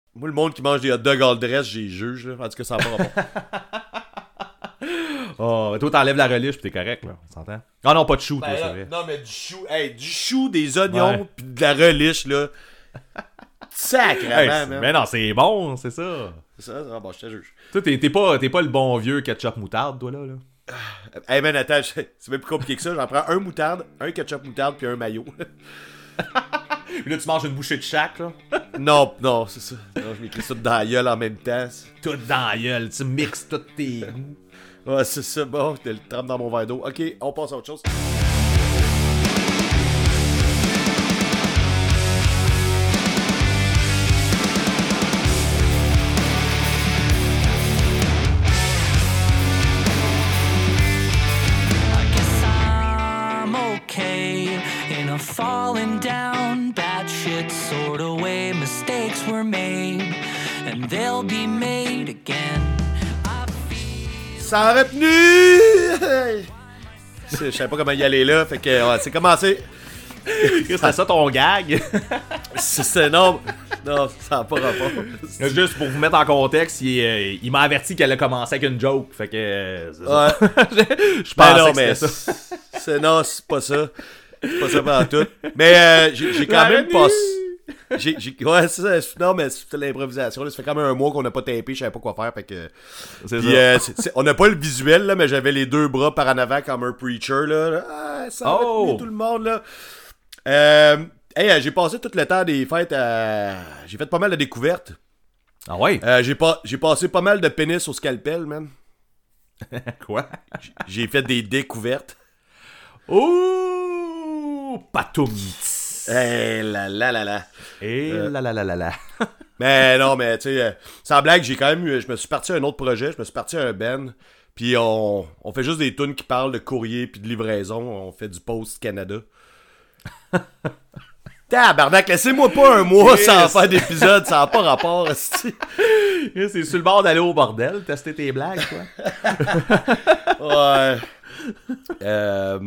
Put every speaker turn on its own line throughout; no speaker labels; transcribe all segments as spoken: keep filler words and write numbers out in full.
Moi, le monde qui mange des hot dogs all dress, j'ai juge, là. En tout cas, ça n'a pas rapport.
Oh, toi, t'enlèves la relish pis t'es correct, là. On s'entend? Ah non, pas de chou,
Ben,
toi,
là,
c'est vrai.
non, mais du chou, hey, du chou, des oignons,
Ouais.
pis de la relish, là. Sacrément,
Hey,
man.
mais non, c'est bon, c'est ça.
C'est ça, ah, bon, je te juge.
Toi, t'es, t'es, pas, t'es pas le bon vieux ketchup moutarde, toi, là. là.
Hey, man, attends, je- c'est même plus compliqué que ça. J'en prends un moutarde, un ketchup moutarde, puis un mayo.
Puis là, tu manges une bouchée de chaque, là.
non, non, c'est ça. Non, je m'écris ça dans la gueule en même temps.
Tout dans la gueule, tu mixes tous tes goûts.
Ouais, c'est ça. Bon, je le trempe dans mon verre d'eau. Ok, on passe à autre chose.
I guess I'm okay in a falling down, bad shit sort of way. Mistakes were made, and they'll be made again. I feel
Ça aurait tenu! C'est- Je savais pas comment y aller là, fait que ouais, c'est commencé.
C'était ça ton gag?
C'est, c'est non, non, ça n'a pas rapport.
Juste pour vous mettre en contexte, il, euh, il m'a averti qu'elle a commencé avec une joke. Fait que. euh, c'est ça.
Ouais.
je je
Ben
pensais
non,
que
mais
c'était ça.
c'est, c'est- non, c'est pas ça. C'est pas ça pendant tout. Mais euh, j'ai, j'ai quand même pas. J'ai, j'ai, ouais, c'est ça. c'est- Non, mais c'est l'improvisation. Là. Ça fait quand même un mois qu'on n'a pas tapé, je savais pas quoi faire. Fait que.
C'est
Puis,
ça.
euh, c'est- c'est- on n'a pas le visuel, là, mais j'avais les deux bras par en avant comme un preacher. Là. Ah, ça a
Oh!
retenu tout le monde. Là. Euh, hey, euh, j'ai passé tout le temps des fêtes à. J'ai fait pas mal de découvertes.
Ah ouais?
Euh, j'ai, pas, j'ai passé pas mal de pénis au scalpel, man.
Quoi?
J'ai fait des découvertes.
Ouh! Patoum!
Eh là là là là.
Et là là là là là.
Mais non, mais tu sais, euh, sans blague, j'ai quand même eu. Je me suis parti à un autre projet, je me suis parti à un band. Puis on, on fait juste des tunes qui parlent de courrier puis de livraison. On fait du Post Canada. Tabarnak, laissez-moi pas un mois
Yes.
sans faire d'épisode, ça n'a pas rapport. esti.
C'est sur le bord d'aller au bordel, tester tes blagues, quoi.
Ouais. Euh...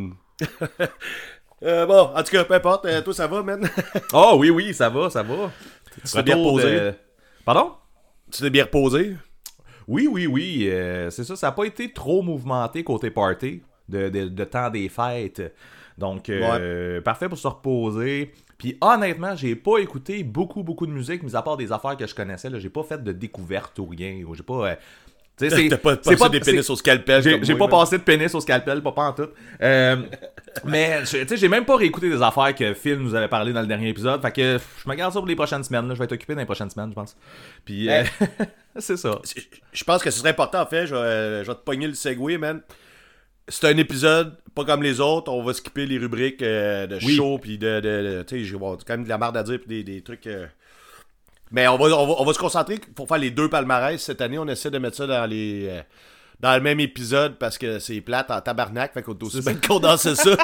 euh, bon, en tout cas, peu importe. Euh, toi, ça va, man?
Oh oui, oui, ça va, ça va.
Tu t'es bien
Retour
reposé?
de- Pardon?
Tu t'es bien reposé?
Oui, oui, oui. euh, c'est ça, ça n'a pas été trop mouvementé côté party de, de, de temps des fêtes. Donc, euh, parfait pour se reposer. Puis honnêtement, j'ai pas écouté beaucoup, beaucoup de musique, mis à part des affaires que je connaissais. Là. J'ai pas fait de découverte ou rien. Ou j'ai pas... euh, tu sais, c'est-
T'as pas
c'est
passé des pénis
c'est-
au scalpel
J'ai,
comme
j'ai
moi,
pas
man.
passé de pénis au scalpel, pas, pas en tout. Euh, mais, je- tu sais, j'ai même pas réécouté des affaires que Phil nous avait parlé dans le dernier épisode. Fait que je me garde ça pour les prochaines semaines. Là. Je vais être occupé dans les prochaines semaines, je pense. Puis, euh, c'est ça.
Je pense que ce serait important, en fait. Je vais, je vais te pogner le segway, man. C'est un épisode pas comme les autres. On va skipper les rubriques euh, de
Oui.
show, puis de, de, de- tu sais, j'ai bon, quand même de la merde à dire, puis des, des trucs. euh. Mais on va, on va, on va se concentrer pour faire les deux palmarès cette année. On essaie de mettre ça dans les, euh, dans le même épisode parce que c'est plate en tabarnak. Fait qu'on est aussi bien de condenser ça.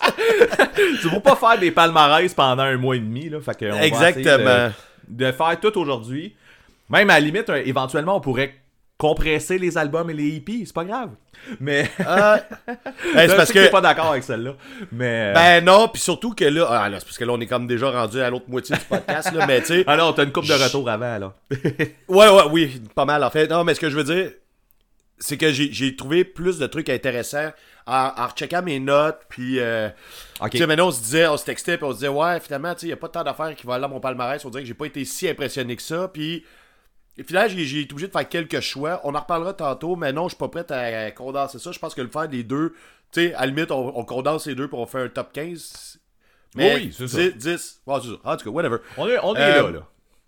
Tu vas pas faire des palmarès pendant un mois et demi. Là, fait que on va
Exactement.
essayer de, de faire tout aujourd'hui. Même à la limite, euh, éventuellement, on pourrait compresser les albums et les E P. C'est pas grave. Mais.
Ah. Hey, c'est
Je
parce
sais que
que.
t'es pas d'accord avec celle-là. Mais. euh,
Ben non, puis surtout que là. Ah, là, c'est parce que là, on est comme déjà rendu à l'autre moitié du podcast, là. Mais tu sais.
Alors, t'as une coupe de retour avant, là.
Ouais, ouais, oui, pas mal en fait. Non, mais ce que je veux dire, c'est que j'ai, j'ai trouvé plus de trucs intéressants en, en recheckant mes notes, puis... Euh,
Ok.
Tu sais, maintenant, on se disait, on se textait, puis on se disait, ouais, finalement, tu sais, il n'y a pas tant d'affaires qui vont aller dans mon palmarès. On dirait que j'ai pas été si impressionné que ça, puis... Et finalement, j'ai, j'ai été obligé de faire quelques choix. On en reparlera tantôt, mais non, je suis pas prêt à, à condenser ça. Je pense que le faire des deux, tu sais, à la limite, on, on condense les deux pour on fait un top quinze. Mais
Oui, c'est ça.
dix, dix, ouais, c'est ça. En tout cas, whatever.
On est, on est
Euh,
là, là.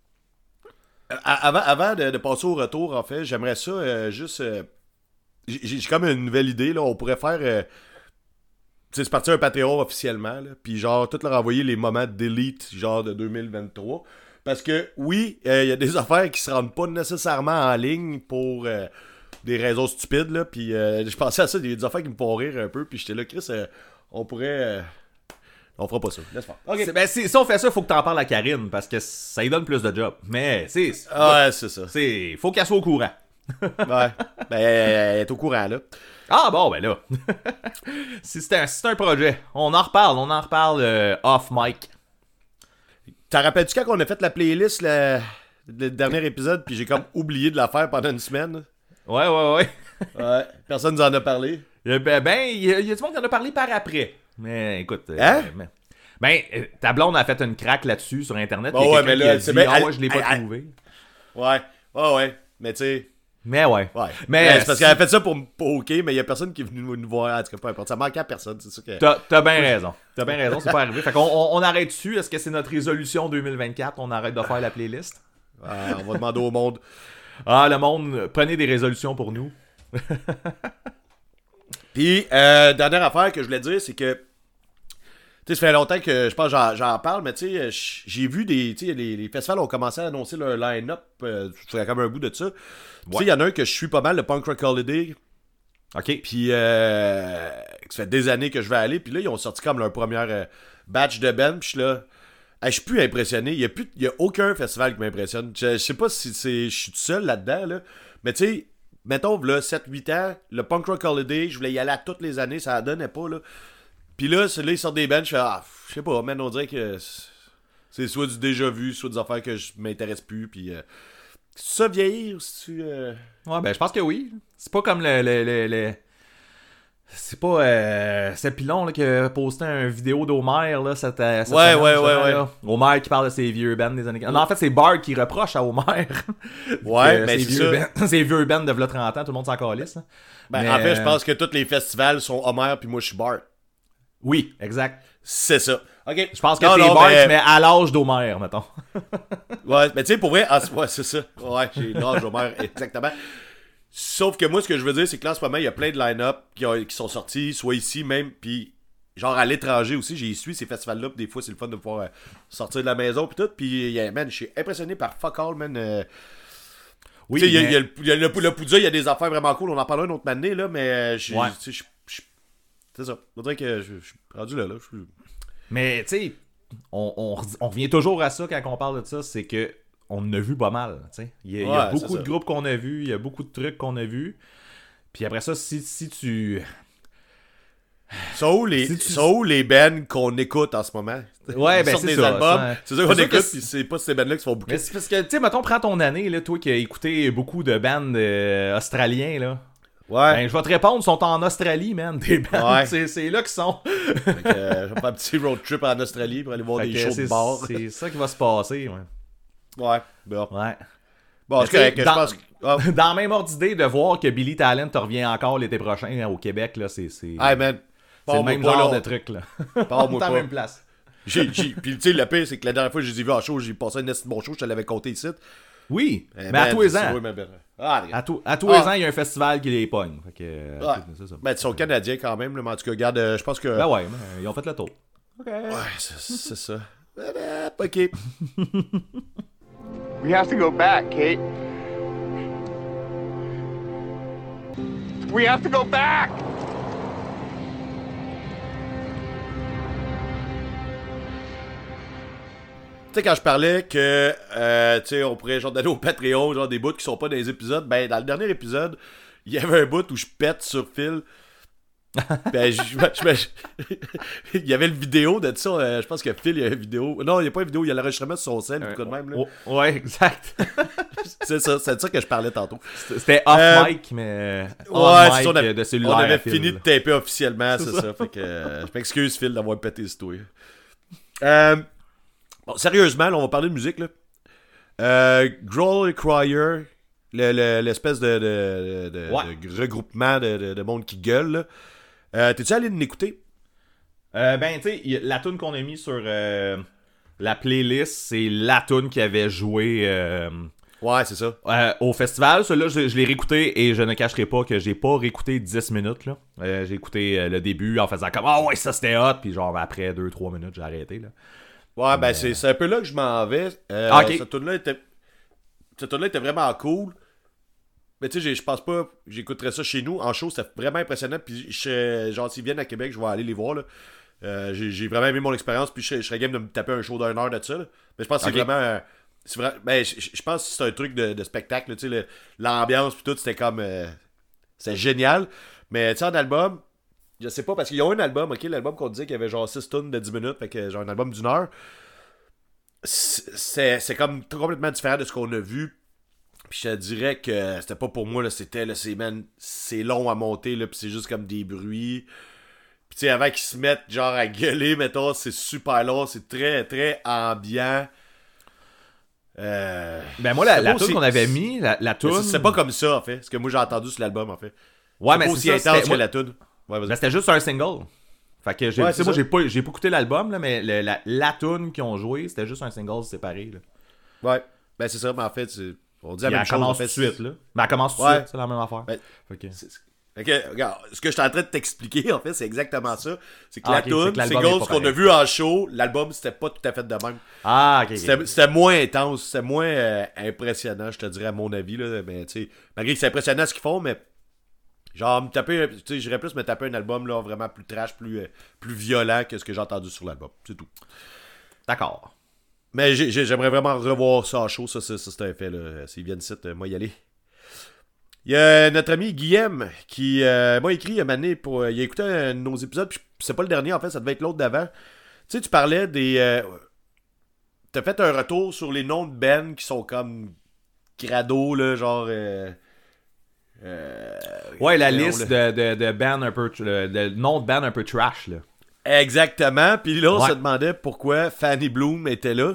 À- Avant, avant de, de passer au retour, en fait, j'aimerais ça euh, juste. euh, j'ai, j'ai comme une nouvelle idée, là. On pourrait faire. euh, tu sais, c'est parti un Patreon officiellement, là. Puis, genre, tout leur envoyer les moments de delete, genre, de deux mille vingt-trois. Parce que, oui, il y a des affaires qui se rendent pas nécessairement en ligne pour euh, des raisons stupides, là. Puis, euh, je pensais à ça, il y a des affaires qui me font rire un peu. Puis, j'étais là, Chris, euh, on pourrait. euh, on fera pas ça. Laisse faire. Ok.
C'est- ben, c'est- si on fait ça, faut que t'en parles à Karine, parce que ça lui donne plus de job. Mais, c'est.
Ouais, c'est ça.
c'est faut qu'elle soit au courant.
Ouais. Ben, elle est au courant, là.
Ah bon, ben là. si c'est un, si c'est un projet, on en reparle, on en reparle euh, off mic.
T'en rappelles-tu quand on a fait la playlist là, le dernier épisode, puis j'ai comme oublié de la faire pendant une semaine.
Ouais, ouais, ouais.
Ouais, personne nous en a parlé.
Ben, ben, il y, a, il y a du monde qui en a parlé par après. Mais écoute...
Hein?
Euh, mais, ben, ta blonde a fait une craque là-dessus sur Internet.
Bon, ouais, mais là,
qui
c'est
a dit,
bien...
ah
elle,
ouais, je l'ai pas
elle,
trouvé.
Ouais, ouais, ouais. Mais tu sais...
Mais ouais.
Ouais.
Mais,
mais c'est parce qu'elle a fait ça pour, pour OK, mais il y a personne qui est venu nous voir. En tout cas, peu importe. Ça manquait à personne, c'est ça que...
T'as, t'as bien raison. T'as bien raison, c'est pas arrivé. Fait qu'on on, on arrête dessus. Est-ce que c'est notre résolution deux mille vingt-quatre? On arrête de faire la playlist?
Ah, on va demander au monde.
Ah, le monde, prenez des résolutions pour nous.
Puis, euh, dernière affaire que je voulais dire, c'est que... Tu sais, ça fait longtemps que je pense j'en, j'en parle, mais tu sais, j'ai vu des... Tu sais, les, les festivals ont commencé à annoncer leur line-up. Euh, ça fait comme un bout de ça. Tu sais, il y en a un que je suis pas mal, le Punk Rock Holiday.
OK.
Puis, euh, ça fait des années que je vais aller. Puis là, ils ont sorti comme leur première euh, batch de band. Puis je suis là... Hey, je suis plus impressionné. Il y a plus, il y a aucun festival qui m'impressionne. Je, je sais pas si c'est, je suis tout seul là-dedans, là. Mais tu sais, mettons, là, sept huit ans, le Punk Rock Holiday, je voulais y aller à toutes les années, ça la donnait pas, là. Puis là, là, ils sortent des bands, je fais, ah, je sais pas, man, on dirait que c'est soit du déjà vu, soit des affaires que je m'intéresse plus. Puis, euh, c'est ça vieillir, si tu. Euh...
Ouais, ben, je pense que oui. C'est pas comme le. le, le, le... C'est pas euh, c'est Pilon là, qui a posté une vidéo d'Homer là, cette, cette
ouais,
semaine,
ouais, ouais, ouais.
Là. Homer qui parle de ses vieux bands des années... Non, en fait, c'est Bart qui reproche à Homer.
Ouais, mais c'est
vieux
ça.
Bands, ses vieux bands de v'là trente ans, tout le monde s'en calisse.
Ben,
mais...
en fait, je pense que tous les festivals sont Homer, puis moi, je suis Bart.
Oui, exact.
C'est ça. OK.
Je pense que
non,
t'es
non,
Bart,
mais...
mais à l'âge d'Homer, mettons.
Ouais, mais tu sais, pour vrai, ah, ouais, c'est ça. Ouais, j'ai l'âge d'Homer, exactement. Sauf que moi, ce que je veux dire, c'est que là, en ce moment, il y a plein de line-up qui, ont, qui sont sortis, soit ici même, puis genre à l'étranger aussi. J'ai suivi ces festivals-là, puis des fois, c'est le fun de pouvoir euh, sortir de la maison, puis tout. Puis, yeah, man, je suis impressionné par fuck all, man. Euh... Oui, tu sais, il mais... y a, y a, le, y a le, le Poudja, il y a des affaires vraiment cool. On en parlera une autre année, là, mais je ouais. je c'est ça. On dirait que je suis rendu là, là. J'suis...
Mais, tu sais, on, on, on revient toujours à ça quand on parle de ça, c'est que on en a vu pas mal, tu sais. Il y a, ouais, il y a beaucoup de groupes qu'on a vus, il y a beaucoup de trucs qu'on a vus. Puis après ça, si, si tu...
Sont où les, si tu... sont où les bands qu'on écoute en ce moment?
Ouais, ben c'est
des
ça.
Albums,
ça
c'est ça qu'on écoute, puis c'est pas ces bands-là qui se font bouquer.
Mais c'est parce que, tu sais, mettons, prends ton année, là, toi qui as écouté beaucoup de bands euh, australiens, là.
Ouais.
Ben, je vais te répondre, ils sont en Australie, man. Des bands,
ouais.
c'est, c'est là qu'ils sont.
Fait que, euh, je vais faire un petit road trip en Australie pour aller voir fait des shows de bar.
C'est ça qui va se passer, ouais.
Ouais, bon.
Ouais.
Bon, c'est correct, je pense que...
oh. Dans la même ordre d'idée, de voir que Billy Talent te revient encore l'été prochain hein, au Québec, là, c'est... C'est,
hey, man.
c'est le même
pas,
genre
là.
de truc, là.
Parle-moi
pas.
pas.
la même place.
J'ai, j'ai... Puis, tu sais, le pire, c'est que la dernière fois que je les ai vus en show, j'ai passé un bon show, je te l'avais compté ici.
Oui,
eh
mais
man,
à tous les ans.
Oui, mais ben... ah,
à, tout, à tous
ah.
les ans, il y a un festival qui les pogne. Fait que, euh,
ouais.
c'est ça.
Ben, ils sont canadiens quand même, là, mais en tout cas, regarde, euh, je pense que...
Ben ouais, mais ils ont fait le tour.
OK. Ouais, c'est, c'est ça. OK.
We have to go back, Kate. We have to go back!
Tu sais, quand je parlais que, euh, tu sais, on pourrait genre donner au Patreon, genre des bouts qui sont pas dans les épisodes, ben, dans le dernier épisode, il y avait un bout où je pète sur Phil. Ben, je, je, je, il y avait le vidéo de ça, euh, je pense que Phil, il y a une vidéo. Non, il n'y a pas une vidéo, il y a l'enregistrement sur son scène, euh, tout de même, là.
Oh, ouais, exact.
c'est ça, c'est de ça que je parlais tantôt.
C'était off-mic, euh, mais
ouais,
on-mic
on, a,
de cellulaire.
On avait
Phil,
fini
là.
de taper officiellement, c'est, c'est ça. ça. Fait que, euh, je m'excuse, Phil, d'avoir pété ce tour. Euh... Bon, sérieusement, là, on va parler de musique, là. Euh, Growl Crier, le, le, l'espèce de, de, de,
ouais.
de regroupement de, de, de monde qui gueule, là. Euh, t'es-tu allé l'écouter?
Euh, ben, tu sais, la tune qu'on a mis sur euh, la playlist, c'est la tune qui avait joué euh,
ouais, c'est ça.
Euh, au festival. Celui-là, je, je l'ai réécouté et je ne cacherai pas que j'ai pas réécouté dix minutes, là. Euh, j'ai écouté euh, le début en faisant comme « Ah oh, ouais, ça c'était hot! » Puis genre, après deux trois minutes, j'ai arrêté, là.
Ouais, ben, c'est, c'est un peu là que je m'en vais. Euh,
ah, okay.
Cette tune-là était... Cette tune-là était vraiment cool. Mais tu sais, je pense pas j'écouterais ça chez nous. En show, c'était vraiment impressionnant. Puis, je, genre, s'ils viennent à Québec, je vais aller les voir, là. Euh, j'ai, j'ai vraiment aimé mon expérience. Puis, je, je serais game de me taper un show d'une heure de ça, là. Mais je pense que okay. c'est vraiment... Euh, c'est vrai, ben, je, je pense que c'est un truc de, de spectacle, tu sais, le, l'ambiance puis tout, c'était comme... Euh, c'est génial. Mais tu sais, en album... Je sais pas, parce qu'ils ont un album, ok, l'album qu'on disait qu'il y avait genre six tunes de dix minutes, fait que genre un album d'une heure. c'est, c'est comme complètement différent de ce qu'on a vu. Puis je te dirais que c'était pas pour moi, là, c'était, là, c'est, man, c'est long à monter, là, puis c'est juste comme des bruits. Puis tu sais, avant qu'ils se mettent genre à gueuler, mettons, c'est super long, c'est très, très ambiant. Euh,
ben moi, la, la
bon,
tune
c'est...
qu'on avait mis, la, la tune...
C'est, c'est pas comme ça, en fait, ce que moi j'ai entendu sur l'album, en fait.
Ouais,
c'est
mais
pas
c'est
aussi
ça,
intense
c'était...
que la tune. Ouais, vas-y.
Ben, c'était juste un single. Fait que j'ai,
ouais,
moi, j'ai pas, j'ai pas écouté l'album, là, mais le, la, la tune qu'ils ont joué, c'était juste un single séparé. Là.
Ouais, ben c'est ça, mais en fait, c'est... on dit la
Puis
même
elle
chose.
commence
En fait,
tout de suite, là. Mais elle commence tout de
ouais.
suite, c'est la même affaire.
Ben,
fait que...
c'est... Fait que, regarde, ce que je suis en train de t'expliquer, en fait, c'est exactement ça. C'est que
ah,
la
okay,
tune, c'est Singles qu'on a vu en show, l'album, c'était pas tout à fait de même.
Ah, ok.
C'était, okay. c'était moins intense, c'était moins euh, impressionnant, je te dirais, à mon avis. Là, mais, tu sais, malgré que c'est impressionnant ce qu'ils font, mais genre, me taper, tu sais, j'irais plus me taper un album là, vraiment plus trash, plus, euh, plus violent que ce que j'ai entendu sur l'album. C'est tout.
D'accord.
Mais j'ai, j'ai, j'aimerais vraiment revoir ça en show, ça, ça, ça c'est un fait. Là. S'ils viennent ici, euh, moi y aller. Il y a notre ami Guillaume qui euh, m'a écrit il y a une année pour. Euh, il a écouté un de nos épisodes, puis c'est pas le dernier en fait, ça devait être l'autre d'avant. Tu sais, tu parlais des. Euh, t'as fait un retour sur les noms de bands qui sont comme crado, là, genre. Euh, euh,
ouais, la
non,
liste de, de, de bands un peu. De, de noms de bands un peu trash, là.
Exactement. Puis là, on
ouais.
se demandait pourquoi Fanny Bloom était là.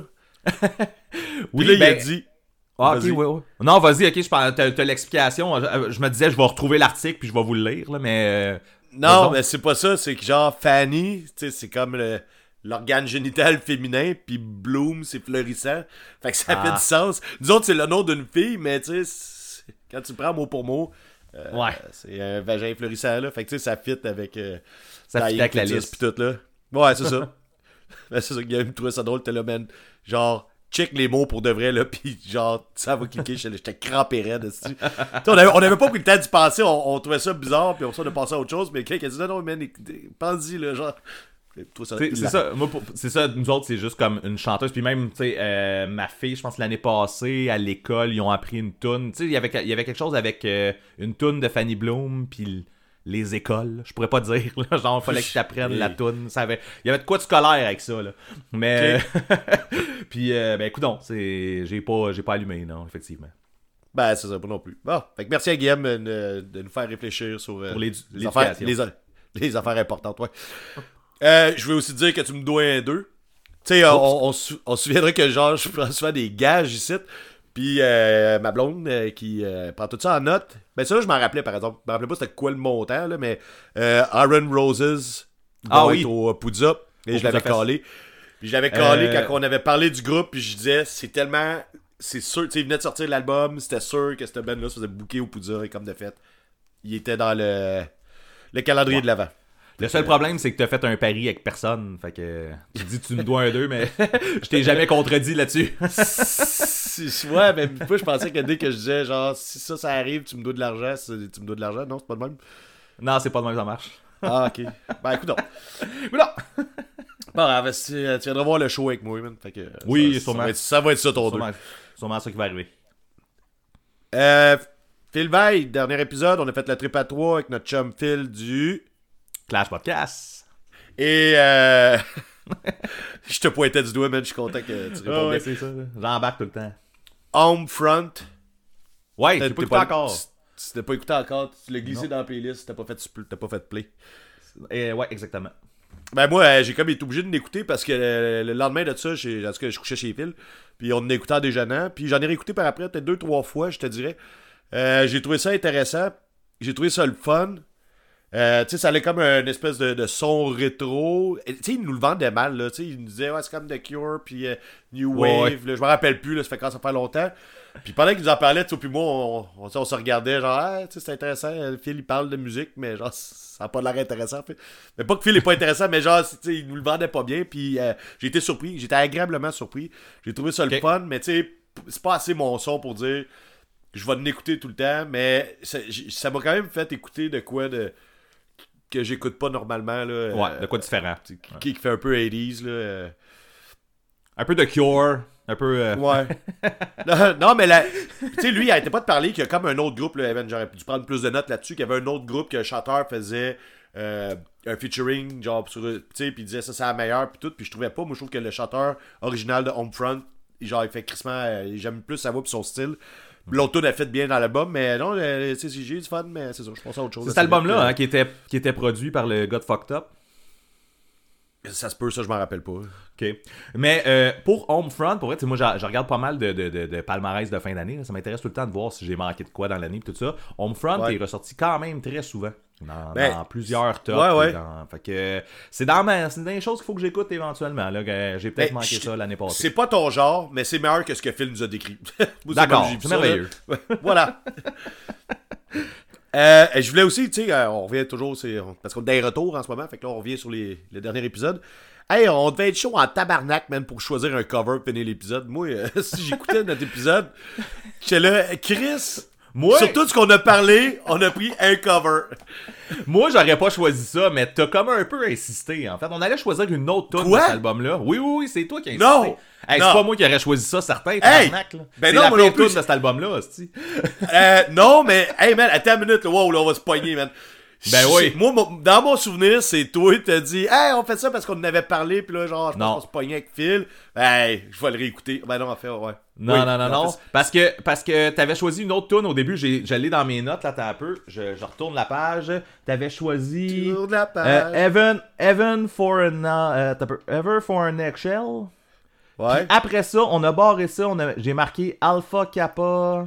oui,
là,
ben...
il a dit.
Ah, ok, ouais, ouais. Non, vas-y, ok, je t'as, t'as l'explication. Je, je me disais, je vais retrouver l'article puis je vais vous le lire, là, mais.
Non, mais c'est pas ça. C'est que genre, Fanny, tu sais, c'est comme le, l'organe génital féminin, puis Bloom, c'est fleurissant. Fait que ça ah. fait du sens. Nous autres, c'est le nom d'une fille, mais tu sais, quand tu le prends mot pour mot, euh,
ouais.
c'est un vagin fleurissant, là. Fait que tu sais, ça fit avec. Euh,
ça fit avec la liste.
Pis tout, là. Ouais, c'est ça. Ben, c'est ça qu'il a trouvé ça drôle, t'es là, man. Genre. Check les mots pour de vrai, là, pis genre, ça va cliquer, j'étais crampé raide, dessus. on, avait, on avait pas pris le temps d'y penser, on, on trouvait ça bizarre, puis on s'en a passé à autre chose, mais quelqu'un a dit non, non, man, pense-y, là, genre.
Ça, c'est, c'est ça, moi, pour, c'est ça, nous autres, c'est juste comme une chanteuse, puis même, tu sais, euh, ma fille, je pense l'année passée, à l'école, ils ont appris une toune, tu sais, il y avait, il y avait quelque chose avec euh, une toune de Fanny Bloom, puis les écoles, je pourrais pas dire, là, genre, il fallait que tu apprennes la toune, ça avait, il y avait de quoi de scolaire avec ça, là, mais, okay. Puis, euh, ben, écoute donc, c'est, j'ai pas, j'ai pas allumé, non, effectivement.
Ben, c'est ça, pas non plus. Bon, fait que merci à Guillaume de, de nous faire réfléchir sur euh,
Pour les,
les, affaires, les, les affaires importantes, ouais. euh, je veux aussi dire que tu me dois un deux. Tu sais, on, on, on se souviendrait que, genre, je prends souvent des gages ici. Puis euh, ma blonde euh, qui euh, prend tout ça en note. Ben ça, là, je m'en rappelais, par exemple. Je me rappelais pas c'était quoi le montant, là, mais euh, Aaron Roses
ah, oui.
au Poudza. Et
au
je l'avais calé. Puis je l'avais calé euh... quand on avait parlé du groupe. Puis je disais, c'est tellement... C'est sûr, tu sais, il venait de sortir l'album. C'était sûr que cette band-là se faisait booker au Poudza. Et comme de fait, il était dans le, le calendrier ouais. de l'avant.
Le seul problème, c'est que t'as fait un pari avec personne. Fait que tu dis tu me dois un deux, mais je t'ai jamais contredit là-dessus.
Ouais, mais moi, je pensais que dès que je disais, genre, si ça, ça arrive, tu me dois de l'argent, tu me dois de l'argent. Non, c'est pas de même.
Non, c'est pas de même, ça marche.
Ah, ok. Ben, écoute donc.
Écoute donc.
Bon, ben, tu, tu viendras voir le show avec moi, man. Fait que,
oui,
ça,
sûrement.
Ça va, être, ça va être ça, ton
sûrement,
deux.
Sûrement ça qui va arriver.
Euh, Phil Veil, dernier épisode, on a fait le trip à trois avec notre chum Phil du...
Clash Podcast.
Et euh... je te pointais du doigt, man, je suis content que tu répondes.
Oh, ouais, c'est ça. J'embarque tout le temps.
Homefront.
Ouais, tu l'as pas écouté
pas,
encore.
Tu, tu l'as pas écouté encore, tu l'as glissé non. dans la playlist, t'as pas fait, t'as pas fait play.
Et ouais, exactement.
Ben moi, j'ai comme été obligé de l'écouter parce que le, le lendemain de ça, j'ai, en tout cas, je couchais chez Phil, puis on l'écoutait en déjeunant, puis j'en ai réécouté par après, peut-être deux, trois fois, je te dirais. Euh, j'ai trouvé ça intéressant, j'ai trouvé ça le fun. Euh, tu sais, ça allait comme une espèce de, de son rétro. Tu sais, ils nous le vendaient mal, là. Tu sais, ils nous disaient, ouais, c'est comme The Cure, puis uh, New Wave. Ouais. Là, je me rappelle plus, là, ça fait quand ça fait longtemps. Puis pendant qu'ils nous en parlaient, tu sais, puis moi, on, on, on, on se regardait, genre, ah, tu sais, c'est intéressant. Phil, il parle de musique, mais genre, ça n'a pas l'air intéressant, en fait. Mais pas que Phil est pas intéressant, mais genre, tu sais, il nous le vendait pas bien. Puis euh, j'ai été surpris, j'étais agréablement surpris. J'ai trouvé ça okay. le fun, mais tu sais, c'est pas assez mon son pour dire, je vais l'écouter tout le temps, mais ça, ça m'a quand même fait écouter de quoi de. Que j'écoute pas normalement là.
Ouais, de quoi différent.
Qui, qui fait un peu eighties là. Euh...
Un peu de Cure, un peu. Euh...
Ouais. non, non, mais là, tu sais, lui, il arrêtait pas de parler qu'il y a comme un autre groupe là, Evan, j'aurais dû prendre plus de notes là-dessus, qu'il y avait un autre groupe que le chanteur faisait euh, un featuring, genre, sur, tu sais, puis il disait ça, c'est la meilleure, puis tout, puis je trouvais pas. Moi, je trouve que le chanteur original de Homefront, genre, il fait crissement, euh, j'aime plus sa voix puis son style. L'autre tune a fait bien dans l'album, mais non, euh, tu sais, j'ai eu du fun, mais c'est ça, je pense à autre chose.
C'est cet album-là, hein, qui était, qui était produit par le gars de Fucked Up.
Ça se peut, ça, je m'en rappelle pas.
OK. Mais euh, pour Homefront, pour vrai, moi, je, je regarde pas mal de, de, de, de palmarès de fin d'année. Là. Ça m'intéresse tout le temps de voir si j'ai manqué de quoi dans l'année et tout ça. Homefront ouais. est ressorti quand même très souvent. Dans, ben, dans plusieurs tops.
Ouais, ouais.
Dans, fait que c'est dans, ma, c'est dans les choses qu'il faut que j'écoute éventuellement. Là, que j'ai peut-être ben, manqué ça l'année passée.
C'est pas ton genre, mais c'est meilleur que ce que Phil nous a décrit.
D'accord, c'est merveilleux.
Voilà. Euh, je voulais aussi, tu sais, on revient toujours, c'est, parce qu'on est des retours en ce moment, fait que là, on revient sur les, les derniers épisodes. Hey, on devait être chaud en tabarnak, man, pour choisir un cover pour finir l'épisode. Moi, euh, si j'écoutais notre épisode, j'étais là, Chris, moi, sur tout ce qu'on a parlé, on a pris un cover.
Moi, j'aurais pas choisi ça, mais t'as comme un peu insisté, en fait. On allait choisir une autre tune de cet album-là. Oui, oui, oui, c'est toi qui as insisté.
Non!
Hey,
non.
C'est pas moi qui aurais choisi ça, certain,
hey!
tabarnak, là.
Ben
c'est
non,
la
moi non
pire
plus.
tune de cet album-là, hostie.
euh, non, mais, hey, man, attends une minute, là, wow, là, on va se poigner, man.
Ben oui.
Moi, mon, dans mon souvenir, c'est toi qui t'as dit, hey, on fait ça parce qu'on en avait parlé, puis là, genre, je pense qu'on se pognait avec Phil. Hey, je vais le réécouter. Ben non, en fait, ouais.
Non,
oui,
non, non, non. Parce que, parce que t'avais choisi une autre tune au début. J'ai, j'allais dans mes notes, là, t'as un peu. Je, je retourne la page. T'avais choisi.
Tourne la page.
Euh, Heaven, Heaven for an. Uh, t'as peu, Ever for an Eggshell.
Ouais.
Puis après ça, on a barré ça. On a, j'ai marqué Alpha Kappa.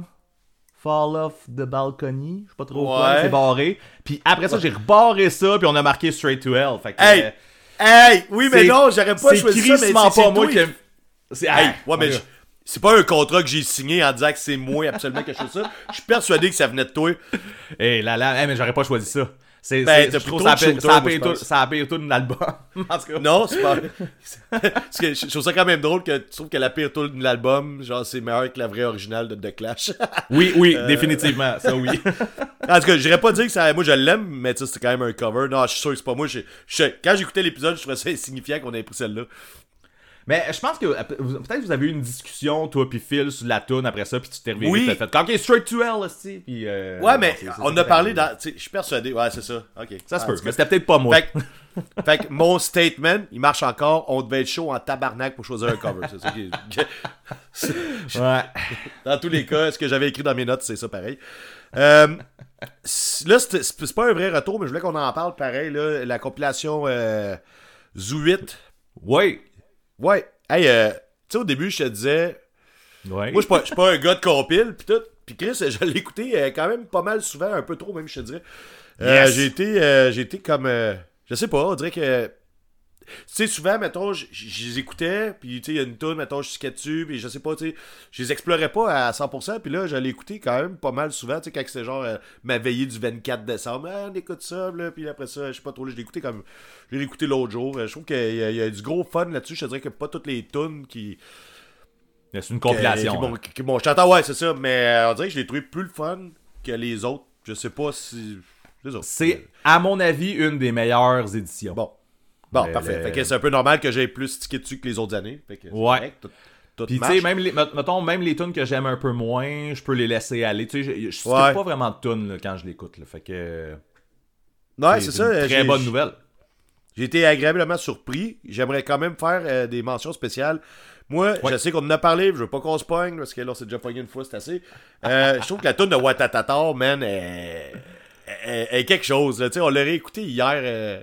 Fall off the balcony. Je sais pas trop
ouais.
quoi, c'est barré. Puis après ça, j'ai rebarré ça, puis on a marqué Straight to Hell. Fait que,
hey!
Euh,
hey! Oui, mais non, j'aurais pas choisi ça, mais c'est,
pas
c'est
moi
toi
qui...
qui...
C'est...
Hey, ouais, mais je... c'est pas un contrat que j'ai signé en disant que c'est moi absolument que je fais ça. Je suis persuadé que ça venait de toi.
Hey, là, là, hey, mais j'aurais pas choisi ça. C'est,
ben,
c'est, je trouve ça a payé tout de l'album. En tout cas.
Non, c'est pas. Parce que je trouve ça quand même drôle que tu trouves que la pire tour de l'album, genre, c'est meilleur que la vraie originale de The Clash.
Oui, oui,
euh...
définitivement. Ça, oui.
En tout cas, je dirais pas dire que ça. Moi, je l'aime, mais tu sais, c'est quand même un cover. Non, je suis sûr que c'est pas moi. Je, je, quand j'écoutais l'épisode, je trouvais ça insignifiant qu'on ait pris celle-là.
Mais je pense que peut-être que vous avez eu une discussion, toi puis Phil, sur la toune après ça, puis tu t'es reviré,
oui.
t'as fait OK, straight to hell, aussi. Puis euh,
ouais, mais
c'est, c'est,
on
c'est
a parlé dans. Tu sais, je suis persuadé. Ouais, c'est ça. OK.
Ça se
ah,
peut, mais c'était peut-être pas moi.
Fait que, fait que mon statement, il marche encore. On devait être chaud en tabarnak pour choisir un cover. C'est ça qui est... c'est...
Ouais.
Dans tous les cas, ce que j'avais écrit dans mes notes, c'est ça pareil. Euh, là, c'est, c'est pas un vrai retour, mais je voulais qu'on en parle pareil. Là, la compilation euh, Zoo huit.
Ouais.
Ouais. Hey, euh, tu sais, au début, je te disais.
Ouais.
Moi, je suis pas un gars de compile, pis tout. Pis Chris, je l'ai écouté euh, quand même pas mal souvent, un peu trop même, je te dirais. Euh, yes. J'ai été, euh, j'ai été comme. Euh, je sais pas, on dirait que. Tu sais, souvent, mettons, je les écoutais, puis tu sais, il y a une toune, mettons, je skais dessus, puis je sais pas, tu sais, je les explorais pas à cent pour cent, puis là, je l'ai écouté quand même pas mal souvent, tu sais, quand c'est genre euh, ma veillée du vingt-quatre décembre, ah, on écoute ça, là, puis après ça, je sais pas trop, je l'ai écouté comme. Je l'ai écouté l'autre jour, je trouve qu'il y a, il y a du gros fun là-dessus, je te dirais que pas toutes les tounes qui.
C'est une compilation.
Qui, qui, hein. qui, bon, je t'entends, ouais, c'est ça, mais on dirait que je l'ai trouvé plus le fun que les autres, je sais pas si. Les autres.
C'est, à mon avis, une des meilleures éditions.
Bon. Bon,
le,
parfait.
le...
Fait que c'est un peu normal que j'aie plus stické dessus que les autres années. Fait que
ouais.
Tout, tout
Puis tu sais, même les, mettons, même les tunes que j'aime un peu moins, je peux les laisser aller. Tu sais, je, je skip
ouais.
pas vraiment de tunes là, quand je l'écoute. Là, fait que...
Ouais,
c'est,
c'est,
c'est
ça.
Une très
j'ai,
bonne nouvelle.
J'ai été agréablement surpris. J'aimerais quand même faire euh, des mentions spéciales. Moi, ouais. je sais qu'on en a parlé, je veux pas qu'on se pogne, parce que là, on s'est déjà pogné une fois, c'est assez. Euh, je trouve que la tune de Watatata, man, est, est, est quelque chose. Tu sais, on l'a réécouté hier... Euh...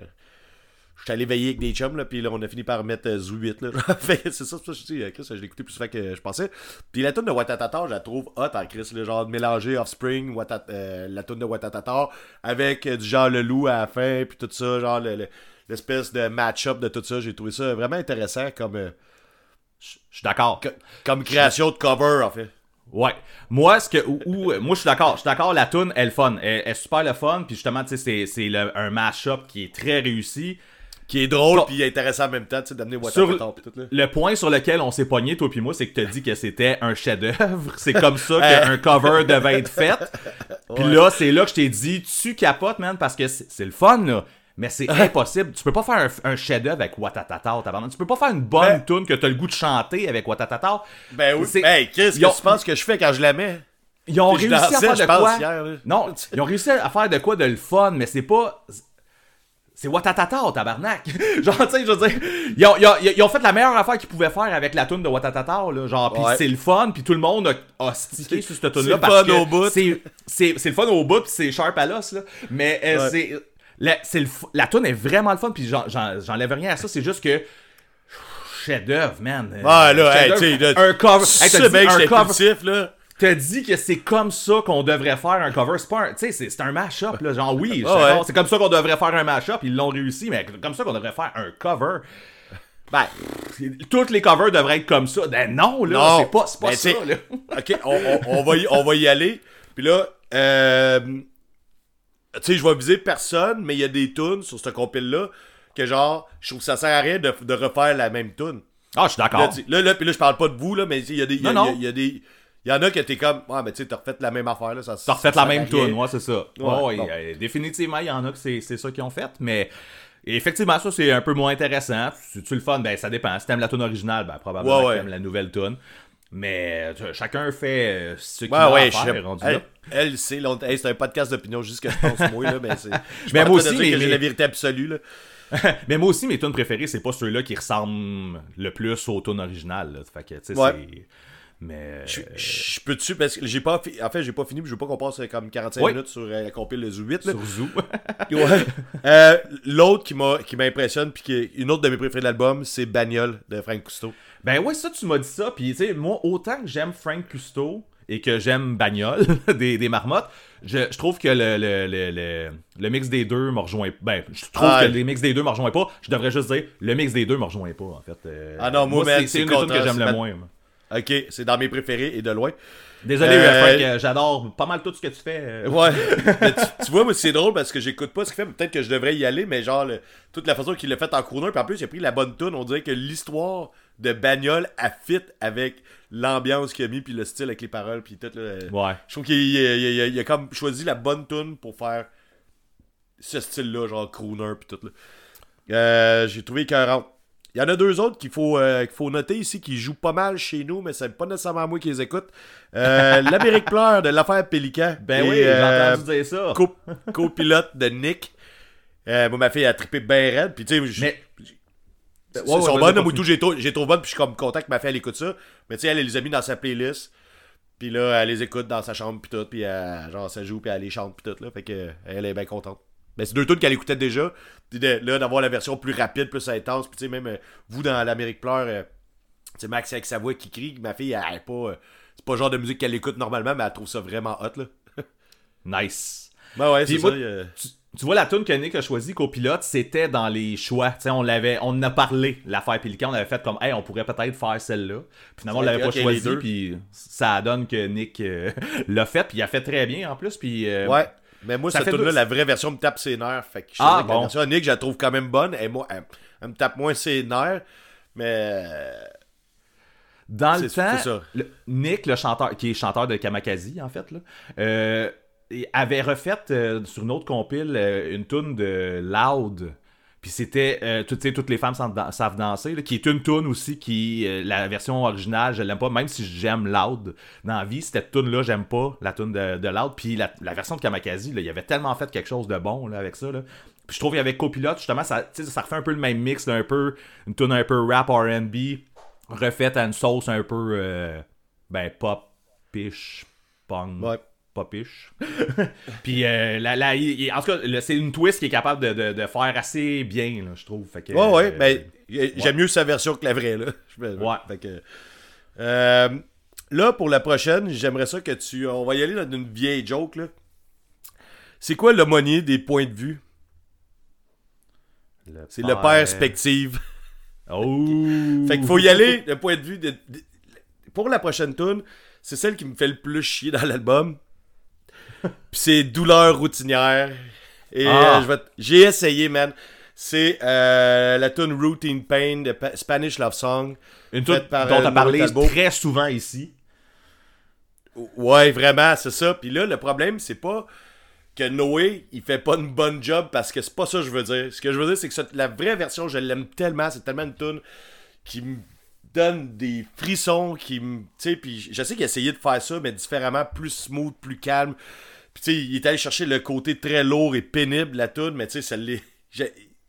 Je suis allé veiller avec des chums, là, puis là, on a fini par mettre euh, Zoo huit, là. Fait, c'est ça, c'est ça, je dis, Chris, je l'ai écouté plus souvent que je pensais. Puis la tune de Watatata, je la trouve hot en Chris, là, genre de mélanger Offspring, Watat, euh, la tune de Watatata, avec euh, du genre le loup à la fin, puis tout ça, genre le, le, l'espèce de match-up de tout ça. J'ai trouvé ça vraiment intéressant comme... Euh,
je suis d'accord.
Co- comme création de cover, en fait.
Ouais. Moi, ce que, ou, ou, moi, je suis d'accord. Je suis d'accord, la tune, elle est fun. Elle, elle est super le fun, puis justement, tu sais, c'est, c'est le, un mash-up qui est très réussi.
Qui est drôle so, puis intéressant en même temps, tu sais, d'amener Watatata pis tout là.
Le point sur lequel on s'est pogné, toi puis moi, c'est que t'as dit que c'était un chef-d'œuvre. C'est comme ça qu'un cover devait être fait. Puis ouais. Là, c'est là que je t'ai dit, tu capotes, man, parce que c'est, c'est le fun, là. Mais c'est impossible. Tu peux pas faire un, un chef-d'œuvre avec Watatata. Tu peux pas faire une bonne ben, tune que t'as le goût de chanter avec Watatata.
Ben oui. C'est... Hey, qu'est-ce que ont... tu penses que je fais quand je la mets?
Ils ont réussi dansais, à faire de quoi?
Hier,
non, ils ont réussi à faire de quoi de le fun, mais c'est pas... c'est Watatata, tabarnak! Genre, tu sais, je veux dire, ils ont, ils, ont, ils ont fait la meilleure affaire qu'ils pouvaient faire avec la tune de Watatata, là, genre, pis
ouais.
c'est le fun, pis tout le monde a, a stické sur cette tune-là,
c'est
parce
le fun
que
au bout.
c'est, c'est, c'est le fun au bout, pis c'est sharp à l'os, là, mais euh,
ouais.
c'est, la, c'est le, la tune est vraiment le fun, pis j'en, j'en, j'enlève rien à ça, c'est juste que, chef-d'œuvre, man.
Ouais, là, hey, tu sais,
un cover, hey,
ce mec,
un
c'est
cover,
impulsif, là.
t'as dit que c'est comme ça qu'on devrait faire un cover. C'est pas un, tu sais, c'est, c'est un mash-up, là. Genre, oui,
oh, ouais.
c'est comme ça qu'on devrait faire un mash-up, ils l'ont réussi, mais comme ça qu'on devrait faire un cover. Ben, toutes les covers devraient être comme ça. Ben non, là,
non.
c'est pas, c'est pas
ben,
ça, là.
OK, on, on, on, va y, on va y aller. Puis là, euh, tu sais, je vais viser personne, mais il y a des tunes sur ce compile-là que genre, je trouve que ça sert à rien de, de refaire la même tune.
Ah, je suis d'accord.
Là, là, là, puis là, je parle pas de vous, là, mais il y a des... Il y a,
non, non.
il y a des... Il y en a que t'es comme, ouais, mais tu sais, t'as refait la même affaire, là. Ça,
t'as refait
ça
la même tune, ouais, c'est ça.
Ouais,
oh,
bon.
et, euh, définitivement, il y en a que c'est, c'est ça qu'ils ont fait, mais effectivement, ça, c'est un peu moins intéressant. Si tu le fun, ben, ça dépend. Si t'aimes la tune originale, ben, probablement
ouais,
que
ouais.
t'aimes la nouvelle tune. Mais euh, chacun fait euh, ce qu'il
ouais,
a
ouais,
à faire,
je...
rendu
elle,
là.
elle, c'est, là, hey, c'est un podcast d'opinion, juste que je pense, moi, là, mais c'est... Je
Mais
suis
moi
pas en train de
aussi,
dire
mais-
que j'ai
mais-
la vérité absolue, là.
Mais moi aussi, mes tunes préférées, c'est pas ceux-là qui ressemblent le plus aux tunes originales. Là. Fait que, tu sais,
Ouais.
c'est... Mais...
Je, je peux dessus parce que j'ai pas fi- en fait j'ai pas fini, puis je veux pas qu'on passe comme quarante-cinq
Oui.
minutes sur euh, la compile de Zoo huit là.
Sur Zoo.
Ouais. Euh, l'autre qui m'a qui m'impressionne puis qui est une autre de mes préférés de l'album, c'est Bagnole de Frank Cousteau.
Ben ouais, ça, tu m'as dit ça. Puis, tu sais, moi, autant que j'aime Frank Cousteau et que j'aime Bagnole, des, des marmottes, je, je trouve que le, le, le, le, le mix des deux me rejoint. Ben, je trouve
Ah,
que le mix des deux me rejoint pas. Je devrais juste dire, le mix des deux me rejoint pas, en fait. Euh,
Ah non, moi, man,
c'est, c'est
c'est
une des tunes
content,
que j'aime
c'est
le
ma-
moins. moi.
OK, c'est dans mes préférés et de loin.
Désolé,
Euh,
Frank, euh, j'adore pas mal tout ce que tu fais. euh.
Ouais. Mais tu, tu vois, moi, c'est drôle parce que j'écoute pas ce qu'il fait. mais Peut-être que je devrais y aller, mais genre, le- toute la façon qu'il l'a fait en crooner. Puis en plus, il a pris la bonne tune. On dirait que l'histoire de Bagnole a fit avec l'ambiance qu'il a mis, puis le style avec les paroles, puis tout. Là.
Ouais.
Je trouve qu'il il, il, il, il a comme choisi la bonne tune pour faire ce style-là, genre crooner, puis tout. Là. Euh, j'ai trouvé écœurant. Il y en a deux autres qu'il faut, euh, qu'il faut noter ici qui jouent pas mal chez nous, mais c'est pas nécessairement moi qui les écoute. Euh, L'Amérique pleure de l'affaire Pélican.
Ben
et,
oui, j'ai
euh,
entendu dire ça.
co- copilote de Nick. Euh, moi, ma fille a trippé bien raide. Puis, tu sais, j-
Mais-
j-
Ouais,
ils
ouais,
sont
vas-y,
bonnes.
pas
Moi,
fini.
tout, j'ai trop, j'ai trop bonne. Puis, je suis comme content que ma fille, elle écoute ça. Mais, tu sais, elle, elle les a mis dans sa playlist. Puis là, elle les écoute dans sa chambre. Puis tout. Puis, euh, genre, ça joue. Puis, elle les chante. Puis tout. Là. Fait que, euh, elle est bien contente. Mais c'est deux tunes qu'elle écoutait déjà. Puis de- là, d'avoir la version plus rapide, plus intense. Puis, tu sais, même euh, vous, dans l'Amérique pleure, euh, tu sais, Max avec sa voix qui crie. Ma fille, elle, elle est pas. euh, c'est pas le genre de musique qu'elle écoute normalement, mais elle trouve ça vraiment hot, là.
Nice.
Ben ouais,
Puis
c'est
moi,
ça. euh,
Tu, tu vois, la tune que Nick a choisi, copilote, c'était dans les choix. Tu sais, on l'avait, on en a parlé, l'affaire Pélican. On avait fait comme, hey, on pourrait peut-être faire celle-là. Puis finalement, on l'avait
Ok,
pas
les
choisi.
deux.
Puis ça donne que Nick euh, l'a fait. Puis il a fait très bien en plus. Puis euh,
Ouais. Mais moi,
ça
cette
fait
tune-là,
deux-
la vraie version me tape ses nerfs. Fait que je
Ah,
sais que la
bon.
version Nick, je la trouve quand même bonne. Et moi, elle, elle me tape moins ses nerfs. Mais. euh,
dans le
c'est-
temps,
c'est ça.
le- Nick, le chanteur, qui est chanteur de Kamakazi, en fait, là, euh, il avait refait euh, sur une autre compile euh, une tune de Loud. Puis c'était, euh, tu sais, toutes les femmes savent, dan- savent danser, là, qui est une tune aussi qui, euh, la version originale, je l'aime pas, même si j'aime Loud dans la vie, cette tune-là, j'aime pas la tune de, de Loud. Puis la, la version de Kamakazi, là, il avait tellement fait quelque chose de bon là, avec ça. Là. Puis je trouve qu'avec Copilote, justement, ça, tu sais, ça refait un peu le même mix, là, un peu, une tune un peu rap R and B, refaite à une sauce un peu, euh, ben, pop-ish, punk.
Ouais.
Popish. Puis, euh, la, la, il- il- en tout cas, le- c'est une twist qui est capable de, de, de faire assez bien, là, je trouve. Fait que,
Ouais, ouais.
euh,
Ben, j'aime mieux sa version que la vraie, là. Je me-
Ouais.
Fait que. Euh, là, pour la prochaine, j'aimerais ça que tu. On va y aller dans une vieille joke, là. C'est quoi l'aumônier des points de vue?
le
C'est le perspective.
Oh!
Fait qu'il faut y aller, le point de vue de, de- pour la prochaine tune, c'est celle qui me fait le plus chier dans l'album. Puis c'est Douleur routinière. Et
Ah.
euh, je vais t- j'ai essayé, man. C'est euh, la tune Routine Pain de Pa- Spanish Love Song.
Une tune
faite par,
dont
euh,
t'as parlé
Noël Talbot.
très souvent ici.
Ouais, vraiment, c'est ça. Puis là, le problème, c'est pas que Noé, il fait pas une bonne job parce que c'est pas ça que je veux dire. Ce que je veux dire, c'est que ça- la vraie version, je l'aime tellement. C'est tellement une tune qui me donne des frissons, qui me. Tu sais, puis je sais qu'il a essayé de faire ça, mais différemment, plus smooth, plus calme. Puis tu sais, il est allé chercher le côté très lourd et pénible de la tune, mais tu sais, ça l'est. j'ai-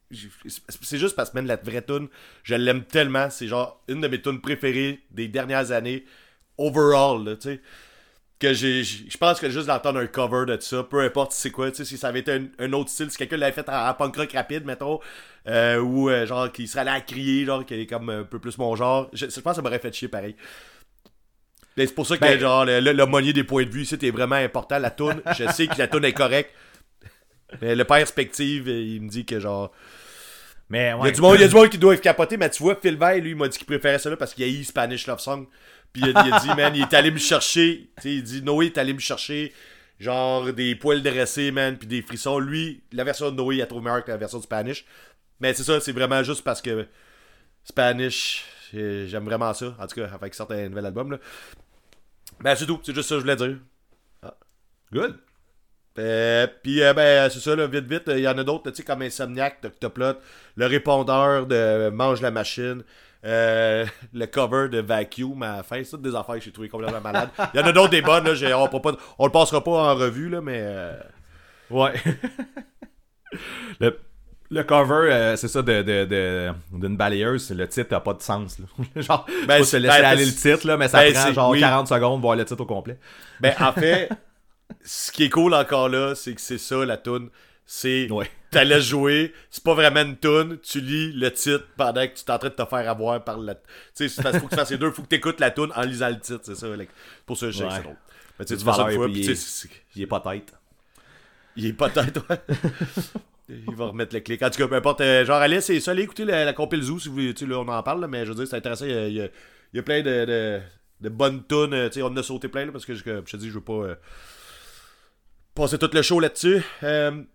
c'est juste parce que, man, la vraie tune, je l'aime tellement. C'est genre une de mes tunes préférées des dernières années, overall, là, tu sais. Que j'ai, je pense que juste d'entendre un cover de ça, peu importe c'est quoi, tu sais, si ça avait été un, un autre style, si quelqu'un l'avait fait en, en punk rock rapide, mettons, euh, ou euh, genre qui serait allé à crier, genre qui est comme un peu plus mon genre, je, je pense que ça m'aurait fait chier pareil. Mais c'est pour ça que ben, genre le, le, le monnier des points de vue ici est vraiment important. La toune, je sais que la toune est correcte, mais le perspective, il me dit que genre. Mais ouais. Il y a du monde, il y a du monde qui doit capoter, mais tu vois, Phil Veil, lui, il m'a dit qu'il préférait ça là parce qu'il a eu Spanish Love Song. Puis il a, il a dit, man, il est allé me chercher. Tu sais, il dit, Noé est allé me chercher, genre, des poils dressés, man, puis des frissons. Lui, la version de Noé, il a trouvé meilleure que la version de Spanish. Mais c'est ça, c'est vraiment juste parce que Spanish, j'aime vraiment ça. En tout cas, afin qu'il sorte un nouvel album, là. Ben, c'est tout. C'est juste ça que je voulais dire.
Ah. Good.
Euh, puis, euh, ben, c'est ça, là, vite, vite. Il y en a d'autres, tu sais, comme Insomniac, Octoplot, le répondeur de Mange la machine. Euh, le cover de Vacuum à la fin, c'est toutes des affaires que j'ai trouvé complètement malades. Il y en a d'autres des bonnes, là, j'ai, on, pas, on le passera pas en revue, là, mais. Euh...
Ouais. le, le cover, euh, c'est ça, de, de, de, d'une balayeuse, le titre n'a pas de sens. Là. Genre, ben, faut se laisser ben, aller le titre, là, mais ça ben, prend genre oui. quarante secondes voir le titre au complet.
Ben, en fait, ce qui est cool encore là, c'est que c'est ça, la toune. C'est. Ouais. T'allais jouer, c'est pas vraiment une toune, tu lis le titre pendant que tu es en train de te faire avoir par la. Tu sais, il faut que tu fasses les deux, il faut que tu écoutes la toune en lisant le titre, c'est ça. Like, pour ça, je sais que c'est drôle. Mais tu sais, tu fais ça une fois, puis tu sais.
Il est pas tête.
Il est pas tête, ouais. Il va remettre le clic. En tout cas, peu importe. Euh, genre, allez, c'est ça, allez écouter la, la compil Zoo si vous voulez. Tu sais, là, on en parle, là, mais je veux dire, c'est intéressant. Il y a, il y a, il y a plein de, de, de bonnes tunes. Tu sais, on en a sauté plein, là, parce que je, je te dis, je veux pas euh, passer tout le show là-dessus. Euh.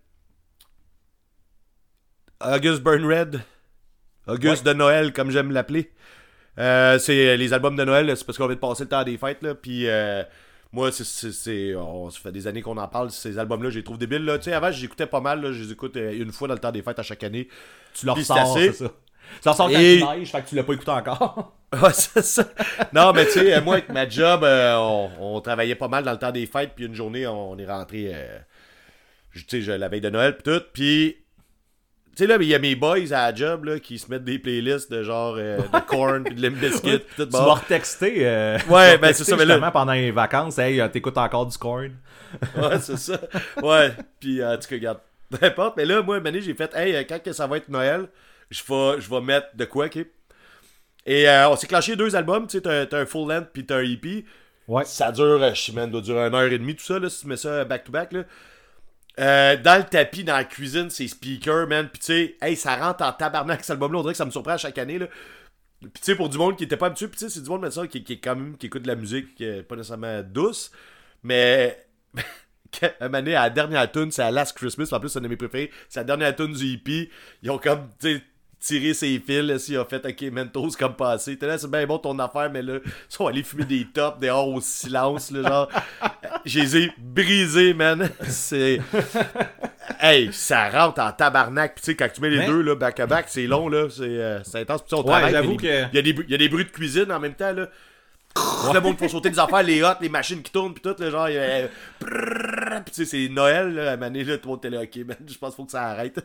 August Burn Red. August ouais. de Noël, comme j'aime l'appeler. Euh, c'est les albums de Noël, c'est parce qu'on vient de passer le temps des fêtes, là. Puis euh, moi, c'est, c'est, c'est oh, ça fait des années qu'on en parle. Ces albums-là, je les trouve débiles, là. Tu sais, avant, j'écoutais pas mal, là. Je les écoute une fois dans le temps des fêtes à chaque année.
Tu leur sors, c'est ça. Tu leur sors quand Et... tu neiges, fait que tu l'as pas écouté encore.
Ouais, c'est ça. Non, mais tu sais, moi, avec ma job, euh, on, on travaillait pas mal dans le temps des fêtes. Puis une journée, on, on est rentré, euh, tu sais, la veille de Noël, puis tout. Puis. Tu sais, là, il y a mes boys à la job là, qui se mettent des playlists de genre euh, de Korn pis de Limp Bizkit.
Ouais, tu vas retexter. Euh,
ouais, ben c'est ça. Mais là,
pendant les vacances, hey, t'écoutes encore du Korn.
Ouais, c'est ça. Ouais, puis en tout cas, regarde. Peu importe. Mais là, moi, une année, j'ai fait, hey, quand que ça va être Noël, je vais, je vais mettre de quoi, ok? Et euh, on s'est clenché deux albums. Tu sais, t'as, t'as un full length puis t'as un E P.
Ouais.
Ça dure, je sais même, doit durer une heure et demie, tout ça, là, si tu mets ça back-to-back, là. Euh, dans le tapis, dans la cuisine, c'est speaker, man. Puis tu sais, hey, ça rentre en tabarnak cet album-là. On dirait que ça me surprend à chaque année, là. Puis tu sais, pour du monde qui était pas habitué, puis tu sais, c'est du monde, mais ça, qui, qui est quand même, qui écoute de la musique euh, pas nécessairement douce. Mais, à un moment donné, à la dernière tune, c'est à Last Christmas. En plus, c'est un de mes préférés. C'est la dernière tune du E P. Ils ont comme, tu sais, tiré ses fils, là, s'ils ont fait, ok, Mentos comme passé. T'es là, c'est bien bon ton affaire, mais là, ils sont allés fumer des tops dehors au silence, là, genre. Je les ai brisés, man. C'est. Hey, ça rentre en tabarnak. Puis tu sais, quand tu mets les mais... deux, là, back à back, c'est long, là. C'est, euh, c'est intense. Puis on
ouais,
travaille.
J'avoue
il
que.
Il y, a des, il y a des bruits de cuisine en même temps, là. Ouais. Le monde faut sauter des affaires, les hottes, les machines qui tournent, puis tout, là, genre. Euh, puis tu sais, c'est Noël, là. À un moment donné, là, tout le monde était là, ok, man. Je pense qu'il faut que ça arrête.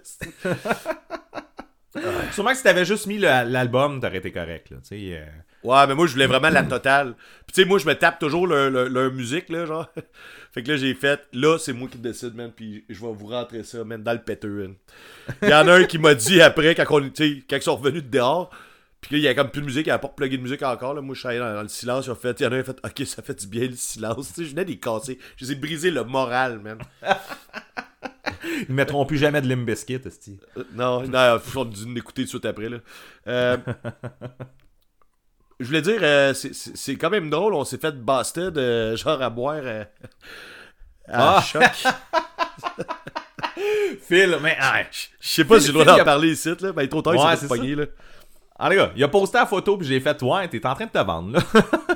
Ouais. Sûrement que si t'avais juste mis le, l'album, t'aurais été correct, là, tu sais. Euh...
Ouais, mais moi, je voulais vraiment la totale. Puis tu sais, moi, je me tape toujours leur, leur, leur musique, là, genre. Fait que là, j'ai fait, là, c'est moi qui décide, man, puis je vais vous rentrer ça, man, dans le péteux. Il y en a un qui m'a dit après, quand, on, quand ils sont revenus de dehors, puis là, il y a comme plus de musique, il n'y a pas plugué de musique encore, là. Moi, je suis allé dans, dans le silence, il a fait, il y en a un qui a fait, ok, ça fait du bien le silence. Tu sais, je venais de les casser. Je les ai brisé le moral, man.
Ils mettront plus jamais de Limp Bizkit, esti.
Euh, non, non, on a dû l'écouter tout de suite après, là. Euh, je voulais dire, euh, c'est, c'est, c'est quand même drôle, on s'est fait busted, euh, genre à boire euh, à ah. choc.
Phil, mais
je sais pas Phil, si j'ai le droit d'en a... parler ici, là. Ben, il est trop tard,
ouais,
il s'est fait pogner, là.
Ah, les gars, il a posté la photo, puis j'ai fait, ouais, t'es en train de te vendre, là.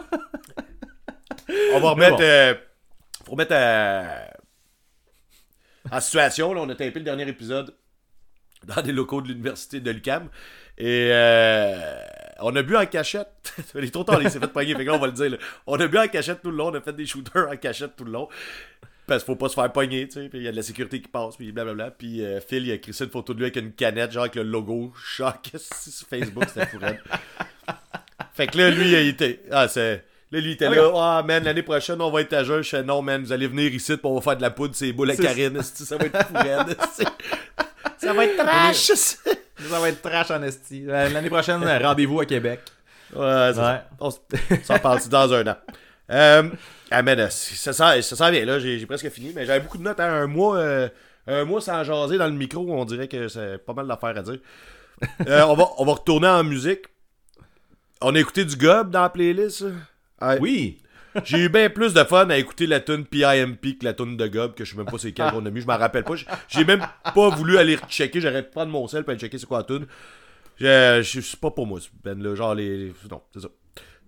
On va remettre. Bon. Euh, faut remettre euh, en situation, là. On a tapé le dernier épisode dans des locaux de l'université de l'U Q A M. Et euh, on a bu en cachette. Il est trop tard, il s'est fait pogner, fait que là, on va le dire. Là. On a bu en cachette tout le long, on a fait des shooters en cachette tout le long. Parce qu'il faut pas se faire pogner, tu sais. Puis il y a de la sécurité qui passe, puis blablabla. Puis euh, Phil, il a écrit ça une photo de lui avec une canette, genre avec le logo choc sur Facebook, c'était fou. Fait que là, lui, il était. Ah, c'est. Là, lui, il était là. Ah, oh, man, l'année prochaine, on va être à jeun. Je fais non, man, vous allez venir ici, puis on va faire de la poudre, c'est boules à Karine. Ça va être fou, raide. Ça va être trash.
Ça va être trash en esti. L'année prochaine, rendez-vous à Québec.
Ouais, c'est ouais. On s'en parle dans un an. Euh, ah, man, ça sent, ça sent bien, là. J'ai, j'ai presque fini, mais j'avais beaucoup de notes. Hein, un mois euh, un mois sans jaser dans le micro, on dirait que c'est pas mal d'affaires à dire. Euh, on, va, on va retourner en musique. On a écouté du Gob dans la playlist. Ah,
oui.
J'ai eu bien plus de fun à écouter la tune P I M P que la tune de Gob, que je sais même pas c'est quelle qu'on a mis, je m'en rappelle pas. J'ai même pas voulu aller checker, j'aurais pu prendre mon sel pour aller checker c'est quoi la tune. Je, je suis pas pour moi, Ben, là, genre les... les... Non, c'est ça.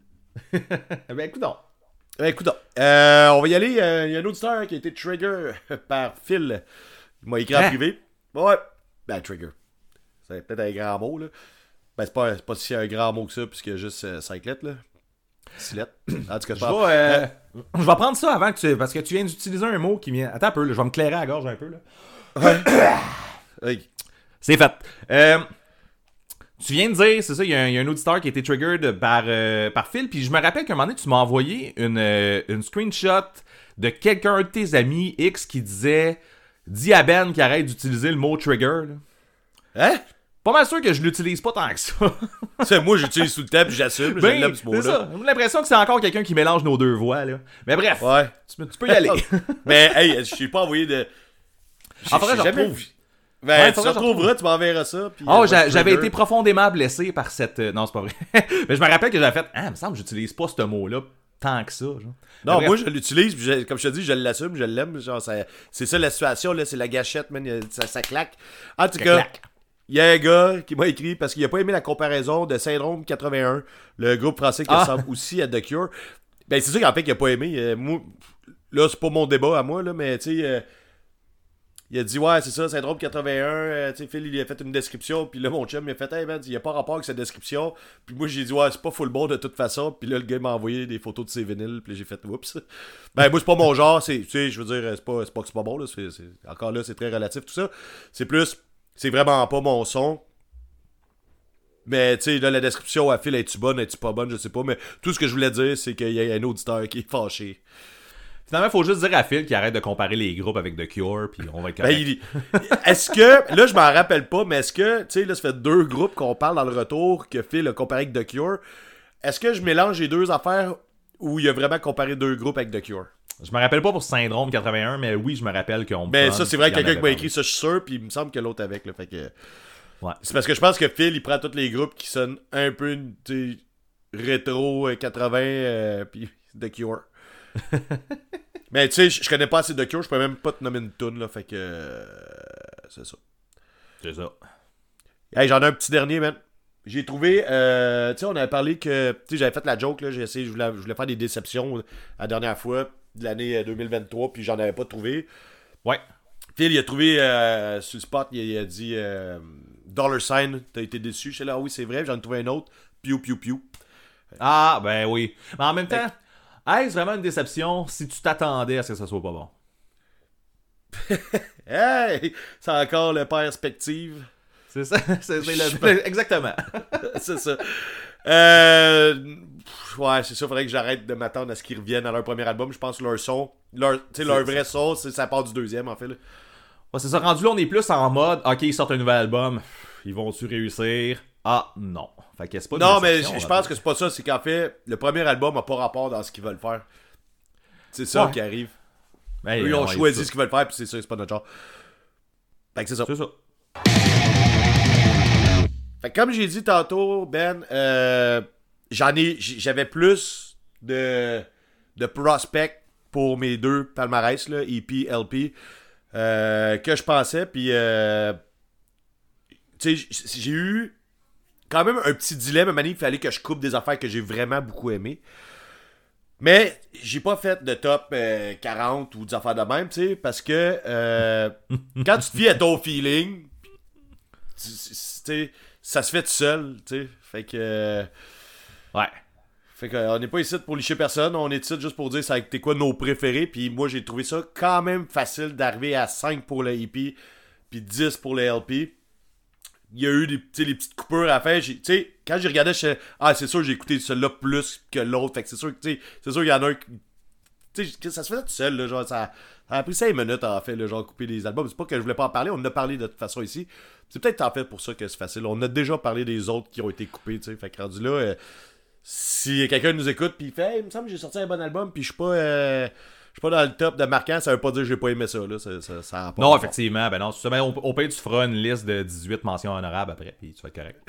Ben, écoute donc.
Ben, écoute donc. Euh, on va y aller. Il euh, y a un auditeur qui a été trigger par Phil. Il m'a écrit en hein? privé. Ouais. Ben, trigger. C'est peut-être un grand mot, là. Ben, c'est pas, c'est pas si un grand mot que ça, puisqu'il y a juste euh, cinq lettres, là. six lettres. En tout cas,
je, vais, euh, je vais prendre ça avant que tu... Parce que tu viens d'utiliser un mot qui vient... Attends un peu, là, je vais me clairer à la gorge un peu, là.
Ouais. Oui.
C'est fait. Euh... Tu viens de dire, c'est ça, il y, y a un auditeur qui a été triggered par, euh, par Phil, puis je me rappelle qu'à un moment donné, tu m'as envoyé une, euh, une screenshot de quelqu'un de tes amis X qui disait « Dis à Ben qu'il arrête d'utiliser le mot trigger. »
Hein?
Pas mal sûr que je l'utilise pas tant que ça.
C'est moi, j'utilise tout le temps, puis j'assume,
ben,
je l'aime ce mot-là.
C'est ça, j'ai l'impression que c'est encore quelqu'un qui mélange nos deux voix, là. Mais bref,
ouais.
tu, tu peux y aller.
Mais hey, je t'ai pas envoyé de...
En fait, je
jamais
retrouve...
Ben,
ouais,
tu te retrouveras, tu m'enverras ça. Puis,
oh,
euh,
j'a- j'avais été profondément blessé par cette... Non, c'est pas vrai. Mais je me rappelle que j'avais fait « Ah, il me semble que j'utilise pas ce mot-là tant que ça. » genre.
Non,
bref.
moi, je l'utilise, puis je, comme je te dis, je l'assume, je l'aime. Genre, ça, c'est ça la situation, là, c'est la gâchette, man, ça, ça claque. En tout
ça
cas,
claque.
il y a un gars qui m'a écrit parce qu'il a pas aimé la comparaison de Syndrome quatre-vingt-un, le groupe français qui ah. ressemble aussi à The Cure. Ben, c'est ça qu'en fait qu'il a pas aimé. Euh, moi, là, c'est pas mon débat à moi, là, mais tu sais... Euh, il a dit, ouais, c'est ça, Syndrome quatre-vingt-un. Euh, tu sais, Phil, il a fait une description. Puis là, mon chum, il a fait, hey, man, il n'y a pas rapport avec cette description. Puis moi, j'ai dit, ouais, c'est pas full bon de toute façon. Puis là, le gars m'a envoyé des photos de ses vinyles. Puis là, j'ai fait, oups. Ben, moi, c'est pas mon genre. C'est, tu sais, je veux dire, c'est pas, c'est pas que c'est pas bon. Là. C'est, c'est, encore là, c'est très relatif, tout ça. C'est plus, c'est vraiment pas mon son. Mais, tu sais, là, la description à Phil, est-tu bonne, est-tu pas bonne, je sais pas. Mais tout ce que je voulais dire, c'est qu'il y a un auditeur qui est fâché.
Finalement, il faut juste dire à Phil qu'il arrête de comparer les groupes avec The Cure, puis on va être correct.
Ben, il... Est-ce que, là je m'en rappelle pas, mais est-ce que, tu sais, là ça fait deux groupes qu'on parle dans le retour que Phil a comparé avec The Cure. Est-ce que je mélange les deux affaires ou il a vraiment comparé deux groupes avec The Cure?
Je me rappelle pas pour Syndrome quatre-vingt-un, mais oui, je me rappelle qu'on me
Ben ça, c'est vrai que quelqu'un qui m'a écrit ça, je suis sûr, puis il me semble que l'autre avec, là, fait que...
Ouais.
C'est parce que je pense que Phil, il prend tous les groupes qui sonnent un peu, tu sais, rétro quatre-vingts, euh, puis The Cure. Mais tu sais, je connais pas assez de Cure, je peux même pas te nommer une toune, là, fait que... Euh, c'est ça.
C'est ça.
Hey, j'en ai un petit dernier, man. J'ai trouvé... Euh, tu sais, on avait parlé que... Tu sais, j'avais fait la joke, là, j'ai essayé, je voulais, je voulais faire des déceptions la dernière fois, de l'année deux mille vingt-trois, puis j'en avais pas trouvé.
Ouais.
Phil, il a trouvé euh, sur le spot, il a, il a dit... Euh, Dollar Sign, t'as été déçu? Je sais là, ah oui, c'est vrai, j'en ai trouvé un autre. Piu, piu, piu.
Ah, ben oui. Mais en même temps... Est-ce vraiment une déception si tu t'attendais à ce que ça soit pas bon?
Hey! C'est encore le perspective.
C'est ça, c'est, c'est le... Exactement.
C'est ça. Euh... Ouais, c'est ça, faudrait que j'arrête de m'attendre à ce qu'ils reviennent à leur premier album. Je pense que leur son, leur, leur vrai son, c'est, ça part du deuxième, en fait. Là.
Ouais, c'est ça, rendu là, on est plus en mode, ok, ils sortent un nouvel album, ils vont-tu réussir? Ah, non. Fait que c'est pas
non, mais je pense que c'est pas ça. C'est qu'en fait, le premier album a pas rapport dans ce qu'ils veulent faire. C'est ça ouais. qui arrive. Ben, Eux, ils ont ouais, choisi ce qu'ils veulent faire, puis c'est ça, c'est pas notre genre. Fait que c'est ça.
C'est ça.
Fait que comme j'ai dit tantôt, Ben, euh, j'en ai, j'avais plus de, de prospects pour mes deux palmarès, là, E P, L P, euh, que je pensais. Puis, euh, tu sais, j'ai eu quand même un petit dilemme. Il fallait que je coupe des affaires que j'ai vraiment beaucoup aimées. Mais j'ai pas fait de top euh, quarante ou des affaires de même, tu sais, parce que euh, quand tu te fies à ton feeling, tu sais, ça se fait tout seul, tu sais. Fait que... Euh,
ouais.
Fait qu'on n'est pas ici pour licher personne, on est ici juste pour dire ça a été quoi nos préférés, puis moi j'ai trouvé ça quand même facile d'arriver à cinq pour le E P, puis dix pour le L P. Il y a eu des, les petites coupures à la fin, tu sais, quand j'ai regardé, je ah c'est sûr j'ai écouté celui-là plus que l'autre, fait que c'est sûr que, tu sais, c'est sûr qu'il y en a un, tu sais, ça se faisait tout seul, là, genre, ça, ça a pris cinq minutes en fait, là, genre, couper les albums, c'est pas que je voulais pas en parler, on en a parlé de toute façon ici, c'est peut-être en fait pour ça que c'est facile, on a déjà parlé des autres qui ont été coupés, tu sais, fait que rendu là, euh, si quelqu'un nous écoute pis il fait hey, il me semble que j'ai sorti un bon album pis je suis pas euh, je suis pas dans le top de marquant, ça veut pas dire que j'ai pas aimé ça là, ça, ça, ça a pas
non effectivement, ben non, ben, au, au pire tu feras une liste de dix-huit mentions honorables après pis tu vas être correct.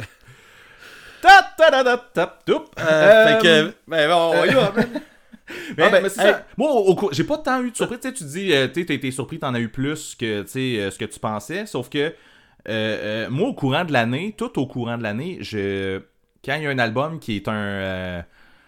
ta ta ta ta ta toup.
Euh, fait que ben bon, on y va.
Mais,
ah, ben,
mais c'est
hey.
ça. Moi, au, au, j'ai pas tant eu de surprise. Tu sais, tu dis, euh, tu t'as été surpris, t'en as eu plus que euh, ce que tu pensais. Sauf que euh, euh, moi, au courant de l'année, tout au courant de l'année, je quand il y a un album qui est un euh,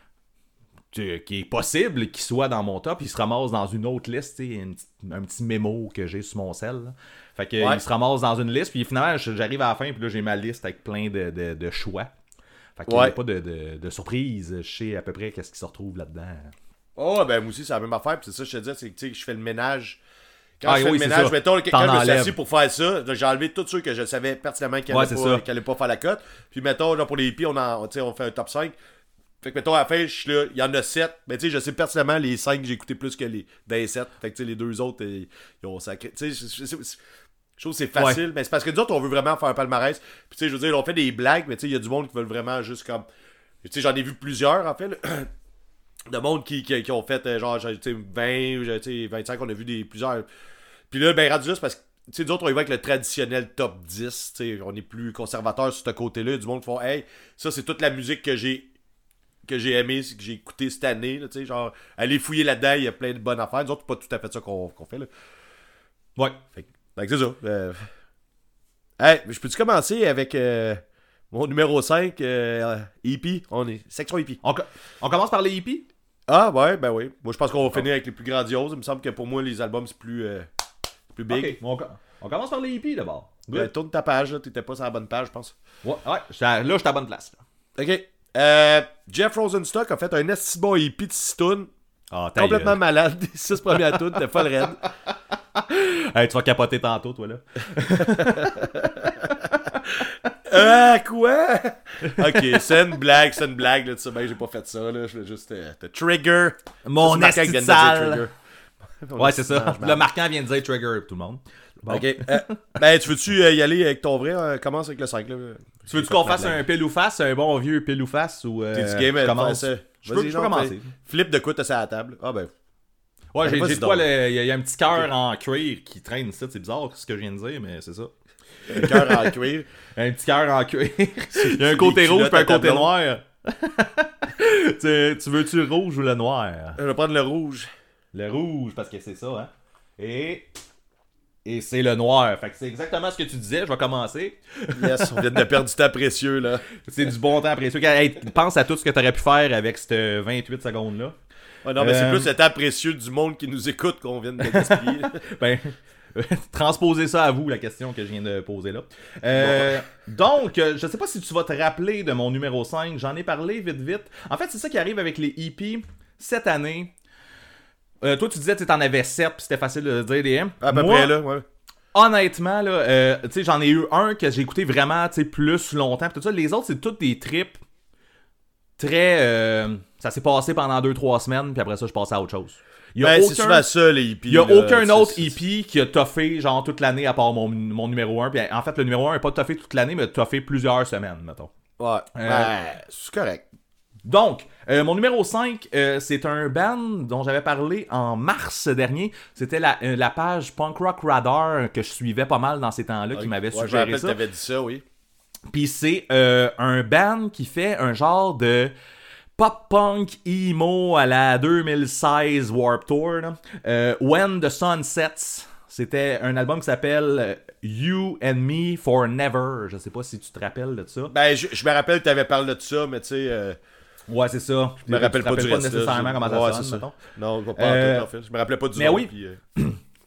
qui est possible qu'il soit dans mon top, il se ramasse dans une autre liste, tu sais, un petit mémo que j'ai sur mon cell. Là. Fait que ouais. Il se ramasse dans une liste, puis finalement, j'arrive à la fin, puis là, j'ai ma liste avec plein de, de, de choix. Fait qu'il n'y a pas de, de, de surprise. Je sais à peu près qu'est-ce qui se retrouve là-dedans.
Oh, ben moi aussi, c'est la même affaire, puis c'est ça que je te disais, c'est que tu sais, je fais le ménage. Quand
ah,
je fais
oui,
le ménage,
ça.
mettons, quand je me suis assis pour faire ça, j'ai enlevé tous ceux que je savais pertinemment qu'ils
ouais,
n'allaient pas, pas faire la cote. Puis mettons, là, pour les hippies, on, en, on fait un top cinq. Fait que mettons, à la fin, je suis là, il y en a sept. Mais tu sais, je sais pertinemment les cinq que j'ai écouté plus que les des sept. Fait que tu sais, les deux autres, ils ont sacré. Tu sais, je, je, je, je trouve que c'est facile. Ouais. Mais c'est parce que nous autres, on veut vraiment faire un palmarès. Puis tu sais, je veux dire, on fait des blagues, mais tu sais, il y a du monde qui veulent vraiment juste comme. Tu sais, j'en ai vu plusieurs, en fait. Là. De monde qui, qui, qui ont fait genre, tu sais, vingt, tu sais, vingt-cinq, on a vu des plusieurs. Puis là, ben, rendu juste parce que, tu sais, d'autres, on y va avec le traditionnel top dix, tu sais, on est plus conservateur sur ce côté-là. Du monde qui font, hey, ça, c'est toute la musique que j'ai que j'ai aimé, que j'ai écouté cette année, tu sais, genre, aller fouiller là-dedans, il y a plein de bonnes affaires. Nous autres, c'est pas tout à fait ça qu'on, qu'on fait, là.
Ouais.
Fait, fait que c'est ça. Euh... Hey, je peux-tu commencer avec euh, mon numéro cinq, euh, E P? On est section E P.
On, on commence par les E P?
Ah, ouais, ben oui. Moi, je pense qu'on va finir avec les plus grandioses. Il me semble que pour moi, les albums, c'est plus, euh, plus big.
Okay. On, on commence par les E P d'abord.
Ben, tourne ta page, là. T'étais pas sur la bonne page, je pense.
Ouais, ouais. Là, je suis à la bonne place. Là.
Ok. Euh, Jeff Rosenstock a fait un esti bon E P de six tunes. Oh, complètement gueule. Malade. Les six premières tunes, t'es folle raide.
Hey, tu vas capoter tantôt, toi, là.
Euh, quoi? Ok, c'est une blague, c'est une blague, là, tu sais bien, j'ai pas fait ça, là, je voulais juste te, te trigger.
Mon esti de sale. Ouais, c'est ça, le marquant vient de dire trigger, tout le monde.
Bon. Ok, euh, ben, tu veux-tu y aller avec ton vrai, euh, commence avec le cinq, là.
Tu veux-tu qu'on fasse un pile ou face, un bon vieux pile ou face, ou euh,
T'es du game,
je commence?
Je peux, je peux commencer. Flip de quoi t'as ça à la table? Ah ben...
Ouais, j'ai, j'ai toi, il y, y a un petit cœur okay. en cuir qui traîne ici, c'est bizarre ce que je viens de dire, mais c'est ça.
Un cœur en cuir.
Un petit cœur en cuir. Il y a un côté rouge et un côté noir. tu, tu veux-tu le rouge ou le noir?
Je vais prendre le rouge.
Le rouge, parce que c'est ça, hein. Et... Et c'est le noir. Fait que c'est exactement ce que tu disais. Je vais commencer.
Yes, on vient de perdre du temps précieux, là.
C'est du bon temps précieux. Hey, pense à tout ce que tu aurais pu faire avec cette vingt-huit secondes-là.
Ouais, non, mais euh... c'est plus le temps précieux du monde qui nous écoute qu'on vient de gaspiller.
Ben... Transposez ça à vous, la question que je viens de poser là. Euh, bon. Donc, je sais pas si tu vas te rappeler de mon numéro cinq. J'en ai parlé vite, vite. En fait, c'est ça qui arrive avec les E P cette année. Euh, toi, tu disais que tu en avais sept, puis c'était facile de dire des M.
À peu
Moi,
près, là, ouais.
Honnêtement, là, euh, tu sais, j'en ai eu un que j'ai écouté vraiment, tu sais, plus longtemps. Tout ça. Les autres, c'est toutes des trips très... Euh, ça s'est passé pendant deux trois semaines, puis après ça, je passais à autre chose.
Il y a ben, aucun, c'est souvent ça, les E P.
Il y a
là,
aucun autre
c'est,
E P qui a toffé genre toute l'année à part mon, mon numéro un. Puis en fait, le numéro un n'a pas toffé toute l'année, mais a toffé plusieurs semaines, mettons.
Ouais, euh, ben, c'est correct.
Donc, euh, mon numéro cinq, euh, c'est un band dont j'avais parlé en mars dernier. C'était la, euh, la page Punk Rock Radar que je suivais pas mal dans ces temps-là, ouais, qui m'avait ouais, suggéré ça.
Je me rappelle que t'avais dit ça, oui.
Puis c'est euh, un band qui fait un genre de... pop-punk emo à la deux mille seize Warped Tour. Euh, When the Sun Sets. C'était un album qui s'appelle You and Me for Never. Je sais pas si tu te rappelles de ça.
Ben, je, je me rappelle que tu avais parlé de ça, mais tu sais... Euh...
Ouais, c'est ça.
Je me rappelle pas du
pas
reste,
nécessairement
là,
comment
ouais,
ça sonne,
ça.
mettons.
Non, pas
euh,
en fait. Je me rappelais pas du
mais
nom,
oui.
Puis, euh...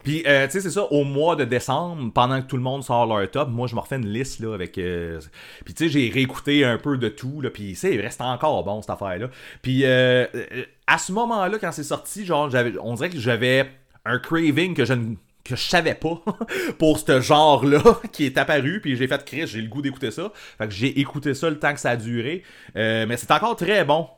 Puis, euh, tu sais, c'est ça, au mois de décembre, pendant que tout le monde sort leur top, moi, je me refais une liste, là, avec... Euh... Puis, tu sais, j'ai réécouté un peu de tout, là, puis, c'est, il reste encore bon, cette affaire-là. Puis, euh, à ce moment-là, quand c'est sorti, genre, j'avais, on dirait que j'avais un craving que je ne... que je savais pas pour ce genre-là qui est apparu, puis j'ai fait Chris, j'ai le goût d'écouter ça. Fait que j'ai écouté ça le temps que ça a duré. Euh, mais c'est encore très bon.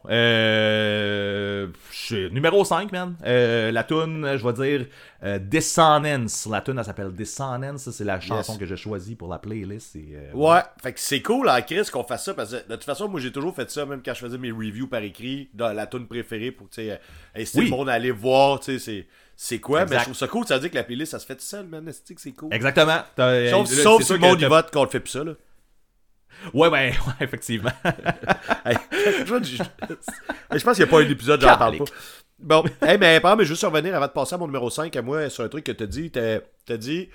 Euh, je, numéro cinq, man. Euh, la tune, je vais dire euh, Dissonance. La tune, elle s'appelle Dissonance. C'est la chanson yes. que j'ai choisie pour la playlist. Et, euh,
ouais, ouais, fait que c'est cool, hein, Chris, qu'on fasse ça, parce que de toute façon, moi, j'ai toujours fait ça, même quand je faisais mes reviews par écrit, dans la tune préférée, pour, tu sais, inciter oui. le monde à aller voir, tu sais, c'est... C'est quoi? Exact. Mais je trouve ça cool, ça veut dire que la playlist, ça se fait tout seul, man. C'est cool.
Exactement.
T'as, sauf là, sauf si le monde y vote qu'on le fait plus ça, là.
Ouais, ben, ouais, effectivement.
Hey, je, je, je pense qu'il n'y a pas un épisode, j'en parle pas. Bon, hey, mais par exemple, juste revenir avant de passer à mon numéro cinq, à moi, sur un truc que t'as dit. T'as, t'as dit,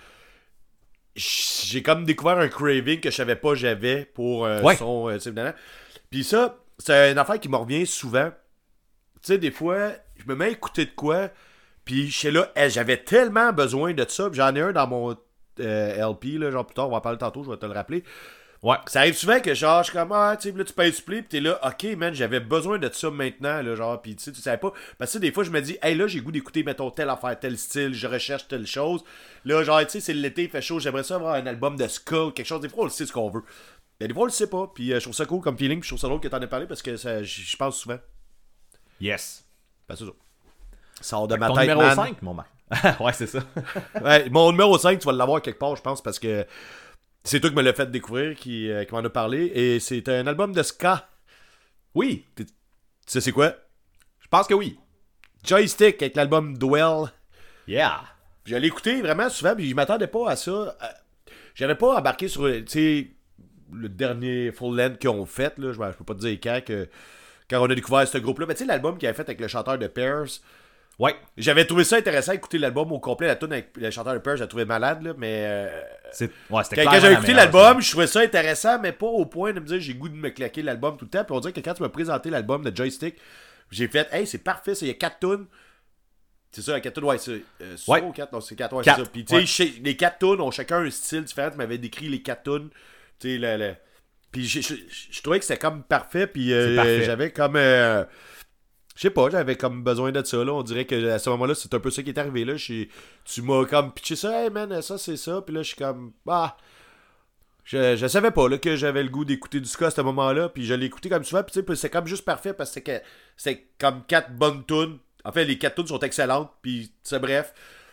j'ai comme découvert un craving que je savais pas j'avais pour euh, ouais. son... Euh, Puis ça, c'est une affaire qui me revient souvent. Tu sais, des fois, je me mets à écouter de quoi... Puis je sais là, hey, j'avais tellement besoin de ça. Puis j'en ai un dans mon euh, L P, là, genre plus tard, on va en parler tantôt, je vais te le rappeler. Ouais. Ça arrive souvent que genre, je suis comme, ah, tu sais, là, tu payes supplé, puis t'es là, ok, man, j'avais besoin de ça maintenant, là, genre, puis tu sais, tu savais pas. Parce que des fois, je me dis, hey, là, j'ai goût d'écouter, mettons, telle affaire, tel style, je recherche telle chose. Là, genre, tu sais, c'est l'été, il fait chaud, j'aimerais ça avoir un album de ska, quelque chose. Des fois, on le sait ce qu'on veut. Mais des fois, on le sait pas. Puis euh, je trouve ça cool comme feeling, puis je trouve ça drôle que t'en aies parlé parce que je pense souvent.
Yes.
Ben, c'est ça. Sort de
fait
ma
ton
tête,
numéro
man.
cinq, mon man. Ouais, c'est ça.
Ouais, mon numéro cinq, tu vas l'avoir quelque part, je pense, parce que c'est toi qui me l'as fait découvrir, qui, euh, qui m'en a parlé. Et c'est un album de ska.
Oui.
Tu sais c'est quoi?
Je pense que oui.
Joystick avec l'album Dwell.
Yeah.
Je l'ai écouté vraiment souvent, puis je m'attendais pas à ça. J'avais pas embarqué sur, tu sais, le dernier full length qu'ils ont fait, là. Je, je peux pas te dire quand, que, quand on a découvert ce groupe-là. Mais tu sais, l'album qu'ils avaient fait avec le chanteur de Pears.
Ouais.
J'avais trouvé ça intéressant d'écouter l'album au complet. La tune avec le chanteur de Pears, j'ai trouvé malade, là, mais... Euh,
c'est... Ouais, c'était
quand, quand j'ai écouté l'album, je trouvais ça intéressant, mais pas au point de me dire j'ai goût de me claquer l'album tout le temps. Puis on dirait que quand tu m'as présenté l'album de Joystick, j'ai fait, hey, c'est parfait, ça, il y a quatre tunes. C'est ça, quatre tunes, ouais, c'est... Euh, c'est
ouais.
ou quatre? Non, c'est quatre, ouais,
quatre.
c'est ça. Puis tu sais, ouais. les quatre tunes ont chacun un style différent. Tu m'avais décrit les quatre tunes. Tu sais, le, le... Puis je trouvais que c'était comme parfait, puis euh, parfait. J'avais comme... Euh, je sais pas, j'avais comme besoin de ça, là. On dirait que à ce moment-là, c'est un peu ça qui est arrivé, là. J'sais, tu m'as comme pitché ça, hey man, ça c'est ça. Puis là, je suis comme, bah. Je, je savais pas, là, que j'avais le goût d'écouter du ska à ce moment-là. Puis je l'ai écouté comme souvent. Puis tu sais, c'est comme juste parfait parce que c'est, que, c'est comme quatre bonnes tunes. En fait, les quatre tunes sont excellentes. Puis, tu sais, bref.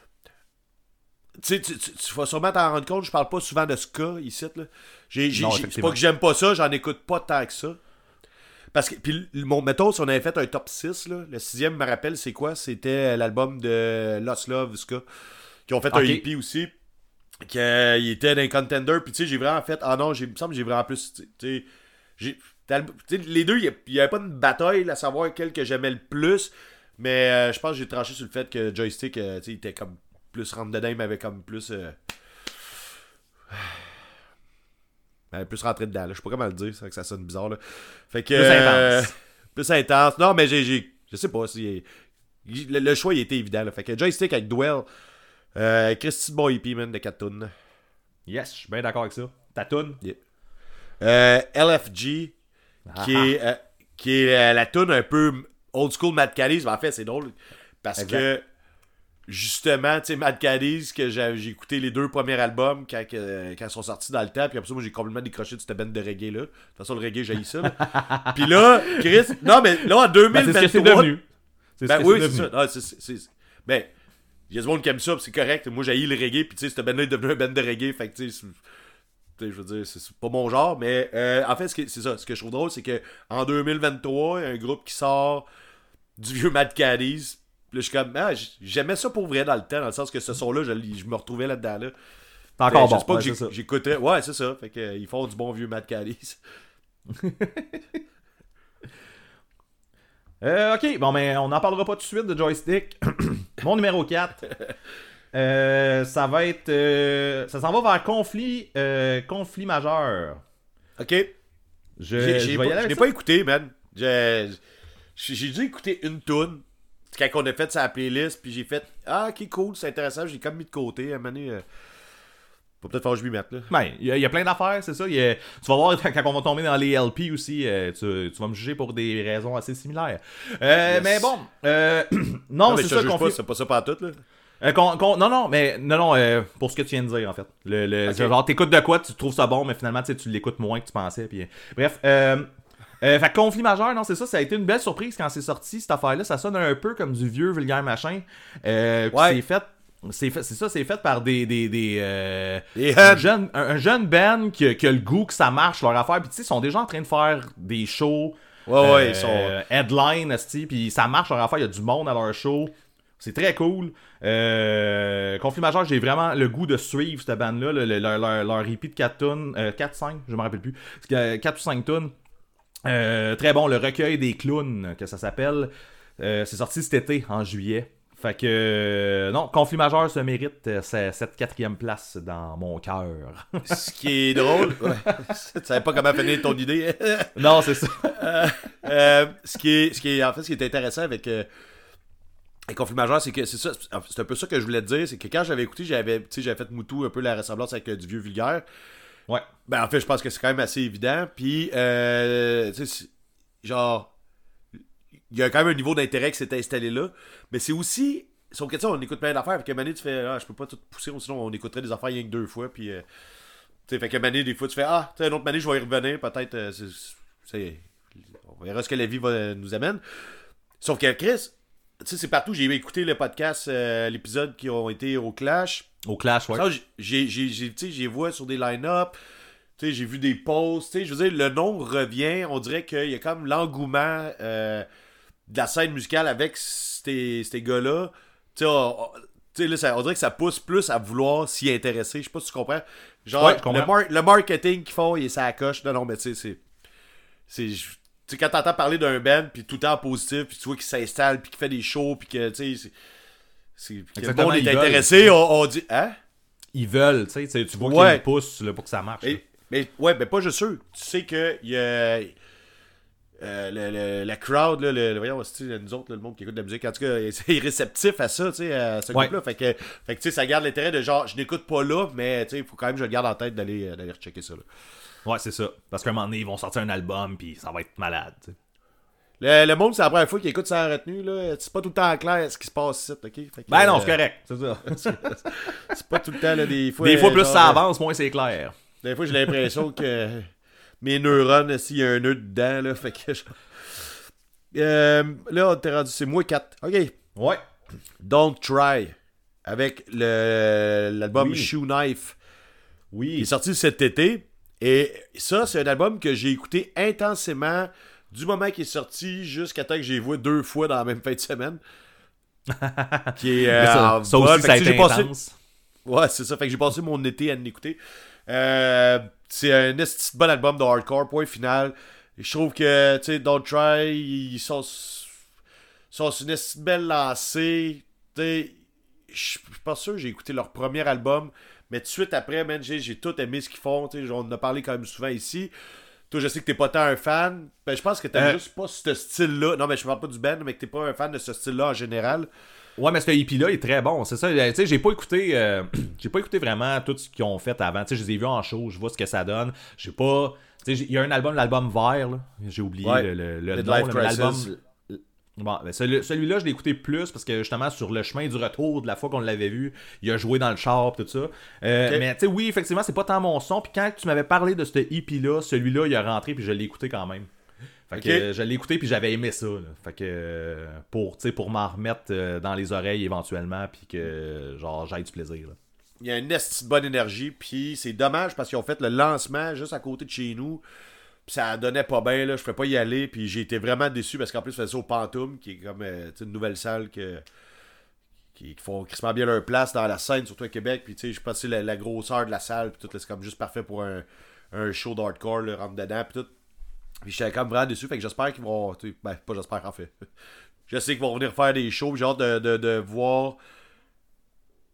Tu sais, tu, tu, tu vas sûrement t'en rendre compte, je parle pas souvent de ska ici, là. J'ai, j'ai, non, j'ai, c'est pas que j'aime pas ça, j'en écoute pas tant que ça. Parce que, puis, mon, mettons, si on avait fait un top six, là, le sixième, me rappelle, c'est quoi? C'était l'album de Lost Love, Ska, qui ont fait okay. un E P aussi, qui euh, était d'un contender, puis tu sais, j'ai vraiment fait, ah non, il me semble que j'ai vraiment plus, tu sais, j'ai, les deux, il n'y avait pas une bataille à savoir quel que j'aimais le plus, mais euh, je pense que j'ai tranché sur le fait que Joystick, euh, tu sais, il était comme plus rentre dedans, il m'avait comme plus... Euh... Ben, plus rentrer dedans, là. Je sais pas comment le dire, c'est vrai que ça sonne bizarre, là. Fait que...
Plus euh, intense.
Plus intense. Non, mais j'ai... j'ai je sais pas si... Le, le choix, il était évident, là. Fait que Joystick avec Dwell. Euh, Christy Boy E P, man, de quatre tunes.
Yes, je suis bien d'accord avec ça. Ta tune?
Yeah. Euh, L F G, ah qui, ah. Est, euh, qui est euh, la tune un peu old school Mad Caddies. En fait, c'est drôle, parce exact. que... Justement, tu sais, Mad Caddies, que j'ai, j'ai écouté les deux premiers albums quand, euh, quand ils sont sortis dans le temps, puis après ça, moi, j'ai complètement décroché de cette bande de reggae-là. De toute façon, le reggae, j'ai ça. Puis là, Chris, non, mais là, en deux mille vingt-trois... Ben, c'est ce que c'est devenu. C'est ben, ce que oui, c'est, c'est ça. Ah, c'est, c'est, c'est... Ben, il y a du monde qui aime ça, puis c'est correct. Moi, j'ai le reggae, puis tu sais, cette bande-là est devenue une bande de reggae, fait que tu sais, je veux dire, c'est, c'est pas mon genre, mais euh, en fait, c'est, c'est ça. Ce que je trouve drôle, c'est que en deux mille vingt-trois, il y a un groupe qui sort du vieux Mad Caddies. Là, je suis comme, ah, j'aimais ça pour vrai dans le temps, dans le sens que ce son-là, je, je me retrouvais là-dedans. Là.
C'est encore
bon.
Je sais
pas
ouais,
que j'ai, j'écoutais. Ouais, c'est ça. Fait que, euh, ils font du bon vieux Mad Caddies.
euh, ok, bon, mais on n'en parlera pas tout de suite de Joystick. Mon numéro quatre, euh, ça va être. Euh, ça s'en va vers conflit, euh, conflit majeur.
Ok.
Je,
j'ai,
je,
j'ai
vais
pas, je l'ai pas écouté, man. J'ai, j'ai dû écouter une toune. quand on a fait sa playlist, puis j'ai fait ah, ok, cool, c'est intéressant, j'ai comme mis de côté. À un moment donné, euh, faut peut-être falloir que je m'y mette, là.
Ben, il y, y a plein d'affaires, c'est ça. Y a, tu vas voir quand on va tomber dans les L P aussi, euh, tu, tu vas me juger pour des raisons assez similaires. Euh,
Yes.
Mais bon, euh, non,
Non, mais
c'est
je te
ça.
juge
Conflit...
pas, c'est pas ça pas tout, là.
Euh, con- con- non, non, mais non, non, euh, pour ce que tu viens de dire, en fait. Le, le,
Ok.
Genre, t'écoutes de quoi, tu trouves ça bon, mais finalement, tu sais, tu l'écoutes moins que tu pensais. Puis, bref, euh, euh, fait que conflit majeur, non, c'est ça, ça a été une belle surprise quand c'est sorti, cette affaire-là. Ça sonne un peu comme du vieux vulgaire machin. Euh, puis
Ouais.
c'est fait. C'est, fait, c'est ça, c'est fait par des, des, des, euh,
Des
un,
heads.
jeune, un, un jeune band qui, a- qui a le goût que ça marche leur affaire. Puis tu sais, ils sont déjà en train de faire des shows.
Ouais, ouais,
euh,
ils sont.
headline, esti, puis ça marche leur affaire. Il y a du monde à leur show. C'est très cool. Euh, Conflit majeur, j'ai vraiment le goût de suivre cette bande-là. Le- le- leur, leur, leur E P de quatre tunes, euh, quatre cinq, je me rappelle plus. quatre ou cinq tunes. Euh, très bon, le recueil des clowns, que ça s'appelle. Euh, c'est sorti cet été, en juillet. Fait que, euh, non, Conflit majeur se mérite euh, ce- cette quatrième place dans mon cœur.
Ce qui est drôle. Ouais. Tu savais pas comment finir ton idée.
Non, c'est ça.
Euh, euh, ce qui est, ce qui est, en fait, ce qui est intéressant avec, euh, avec Conflit majeur, c'est que c'est ça, c'est un peu ça que je voulais te dire, c'est que quand j'avais écouté, j'avais, tu sais, j'avais fait Moutou un peu la ressemblance avec euh, du vieux vulgaire.
Ouais.
Ben en fait, je pense que c'est quand même assez évident. Puis, euh, tu sais, c'est- genre, il y a quand même un niveau d'intérêt qui s'est installé là, mais c'est aussi, sauf que tu sais, on écoute plein d'affaires, puis qu'à un moment donné, tu fais, ah, je peux pas tout pousser, sinon on écouterait des affaires rien que deux fois, puis, euh, tu sais, fait qu'à un moment donné, des fois, tu fais, ah, tu sais, une autre année, je vais y revenir, peut-être, euh, c'est, c'est- on verra ce que la vie va nous amène. Sauf que Chris, tu sais, c'est partout, j'ai écouté le podcast, euh, l'épisode qui ont été au Clash.
Au Clash, ouais.
Ça, j'ai, j'ai, j'ai, tu sais, j'ai vu sur des line-up, tu sais, j'ai vu des posts, tu sais, je veux dire, le nom revient, on dirait qu'il y a comme l'engouement euh, de la scène musicale avec ces, ces gars-là. Tu sais, on, on- tu sais, là, ça- on dirait que ça pousse plus à vouloir s'y intéresser. Je sais pas si tu comprends. Genre,
Ouais, je comprends.
le, mar- le marketing qu'ils font, il est ça à coche. Non, non, mais tu sais, c'est. c'est tu sais, quand t'entends parler d'un band, puis tout le temps positif, puis tu vois qu'il s'installe, puis qu'il fait des shows, puis que, tu sais, c'est. c'est que le
Exactement,
monde est
ils veulent.
intéressé, on, on dit. Hein?
Ils veulent, tu sais, tu sais, tu vois
Ouais.
qu'ils poussent là, pour que ça marche. là.
Mais, mais ouais, mais pas juste eux. Tu sais que il y a. euh, le, le- la crowd, là, le, le- voyons, c'est, nous autres, là, le monde qui écoute de la musique, en tout cas, c'est réceptif à ça, tu sais, à ce
Ouais.
groupe-là. Fait que, fait que tu sais, ça garde l'intérêt de genre, je n'écoute pas là, mais tu sais, il faut quand même que je le garde en tête d'aller, euh, d'aller rechecker ça. Là.
Ouais, c'est ça. Parce qu'à un moment donné, ils vont sortir un album, puis ça va être malade, tu sais.
Le, le monde, c'est la première fois qu'il écoute sans retenue, là. C'est pas tout le temps clair ce qui se passe ici, ok? Fait que,
Ben non,
euh,
c'est correct, c'est ça.
c'est pas tout le temps, là, des fois.
Des fois,
euh,
plus
genre,
ça
euh,
avance, moins c'est clair.
Des fois, j'ai l'impression que mes neurones, s'il y a un nœud dedans, là, fait que. je- Euh, là, t'es rendu, c'est moi quatre. Ok.
Ouais.
Don't Try. Avec le, l'album
Oui.
Shoe Knife. Il
Oui.
est sorti cet été. Et ça, c'est un album que j'ai écouté intensément du moment qu'il est sorti jusqu'à temps que j'ai vu deux fois dans la même fin de semaine. Qui est euh,
Mais ça,
en
ça
vol.
aussi,
Fait
ça a
que, tu sais,
été
j'ai passé-
intense.
Ouais, c'est ça. Fait que j'ai passé mon été à l'écouter. Euh, c'est un esti de bon album de hardcore, point final. Et je trouve que, tu sais, Don't Try, ils sont, sont sur une esti de belle lancée. Tu sais, je suis pas sûr que j'ai écouté leur premier album, mais tout de suite après, man, j'ai, j'ai tout aimé ce qu'ils font. Tu sais, on en a parlé quand même souvent ici. Toi, je sais que t'es pas tant un fan. Ben, je pense que t'aimes
Euh.
juste pas ce style-là. Non, mais je parle pas du band, mais que t'es pas un fan de ce style-là en général.
Ouais, mais ce E P-là est très bon, c'est ça. Tu sais, j'ai pas écouté euh, j'ai pas écouté vraiment tout ce qu'ils ont fait avant. Tu sais, je les ai vus en show, je vois ce que ça donne. J'ai pas... Tu sais, j'ai- il y a un album, l'album Vert, là. J'ai oublié
Ouais.
le, le, le nom,
Midlife
là, mais l'album...
Crisis.
Bon, ben celui- celui-là, je l'ai écouté plus parce que justement, sur le chemin du retour de la fois qu'on l'avait vu, il a joué dans le char pis tout ça. Euh,
Ok.
Mais tu sais, oui, effectivement, c'est pas tant mon son. Puis quand tu m'avais parlé de ce E P-là, celui-là, il a rentré puis je l'ai écouté quand même. Fait
Ok.
que euh, je l'ai écouté puis j'avais aimé ça. Là. Fait que euh, pour, tu sais, pour m'en remettre euh, dans les oreilles éventuellement puis que genre j'aille du plaisir. Là.
Il y a une esti de bonne énergie, puis c'est dommage parce qu'ils ont fait le lancement juste à côté de chez nous, puis ça donnait pas bien, là, je pouvais pas y aller, puis j'ai été vraiment déçu parce qu'en plus, je faisais ça au Pantoum, qui est comme euh, tu sais, une nouvelle salle que, qui, qui font crissement bien leur place dans la scène, surtout à Québec, puis tu sais, je pensais la, la grosseur de la salle, puis tout, là, c'est comme juste parfait pour un, un show d'hardcore, là, rentre dedans, puis tout. Puis j'étais comme vraiment déçu, fait que j'espère qu'ils vont, tu sais, ben, pas j'espère en fait, je sais qu'ils vont venir faire des shows, puis j'ai hâte de, de, de voir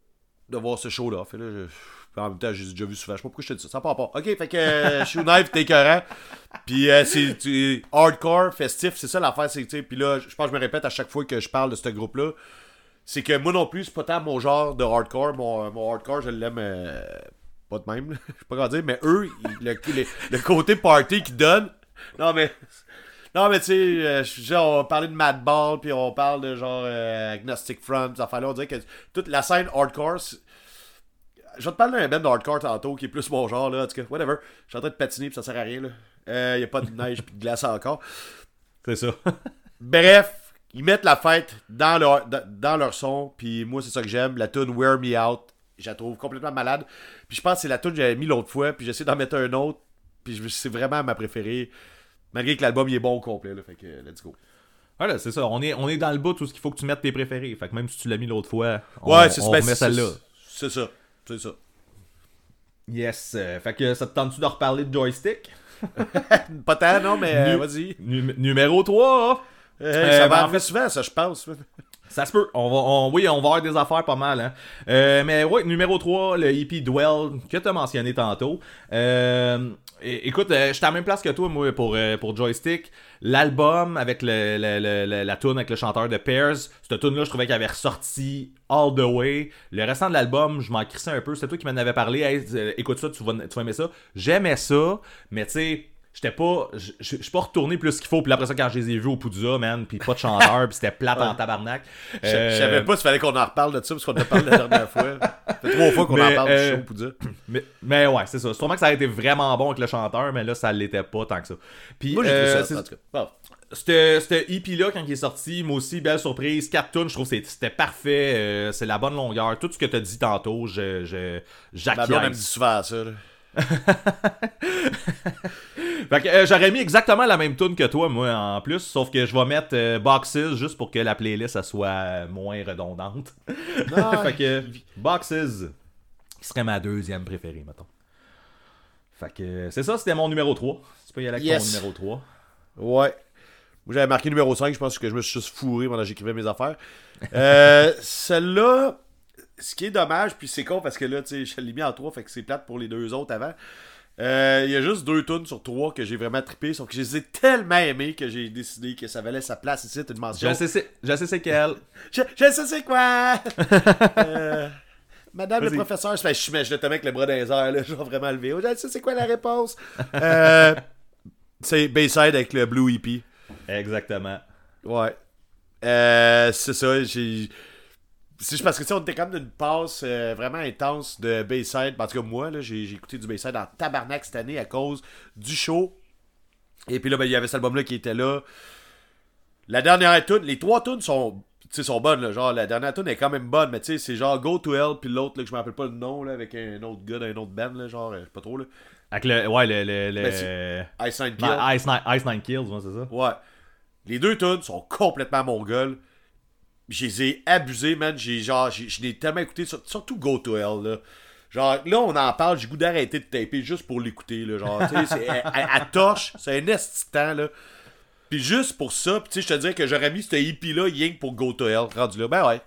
de voir ce show-là. Fait là, je... En même temps, j'ai déjà vu souvent. Je sais pas pourquoi je te dis ça. Ça part pas. Ok, fait que euh, Shoe Knife, t'es écœurant. Puis euh, c'est tu, hardcore, festif, c'est ça l'affaire. C'est, puis là, je pense que je me répète à chaque fois que je parle de ce groupe-là. C'est que moi non plus, c'est pas tant mon genre de hardcore. Mon, mon hardcore, je l'aime euh, pas de même. Je sais pas comment dire, mais eux, ils, le, le, le côté party qu'ils donnent. Non, mais. Non, mais tu sais, euh, genre, on parlait de Madball, puis on parle de genre euh, Agnostic Front, ces affaires-là. On dirait que toute la scène hardcore. C'est... Je vais te parler d'un band de hardcore tantôt qui est plus mon genre, là. En tout cas, whatever. Je suis en train de patiner, puis ça sert à rien, là. Il euh, y a pas de neige, puis de glace encore.
C'est ça.
Bref, ils mettent la fête dans leur, dans, dans leur son, puis moi, c'est ça que j'aime. La tune Wear Me Out, je la trouve complètement malade. Puis je pense que c'est la tune que j'avais mis l'autre fois, puis j'essaie d'en mettre un autre, puis c'est vraiment ma préférée. Malgré que l'album il est bon au complet, là, fait que let's go.
Voilà, c'est ça. On est, on est dans le bout tout ce qu'il faut que tu mettes tes préférés. Fait que même si tu l'as mis l'autre fois, on,
ouais, c'est,
on
ben,
remet
c'est,
celle-là.
C'est, c'est ça, c'est ça.
Yes. Euh, fait que ça te tente-tu de reparler de Joystick?
Pas tant, non, mais euh,
Nu-
vas-y.
nu- numéro trois.
Euh,
Euh,
ça
ben,
va
en
arriver
fait-
souvent, ça, je pense.
Ça se peut. On va, on- oui, on va avoir des affaires pas mal. Hein. Euh, mais ouais, numéro trois, le E P Dwell, que tu as mentionné tantôt. Euh, é- écoute, euh, je suis à la même place que toi, moi, pour, euh, pour Joystick. L'album avec le, le, le- le- la tune avec le chanteur de Pears, cette tune là je trouvais qu'elle avait ressorti all the way. Le restant de l'album, je m'en crissais un peu. C'est toi qui m'en avais parlé. Hey, euh, écoute ça, tu vas, tu vas aimer ça. J'aimais ça, mais tu sais... J'étais pas. Je je- je suis pas retourné plus qu'il faut. Puis après ça, quand je les ai vus au Poudza, man, puis pas de chanteur, puis c'était plate en tabarnak.
Je,
Euh,
je savais pas s'il fallait qu'on en reparle de ça, parce qu'on en a parlé la dernière fois. Ça fait trois fois qu'on
Mais,
en parle
euh,
du show, Poudza.
Mais, mais ouais, c'est ça. Sûrement que ça a été vraiment bon avec le chanteur, mais là, ça l'était pas tant que ça. Puis,
Moi, j'ai
euh,
trouvé ça,
c'est-
en tout cas. Bon.
C'était c'était E P là quand il est sorti, moi aussi, belle surprise, quatre tunes, je trouve que c'est- c'était parfait, euh, c'est la bonne longueur, tout ce que t'as dit tantôt, je, je
Ma blonde, elle me dit
j'acquiesce.
souvent ça, là.
Fait que euh, j'aurais mis exactement la même tune que toi, moi, en plus, sauf que je vais mettre euh, Boxes juste pour que la playlist elle soit euh, moins redondante.
Non,
Fait que Boxes, qui serait ma deuxième préférée, mettons. Fait que euh, c'est ça, c'était mon numéro trois. Tu peux y aller avec
Yes.
ton numéro trois.
ouais. Moi, j'avais marqué numéro cinq, je pense que je me suis juste fourré pendant que j'écrivais mes affaires. Euh, celle-là, ce qui est dommage, puis c'est con parce que là, tu sais, je l'ai mis en trois, fait que c'est plate pour les deux autres avant. Euh, Il y a juste deux tunes sur trois que j'ai vraiment trippé, sauf que je les ai tellement aimés que j'ai décidé que ça valait sa place ici, une mention.
Je sais c'est, je sais c'est quelle.
Je, je sais c'est quoi! Euh, Madame
Vas-y.
le professeur, je, je, je le tenais avec le bras dans les airs, là, genre vraiment levé. Je sais c'est quoi la réponse? Euh, c'est Bayside avec le Blue E P.
Exactement.
Ouais. Euh, c'est ça, j'ai... C'est parce que tu sais, on était quand même d'une passe euh, vraiment intense de Bayside. En tout cas, moi, là, j'ai, j'ai écouté du Bayside en tabarnak cette année à cause du show. Et puis là, ben, il y avait cet album-là qui était là. La dernière tune, les trois tunes sont, tu sais, sont bonnes, là. Genre, la dernière tune est quand même bonne, mais tu sais, c'est genre Go to Hell, puis l'autre, là, que je me rappelle pas le nom, là, avec un autre gars d'un autre band, là, genre, euh, je sais pas trop, là.
Avec le. Ouais, le. le, le...
Ben, c'est- Ice Nine Kill.
Ben, Ice, Nine, Ice Nine Kills, ouais, c'est ça.
Ouais. Les deux tunes sont complètement mongols. Je les ai abusés, man. J'ai genre, j'ai- je l'ai tellement écouté, sur- surtout Go to Hell, là. Genre, là, on en parle, j'ai goût d'arrêter de taper juste pour l'écouter, là. Genre, tu sais, c'est- elle, elle- elle torche, c'est un esti de temps, là. Puis juste pour ça, tu sais, je te dirais que j'aurais mis ce hippie-là rien que pour Go to Hell, rendu là. Ben ouais.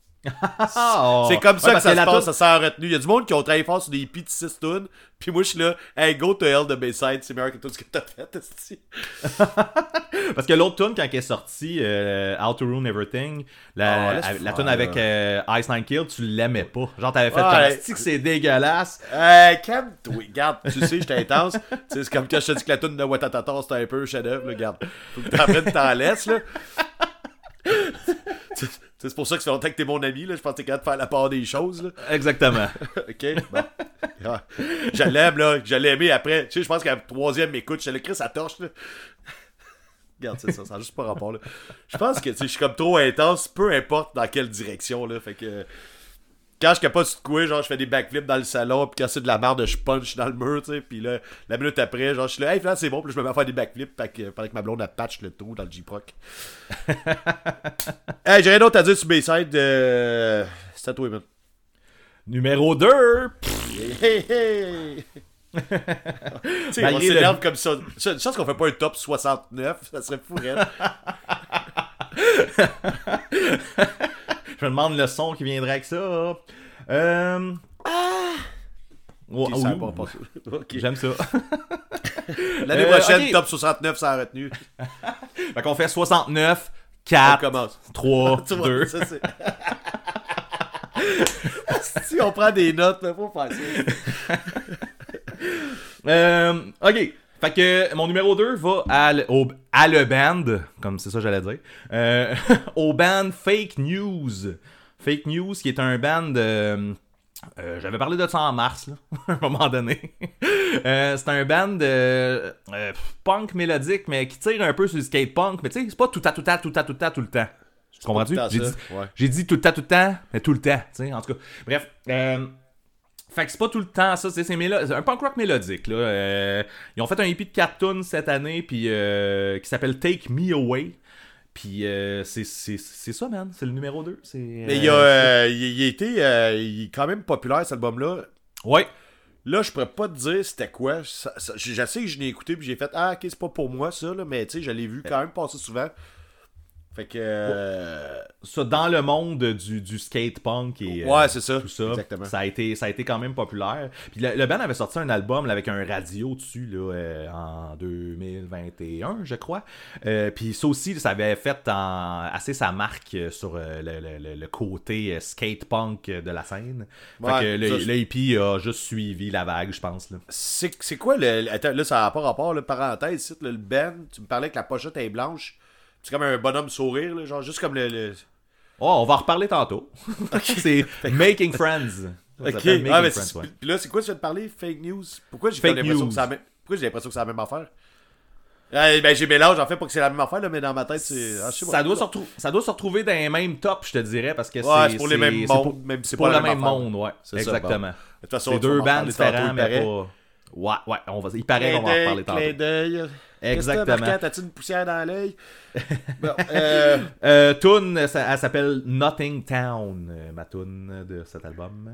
C'est comme ça
Ouais,
que
parce
ça se
la
passe,
toune-
ça sert retenu. Il y a du monde qui ont travaillé fort sur des hippies de six tunes. Puis moi, je suis là, hey, Go to Hell de Bayside, c'est meilleur que tout ce que t'as fait, esti.
Parce que l'autre tune quand elle est sortie, euh, How to Ruin Everything, la,
Oh, laisse
la,
faire,
tune avec euh, Ice Nine Kills, tu l'aimais pas. Genre, t'avais fait
Ouais.
comme asti que c'est dégueulasse.
Hey, calme-toi. Regarde, tu sais, j'étais intense. Tu sais, c'est comme quand je te dis que la tune de Watatata, c'était un peu chef-d'œuvre, là. Regarde. Faut que t'apprennes, t'en laisses, là. Tu sais, c'est pour ça que ça fait longtemps que t'es mon ami, là. Je pense que t'es capable de faire la part des choses, là.
Exactement.
Ok, bon. Ah, je l'aime, là. Je l'ai aimé après. Tu sais, je pense qu'à la troisième écoute, je le crie, ça torche, là. Regarde, c'est ça, ça n'a juste pas rapport, là. Je pense que, tu sais, je suis comme trop intense, peu importe dans quelle direction, là. Fait que... Quand je suis capable de secouer, genre, je fais des backflips dans le salon, puis quand c'est de la merde, je punch dans le mur, tu sais. Puis là, la minute après, genre, je suis là, hey, là, c'est bon, puis je me mets à faire des backflips pendant que, pendant que ma blonde, elle patch le trou dans le J-Proc. Hey, j'ai rien d'autre à dire sur Bayside. Euh... C'est à toi, man.
Numéro deux.
Hey, hey! Tu sais,
Ben,
on
il est
s'énerve
le-
comme ça. Je pense qu'on fait pas un top soixante-neuf, ça serait fou, raide.
Je me demande le son qui viendrait avec ça. Euh... Ah! Oh,
Okay, ça
oh,
va pas passer. Okay.
J'aime ça.
L'année
Euh,
prochaine,
ok.
top soixante-neuf sans retenue.
Fait qu'on fait soixante-neuf,
On
quatre,
commence.
trois,
Tu vois,
deux.
ça, c'est... si on prend des notes, mais faut faire ça.
Euh, ok. Fait que mon numéro deux va à, l- au, à le band, comme c'est ça que j'allais dire, euh, au band Fake News. Fake News, qui est un band... euh, euh, j'avais parlé de ça en mars, là, à un moment donné. Euh, c'est un band de euh, punk mélodique, mais qui tire un peu sur le skate punk. Mais tu sais, c'est pas tout à tout à tout à tout à tout le temps. Tu comprends-tu?
tout le temps
J'ai
ça,
dit,
ouais.
j'ai dit tout le temps, tout le temps, mais tout le temps. Tu sais, en tout cas. Bref. Euh, fait que c'est pas tout le temps ça, c'est, c'est, mélo- c'est un punk rock mélodique. Là. Euh, ils ont fait un E P de quatre tunes cette année puis, euh, qui s'appelle Take Me Away. Puis euh, c'est, c'est, c'est ça, man. C'est le numéro deux. C'est,
Mais il a,
euh,
euh, il, il a été euh, il est quand même populaire, cet album-là.
c'est- Ouais.
Là, je pourrais pas te dire c'était quoi. Ça, ça, je je sais que je l'ai écouté puis j'ai fait ah ok c'est pas pour moi ça là, mais tu sais je l'ai vu quand même passer souvent. Fait que euh,
Ça, dans le monde du, du skate punk et euh,
ouais c'est ça.
tout ça,
Exactement.
ça a été ça a été quand même populaire. Puis le, le band avait sorti un album là, avec un radio dessus là, euh, en deux mille vingt et un, je crois. Euh, puis ça aussi, ça avait fait en, assez sa marque euh, sur euh, le, le- le- le côté euh, skate punk de la scène. Fait
Ouais,
que le,
ça,
le E P a juste suivi la vague, je pense. Là.
C'est, c'est quoi le. Attends, là, ça n'a pas rapport, là, parenthèse, ici, là, le band, tu me parlais que la pochette est blanche. C'est comme un bonhomme sourire, là, genre juste comme le. le...
Oh, on va en reparler tantôt. c'est Making Friends. Ça
Ok,
s'appelle Making
ah, mais
Friends,
c'est-
ouais.
puis là, c'est quoi tu viens de parler? Fake news? Pourquoi j'ai
Fake
l'impression
news.
que c'est la même. Pourquoi j'ai l'impression que c'est la même affaire? Ah, ben, j'ai mélange, en fait, pas que c'est la même affaire, là, mais dans ma tête, c'est. Ah, je sais pas.
ça, doit se retrou- ça doit se retrouver dans les mêmes tops, je te dirais, parce que
Ouais,
c'est,
c'est pour les mêmes
c'est
mondes,
pour,
même si c'est
pour
pas
le
la
même
même affaire.
monde, ouais.
C'est ça,
Exactement.
De toute façon,
C'est
tu vas
deux
m'en
bands
parler
différents,
tantôt, il
mais
paraît.
pas... Ouais, ouais, on va... il paraît qu'on va en
Clin
reparler
d'œil,
tantôt.
clin d'œil.
Exactement.
Qu'est-ce que t'as, Marquant? T'as-tu une poussière dans l'œil? Bon, euh...
Euh, tune, ça- elle s'appelle Nothing Town, euh, ma tune de cet album.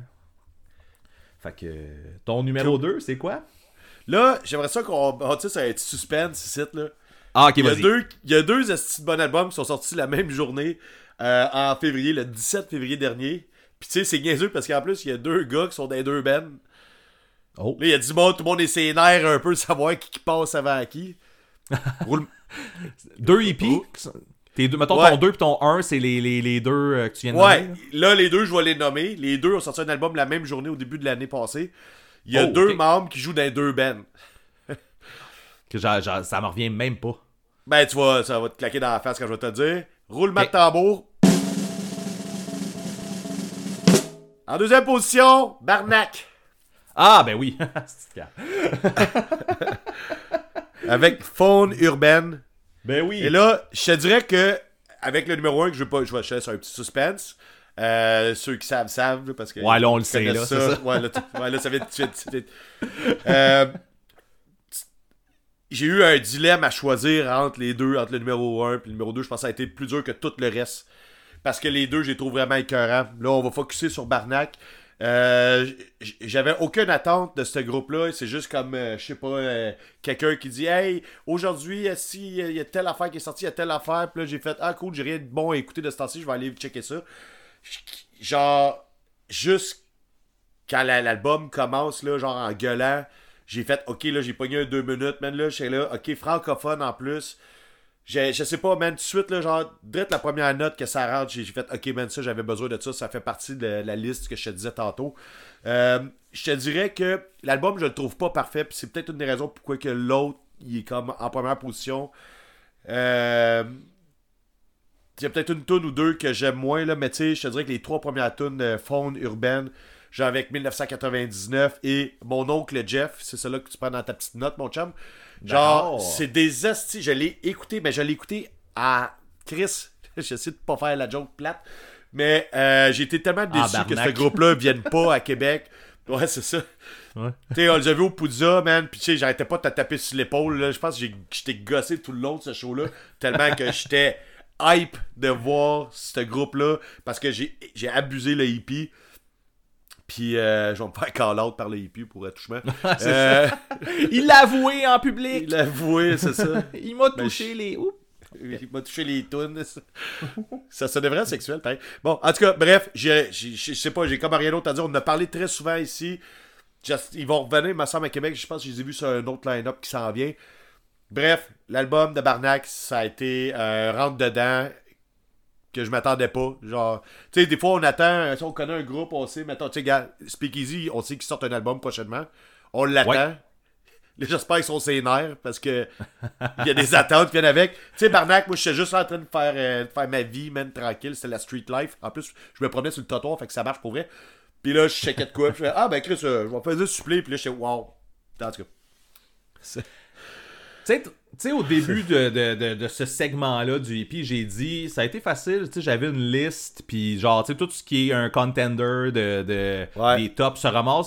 Fait que ton numéro deux, c'est quoi?
Là, j'aimerais ça qu'on. Oh, tu sais, c'est un petit suspense ici, là.
Ah, ok,
Il y a
vas-y.
deux, il y a deux esti de bons albums qui sont sortis la même journée euh, en février, le dix-sept février dernier. Puis tu sais, c'est niaiseux parce qu'en plus, il y a deux gars qui sont dans les deux bands.
Oh.
Là, il y a du monde, tout le monde est sénère un peu de savoir qui, qui passe avant qui. Roule...
Deux E P?
Oh.
Tes deux, mettons
Ouais.
ton deux et ton un, c'est les, les, les deux euh, que tu viens de
Ouais,
nommer.
là, les deux, je vais les nommer. Les deux ont sorti un album la même journée au début de l'année passée. Il y a
Oh,
deux
ok.
membres qui jouent dans les deux bands.
Que j'a- j'a- ça me revient même pas.
Ben, tu vois, ça va te claquer dans la face quand je vais te le dire. Roulement
Ok.
de tambour. En deuxième position, Barnac.
Ah, ben oui. C'est calme.
Avec Faune Urbaine.
Ben oui.
Et là, je te dirais que, avec le numéro un, que je vais pas, je vais je laisse un petit suspense. Euh, ceux qui savent, savent, là, parce que.
Ouais, là, on le
ils
sait,
connaissent
là, c'est ça.
Ouais, là, tu- ouais, là, ça vient tout de suite. Euh, j'ai eu un dilemme à choisir entre les deux, entre le numéro un et le numéro deux. Je pense que ça a été plus dur que tout le reste. Parce que les deux, je les trouve vraiment écœurants. Là, on va focusser sur Barnac. Euh, j- j'avais aucune attente de ce groupe-là. C'est juste comme, euh, je sais pas, euh, quelqu'un qui dit « Hey, aujourd'hui, euh, si il y a telle affaire qui est sortie, il y a telle affaire. » Puis là, j'ai fait « Ah, cool, j'ai rien de bon à écouter de ce temps-ci. Je vais aller checker ça. » Genre, juste quand la- l'album commence, là, genre en gueulant, j'ai fait « Ok, là, j'ai pogné un deux minutes. Man, là, j'étais là. Ok, francophone en plus. » J'ai- Je sais pas, man, tout de suite, là, genre, direct la première note que ça rentre, j'ai j'ai fait, ok, man, ça, j'avais besoin de ça, ça fait partie de la liste que je te disais tantôt. Euh, je te dirais que l'album, je le trouve pas parfait, puis c'est peut-être une des raisons pourquoi que l'autre, il est comme en première position. Euh... Il y a peut-être une tune ou deux que j'aime moins, là, mais tu sais, je te dirais que les trois premières tunes de Faune Urbaine, genre avec dix-neuf cent quatre-vingt-dix-neuf et Mon oncle Jeff, c'est celle-là que tu prends dans ta petite note, mon chum. Genre,
D'accord.
c'est des astis. Je l'ai écouté, mais je l'ai écouté à Chris. J'essaie de pas faire la joke plate. Mais euh, j'ai été tellement déçu
Ah,
que ce
barnac.
groupe-là vienne pas à Québec. Ouais, c'est ça.
Ouais.
Tu sais, on les a vus au Poudza, man. Puis tu sais, j'arrêtais pas de te taper sur l'épaule. Là. Je pense que j'ai- j'étais gossé tout le long de ce show-là. Tellement que j'étais hype de voir ce groupe-là. Parce que j'ai j'ai abusé le hippie. Puis euh, je vais me faire call-out par le hippie pour attouchement.
C'est
euh,
Il l'a avoué en public.
il a avoué, c'est ça.
Il m'a
Ben,
touché
je-
les... Oups.
Il m'a touché les tounes. Ça, ça devrait être sexuel, pareil. Bon, en tout cas, bref, je sais pas, j'ai comme rien d'autre à dire. On en a parlé très souvent ici. Just, ils vont revenir, me semble, à Québec. Je pense que je les ai vus sur un autre line-up qui s'en vient. Bref, l'album de Barnac, ça a été un rentre-dedans que je m'attendais pas. Genre, tu sais, des fois, on attend, si on connaît un groupe, on sait, mettons, tu sais, gars, Speakeasy, on sait qu'ils sortent un album prochainement. On l'attend. Ouais. Là, j'espère qu'ils sont sénères parce que il y a des attentes qui viennent avec. Tu sais, Barnac, moi, j'étais juste en train de faire, euh, de faire ma vie, man, tranquille. C'était la street life. En plus, je me promenais sur le trottoir, fait que ça marche pour vrai. Puis là, je checkais de quoi. Puis je fais, ah, ben, Chris, euh, je vais faire ça suppléer. Puis là, je fais, wow. En tout cas.
Tu sais, au début de, de, de, de ce segment-là du E P, j'ai dit, ça a été facile, tu sais, j'avais une liste, puis genre, tu sais, tout ce qui est un contender de, de ouais. des tops se ramasse.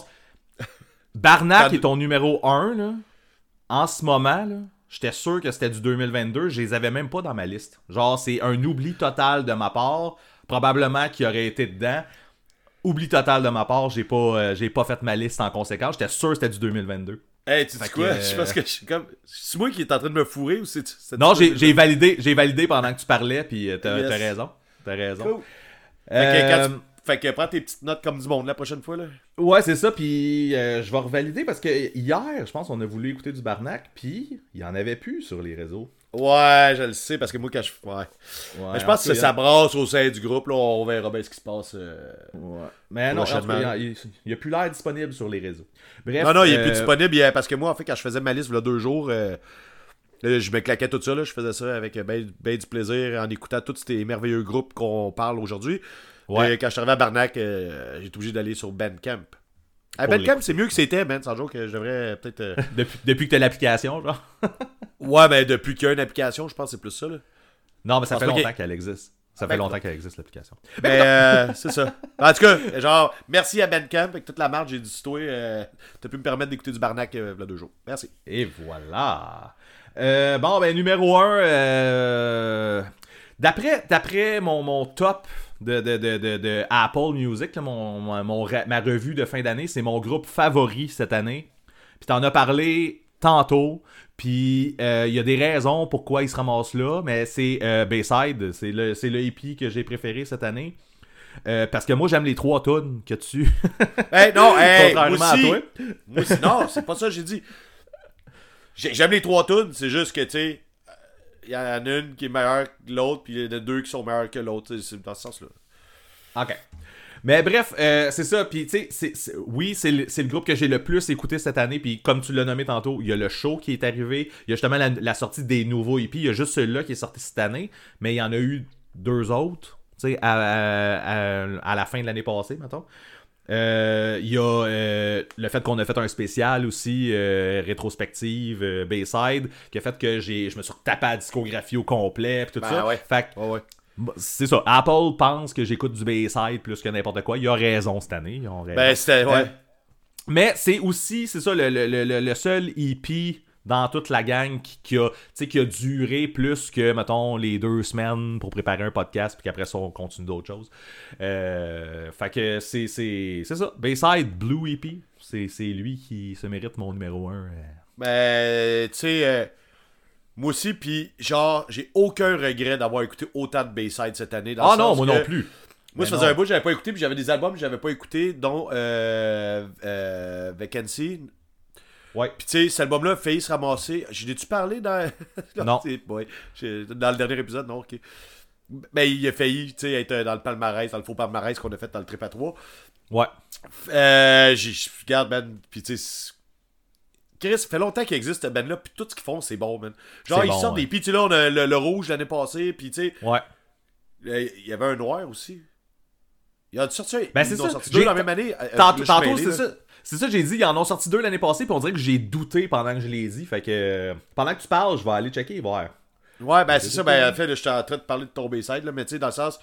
Barnac est ton numéro un, là, en ce moment, là, j'étais sûr que c'était du deux mille vingt-deux, je les avais même pas dans ma liste. Genre, c'est un oubli total de ma part, probablement qu'il aurait été dedans. Oubli total de ma part, j'ai pas, euh, j'ai pas fait ma liste en conséquence, j'étais sûr que c'était du deux mille vingt-deux.
Hey, tu dis quoi? Euh... Je pense que je suis comme. C'est moi qui est en train de me fourrer ou c'est. c'est
non, j'ai, j'ai validé, j'ai validé pendant que tu parlais, puis t'as, yes. t'as raison. T'as raison.
Cool. Euh... Fait, que, quand tu... fait que prends tes petites notes comme du monde la prochaine fois, là.
Ouais, c'est ça, puis euh, je vais revalider parce que hier, je pense qu'on a voulu écouter du Barnac, puis il y en avait plus sur les réseaux.
Ouais, je le sais, parce que moi, quand je. Ouais. ouais Mais je pense que ça brasse au sein du groupe, là. On verra bien ce qui se passe. Euh...
Ouais. Mais non, il n'y a plus l'air disponible sur les réseaux. Bref.
Non, non, il n'est euh... plus disponible. A, parce que moi, en fait, quand je faisais ma liste, il y a deux jours, euh, je me claquais tout ça, là. Je faisais ça avec ben, ben du plaisir en écoutant tous ces merveilleux groupes qu'on parle aujourd'hui. Ouais. Et quand je suis arrivé à Barnac, euh, j'ai été obligé d'aller sur Bandcamp. À Bandcamp, c'est mieux que c'était, man. Sans jour que je devrais peut-être. Euh...
depuis, depuis que t'as l'application, genre.
Ouais, ben depuis qu'il y a une application, je pense que c'est plus ça, là.
Non, mais ça fait longtemps okay. qu'elle existe. Ça fait ben, longtemps qu'elle existe, l'application.
Ben, euh, c'est ça. En tout cas, genre, merci à Bandcamp. Avec toute la marge, j'ai dit, toi, euh, t'as pu me permettre d'écouter du Barnac euh, il y a deux jours. Merci.
Et voilà. Euh, bon, ben, numéro un. Euh... D'après, d'après mon, mon top de, de, de, de, de Apple Music, là, mon, mon, mon, ma revue de fin d'année, c'est mon groupe favori cette année. Puis t'en as parlé tantôt. Puis il euh, y a des raisons pourquoi il se ramasse là, mais c'est euh, Bayside, c'est le, c'est le E P que j'ai préféré cette année. Euh, parce que moi j'aime les trois tunes que tu.
Hey, non, hey, contrairement moi aussi, à toi. Moi aussi, non, c'est pas ça que j'ai dit. J'ai, j'aime les trois tunes, c'est juste que tu sais, il y en a une qui est meilleure que l'autre, puis il y en a deux qui sont meilleures que l'autre, c'est dans ce sens-là.
Ok. Mais bref, euh, c'est ça. Puis, tu sais, c'est, c'est, oui, c'est le, c'est le groupe que j'ai le plus écouté cette année. Puis, comme tu l'as nommé tantôt, il y a le show qui est arrivé. Il y a justement la, la sortie des nouveaux E P. Il y a juste celui-là qui est sorti cette année. Mais il y en a eu deux autres, tu sais, à, à, à, à la fin de l'année passée, mettons. Euh, il y a euh, le fait qu'on a fait un spécial aussi, euh, rétrospective, euh, Bayside, qui a fait que j'ai, je me suis retapé à la discographie au complet. Puis tout
ben,
ça.
Ouais.
Fait que.
Ouais, ouais.
C'est ça. Apple pense que j'écoute du Bayside plus que n'importe quoi. Il a raison cette année. Ils ont raison.
Ben, c'était, ouais. Euh,
mais c'est aussi, c'est ça, le, le, le, le seul E P dans toute la gang qui, qui, a, qui a duré plus que, mettons, les deux semaines pour préparer un podcast, puis qu'après ça, on continue d'autres choses. Euh, fait que c'est, c'est, c'est ça. Bayside Blue E P, c'est, c'est lui qui se mérite mon numéro un.
Ben, tu sais... Euh... Moi aussi, puis genre, j'ai aucun regret d'avoir écouté autant de Bayside cette année. Dans
ah non, moi non plus.
Moi, ça faisait un bout que j'avais pas écouté, puis j'avais des albums que j'avais pas écouté, dont euh, euh, Vacancy.
Ouais.
Puis tu sais, cet album-là a failli se ramasser. J'ai l'ai-tu parlé dans...
non.
Ouais, dans le dernier épisode, non, ok. Ben, il a failli, tu sais, être dans le palmarès, dans le faux palmarès qu'on a fait dans le trip à trois.
Ouais.
Euh, j'ai... Regarde, man, puis tu sais... Chris, ça fait longtemps qu'il existe cette band-là, puis tout ce qu'ils font, c'est bon, man. Genre, c'est ils bon, sortent ouais. des... Puis, tu sais, là, on a le, le rouge l'année passée, puis, tu sais...
Ouais.
Il y avait un noir aussi. Il y a sorti,
ben, c'est
ils
ça.
ont sorti deux dans la même année.
Tantôt, tantôt c'est ça. C'est ça, j'ai dit, ils en ont sorti deux l'année passée, puis on dirait que j'ai douté pendant que je l'ai dit. Fait que, pendant que tu parles, je vais aller checker et voir.
Ouais, ben, c'est, c'est ça. Ben, en fait, là, je suis en train de parler de ton Bayside, là, mais tu sais, dans le sens...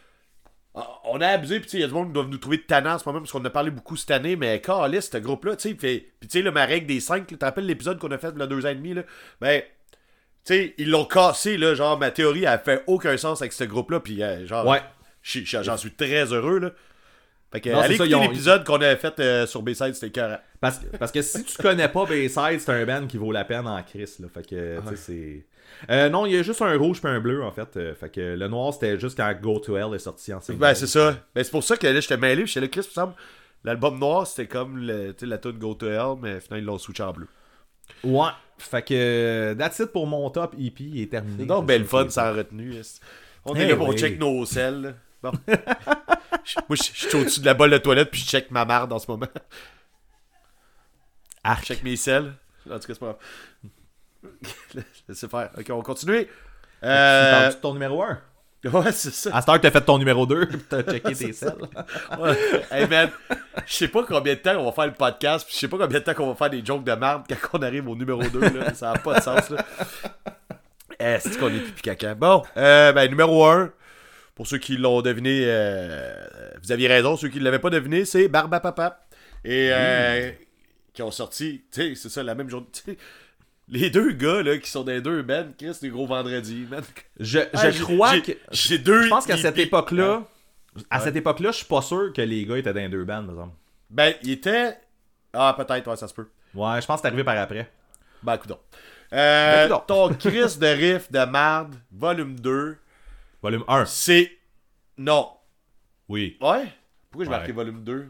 On a abusé, puis tu sais, il y a du monde qui doivent nous trouver de tannant en ce moment, parce qu'on a parlé beaucoup cette année, mais calisse, ce groupe-là, tu sais, puis tu sais, ma règle des cinq, tu te rappelles l'épisode qu'on a fait il y a deux ans et demi, là, ben, tu sais, ils l'ont cassé, là, genre, ma théorie, elle fait aucun sens avec ce groupe-là, puis euh, genre,
ouais.
j'en suis très heureux, là. Fait que,
Non,
allez
c'est ça,
écouter
ils ont-
l'épisode qu'on avait fait euh, sur B-Side, c'était écœurant.
Parce, parce que si tu connais pas Bayside, c'est un band qui vaut la peine en Chris, là. Fait que, tu sais, c'est... Euh, non, il y a juste un rouge puis un bleu, en fait. Euh, fait que le noir, c'était juste quand Go to Hell est sorti en single.
Ben, c'est ça. Ben, c'est pour ça que là, j'étais mêlé. J'étais là, Chris, il me semble, l'album noir, c'était comme le, la tune Go to Hell, mais finalement, ils l'ont switché en bleu.
Ouais. Fait que, that's it pour mon top E P, il est terminé.
C'est donc belle fun, sans retenue. On est
Hey,
là pour
oui.
check nos selles. là. Bon. Moi, je je suis au-dessus de la bolle de toilette, puis je check ma marde en ce moment.
Ah,
Je check mes selles. En tout cas, c'est pas grave. Laissez faire. Ok, on va continuer.
Tu
Euh...
parles de ton numéro un?
Ouais, c'est ça.
À cette heure que t'as fait ton numéro deux, pis t'as checké tes selles.
Ouais. Hey man, je sais pas combien de temps on va faire le podcast, puis je sais pas combien de temps qu'on va faire des jokes de merde quand on arrive au numéro deux, là. Ça a pas de sens, là. Eh, c'est qu'on est pipi caca. Bon, euh, ben, numéro un, pour ceux qui l'ont deviné, euh, vous aviez raison, ceux qui l'avaient pas deviné, c'est Barbapapa. Et, euh, mmh. qui ont sorti, tu sais, c'est ça, la même journée, tu sais, les deux gars, là, qui sont des deux bands, Chris, des gros vendredis, man.
Je, je
Ah,
crois
j'ai,
que...
J'ai deux...
Je pense qu'à cette
hippies.
époque-là, à
Ouais.
cette époque-là, je suis pas sûr que les gars étaient dans les deux bands, par exemple.
Ben, il était... Ah, peut-être, ouais, ça se peut.
Ouais, je pense que c'est arrivé par après.
Ben, coudonc. Euh,
Ben, coudonc.
ton Chris de riff de marde, volume deux,
Volume un.
c'est... Non.
Oui.
Ouais? Pourquoi j'ai
Ouais.
marqué volume deux?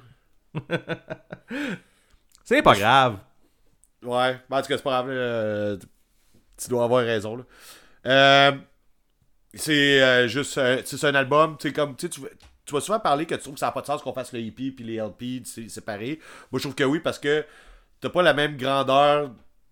C'est pas grave.
Ouais, ben, en tout cas, c'est pas grave. euh, tu dois avoir raison, là. Euh, c'est euh, juste... euh, tu sais, c'est un album, tu sais, comme... Tu sais, tu vas- tu vas souvent parler que tu trouves que ça n'a pas de sens qu'on fasse le E P puis les L P tu sais, séparés. Moi, je trouve que oui, parce que t'as pas la même grandeur...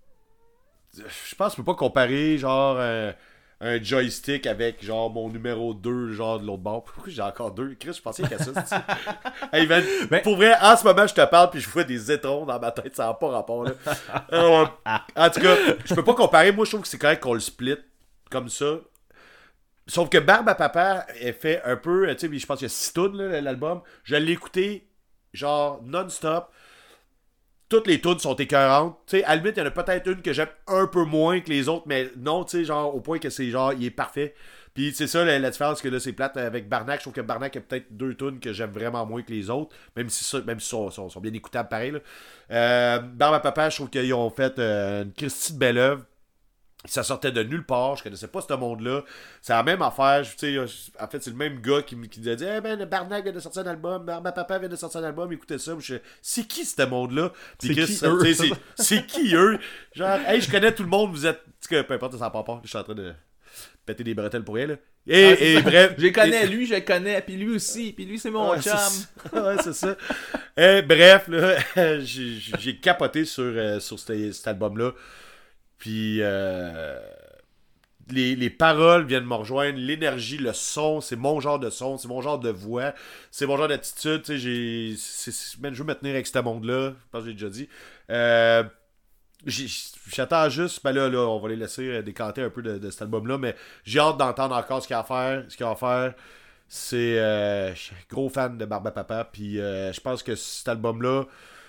Je pense que tu peux pas comparer, genre... euh, un joystick avec genre mon numéro deux genre de l'autre bord. Pourquoi j'ai encore deux? Chris, je pensais qu'à ça. c'est- hey, man,
Mais-
pour vrai, en ce moment, je te parle puis je vois des étrons dans ma tête. Ça n'a pas rapport, là. Euh, en tout cas, je peux pas comparer. Moi, je trouve que c'est correct qu'on le split comme ça. Sauf que Barbe à Papa est fait un peu... Tu sais, je pense qu'il y a six tunes, là, l'album. Je l'ai écouté genre non-stop. Toutes les tunes sont écœurantes. Tu sais, à la limite, il y en a peut-être une que j'aime un peu moins que les autres, mais non, tu sais, genre, au point que c'est genre, il est parfait. Puis c'est ça, la, la différence, que là, c'est plate avec Barnac. Je trouve que Barnac a peut-être deux tunes que j'aime vraiment moins que les autres, même si ça, même si sont, sont, sont bien écoutables pareil, là. Euh, Barbe à Papa, je trouve qu'ils ont fait euh, une Christie de belle œuvre. Ça sortait de nulle part, je connaissais pas ce monde-là. C'est la même affaire, tu sais, en fait, c'est le même gars qui me qui disait hey, ben, Barnac vient de sortir un album, Barbe à Papa vient de sortir un album, écoutez ça. Je, c'est qui ce monde-là? Puis
C'est
Chris,
qui,
ça,
eux?
tu sais, c'est, c'est qui eux? Genre, hey, je connais tout le monde, vous êtes. En tout cas, peu importe, ça n'a pas part. Je suis en train de péter des bretelles pour rien, là. Et,
Ah,
et
ça.
bref.
Je les connais,
et-
lui, je le connais, puis lui aussi, puis lui, c'est mon
Ouais,
chum.
c'est ça. Ouais, c'est ça. Et bref, là, j'ai, j'ai capoté sur, euh, sur cet, cet album-là. Puis, euh, les, les paroles viennent me rejoindre, l'énergie, le son, c'est mon genre de son, c'est mon genre de voix, c'est mon genre d'attitude. Tu sais, j'ai, c'est, c'est, man, je veux me tenir avec ce monde-là, je pense que j'ai déjà dit. Euh, j'ai- j'attends juste, ben là, là, on va les laisser euh, décanter un peu de, de cet album-là, mais j'ai hâte d'entendre encore ce qu'il y a à faire, ce qu'il y a à faire. C'est euh, je suis un gros fan de Barbe à Papa, puis euh, je pense que cet album-là,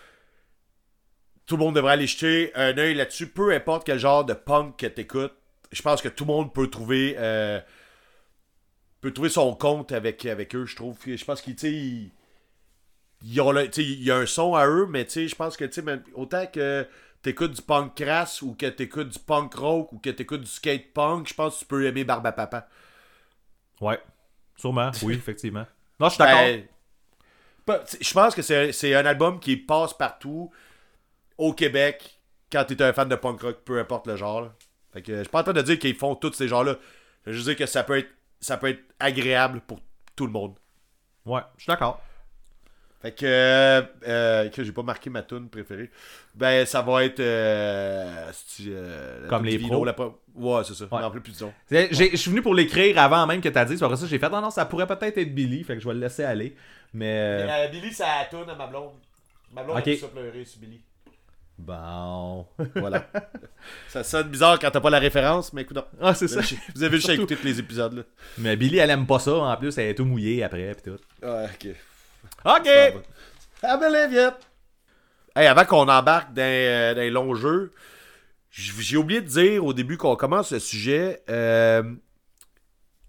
tout le monde devrait aller jeter un œil là-dessus, peu importe quel genre de punk que t'écoutes. Je pense que tout le monde peut trouver euh, peut trouver son compte avec, avec eux, je trouve. Je pense qu'ils, tu sais, ils, ils ont le, tu sais, il y a un son à eux, mais tu sais, je pense que, tu sais, même- autant que t'écoutes du punk crass, ou que t'écoutes du punk rock, ou que t'écoutes du skate punk, je pense que tu peux aimer Barbe à Papa.
Ouais, sûrement, oui, effectivement. Non, je suis d'accord.
Ben, pas- tu sais, je pense que c'est, c'est un album qui passe partout au Québec quand t'es un fan de punk rock, peu importe le genre, là. Fait que je suis pas en train de dire qu'ils font tous ces genres-là. Je veux dire que ça peut être ça peut être agréable pour tout le monde.
Ouais, je suis d'accord.
Fait que, euh, euh, que j'ai pas marqué ma tune préférée. Ben, ça va être euh, c'est, euh, la
Comme
tune
les
Divino,
pros.
la pro- Ouais, c'est ça.
Ouais.
Non plus plus disons.
C'est- j'ai- Je suis venu pour l'écrire avant même que t'as dit, c'est après ça j'ai fait, non, non, ça pourrait peut-être être Billy, fait que je vais le laisser aller. Mais.
Euh, Billy, ça la tune à ma blonde. Ma blonde
Ok.
a tout ça pleurer sur Billy.
Bon.
Voilà. Ça sonne bizarre quand t'as pas la référence, mais écoute, non.
Ah, c'est
Vous
ça.
avez, vous avez juste à
Surtout-
écouter tous les épisodes, là.
Mais Billy, elle aime pas ça, en plus, elle est tout mouillée après, pis tout.
Ouais, ok.
Ok!
I believe it. Hey, avant qu'on embarque dans, euh, dans les longs jeux, j- j'ai oublié de dire au début qu'on commence le sujet. euh,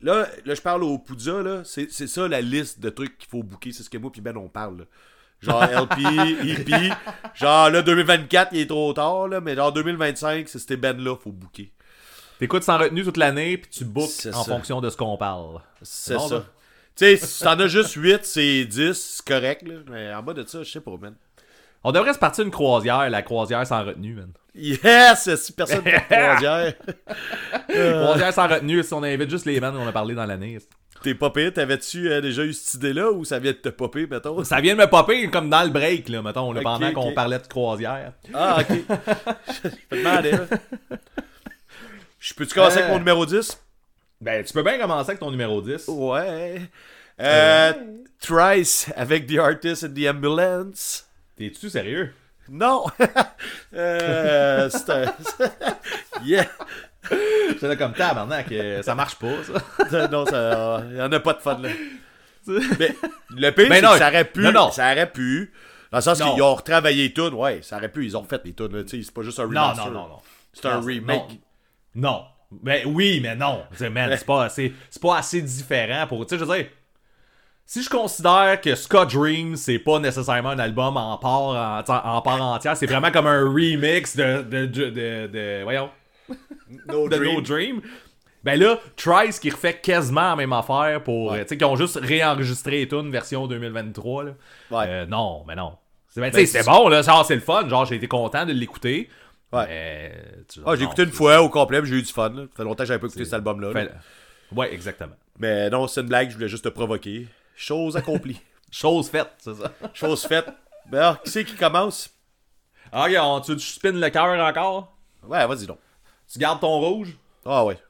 là, là je parle au Poudza, là, c'est, c'est ça la liste de trucs qu'il faut booker, c'est ce que moi puis Ben on parle, là. Genre L P, E P, genre là deux mille vingt-quatre il est trop tard, là, mais genre deux mille vingt-cinq, c'est ces bands-là, faut booker.
T'écoutes sans retenue toute l'année, puis tu bookes
C'est
en
ça.
fonction de ce qu'on parle.
C'est
bon,
ça.
là.
Tu sais, si t'en as juste huit, c'est dix, c'est correct, là. Mais en bas de ça, je sais pas, man.
On devrait se partir une croisière, la croisière sans retenue, man.
Yes! Si personne fait de croisière.
Croisière sans retenue, si on invite juste les bands qu'on a parlé dans l'année.
T'es pas pire, t'avais-tu euh, déjà eu cette idée-là ou ça vient de te popper, mettons?
Ça vient de me popper comme dans le break, là, mettons, là,
Ok,
pendant
ok.
qu'on parlait de croisière.
Ah, ok. Je peux demander, là. Je peux-tu commencer
Euh.
avec mon numéro dix?
Ben, tu peux bien commencer avec ton numéro dix.
Ouais. Euh, Thrice avec The Artist and the Ambulance.
T'es-tu sérieux?
Non! euh, c'est un... yeah!
J'étais là comme tabarnak, euh, ça marche pas, ça.
Non, ça... Il y en a pas de fun, là. Mais le pire,
Ben
c'est
non,
que ça aurait pu...
non, non.
Ça aurait pu... Dans le sens
Non.
qu'ils ont retravaillé les tunes. Ouais, ça aurait pu. Ils ont refait les tunes, là. Tu sais, c'est pas juste un
Non,
remaster.
non, non, non.
C'est un
Non,
remake.
Non. non. Ben oui, mais non. C'est, man, c'est pas assez, c'est pas assez différent pour. Tu sais, je veux dire, si je considère que Scott Dream, c'est pas nécessairement un album en part, en, en part entière, c'est vraiment comme un remix de. de, de, de, de- voyons.
No
de
Dream.
No Dream. Ben là, Trice qui refait quasiment la même affaire pour.
Ouais.
euh, Tu sais, qui ont juste réenregistré les tunes version deux mille vingt-trois, là.
Ouais.
Euh, non, mais non. C'est, ben, tu
Ben,
sais, c'est
c'est-
bon, là. Genre, c'est le fun. Genre, j'ai été content de l'écouter.
Ouais.
Mais, tu-
Ah, j'ai
non,
écouté une
c'est-
fois au complet, puis j'ai eu du fun. Là. Ça fait longtemps que j'avais pas écouté
c'est-
cet album-là. là.
Fait- Ouais, exactement.
Mais non, c'est une blague, je voulais juste te provoquer. Chose accomplie.
Chose faite, c'est ça.
Chose faite. Ben alors, qui c'est qui commence?
Ah, ok, on, tu, tu spins le cœur encore?
Ouais, vas-y donc.
Tu gardes ton rouge?
Ah ouais.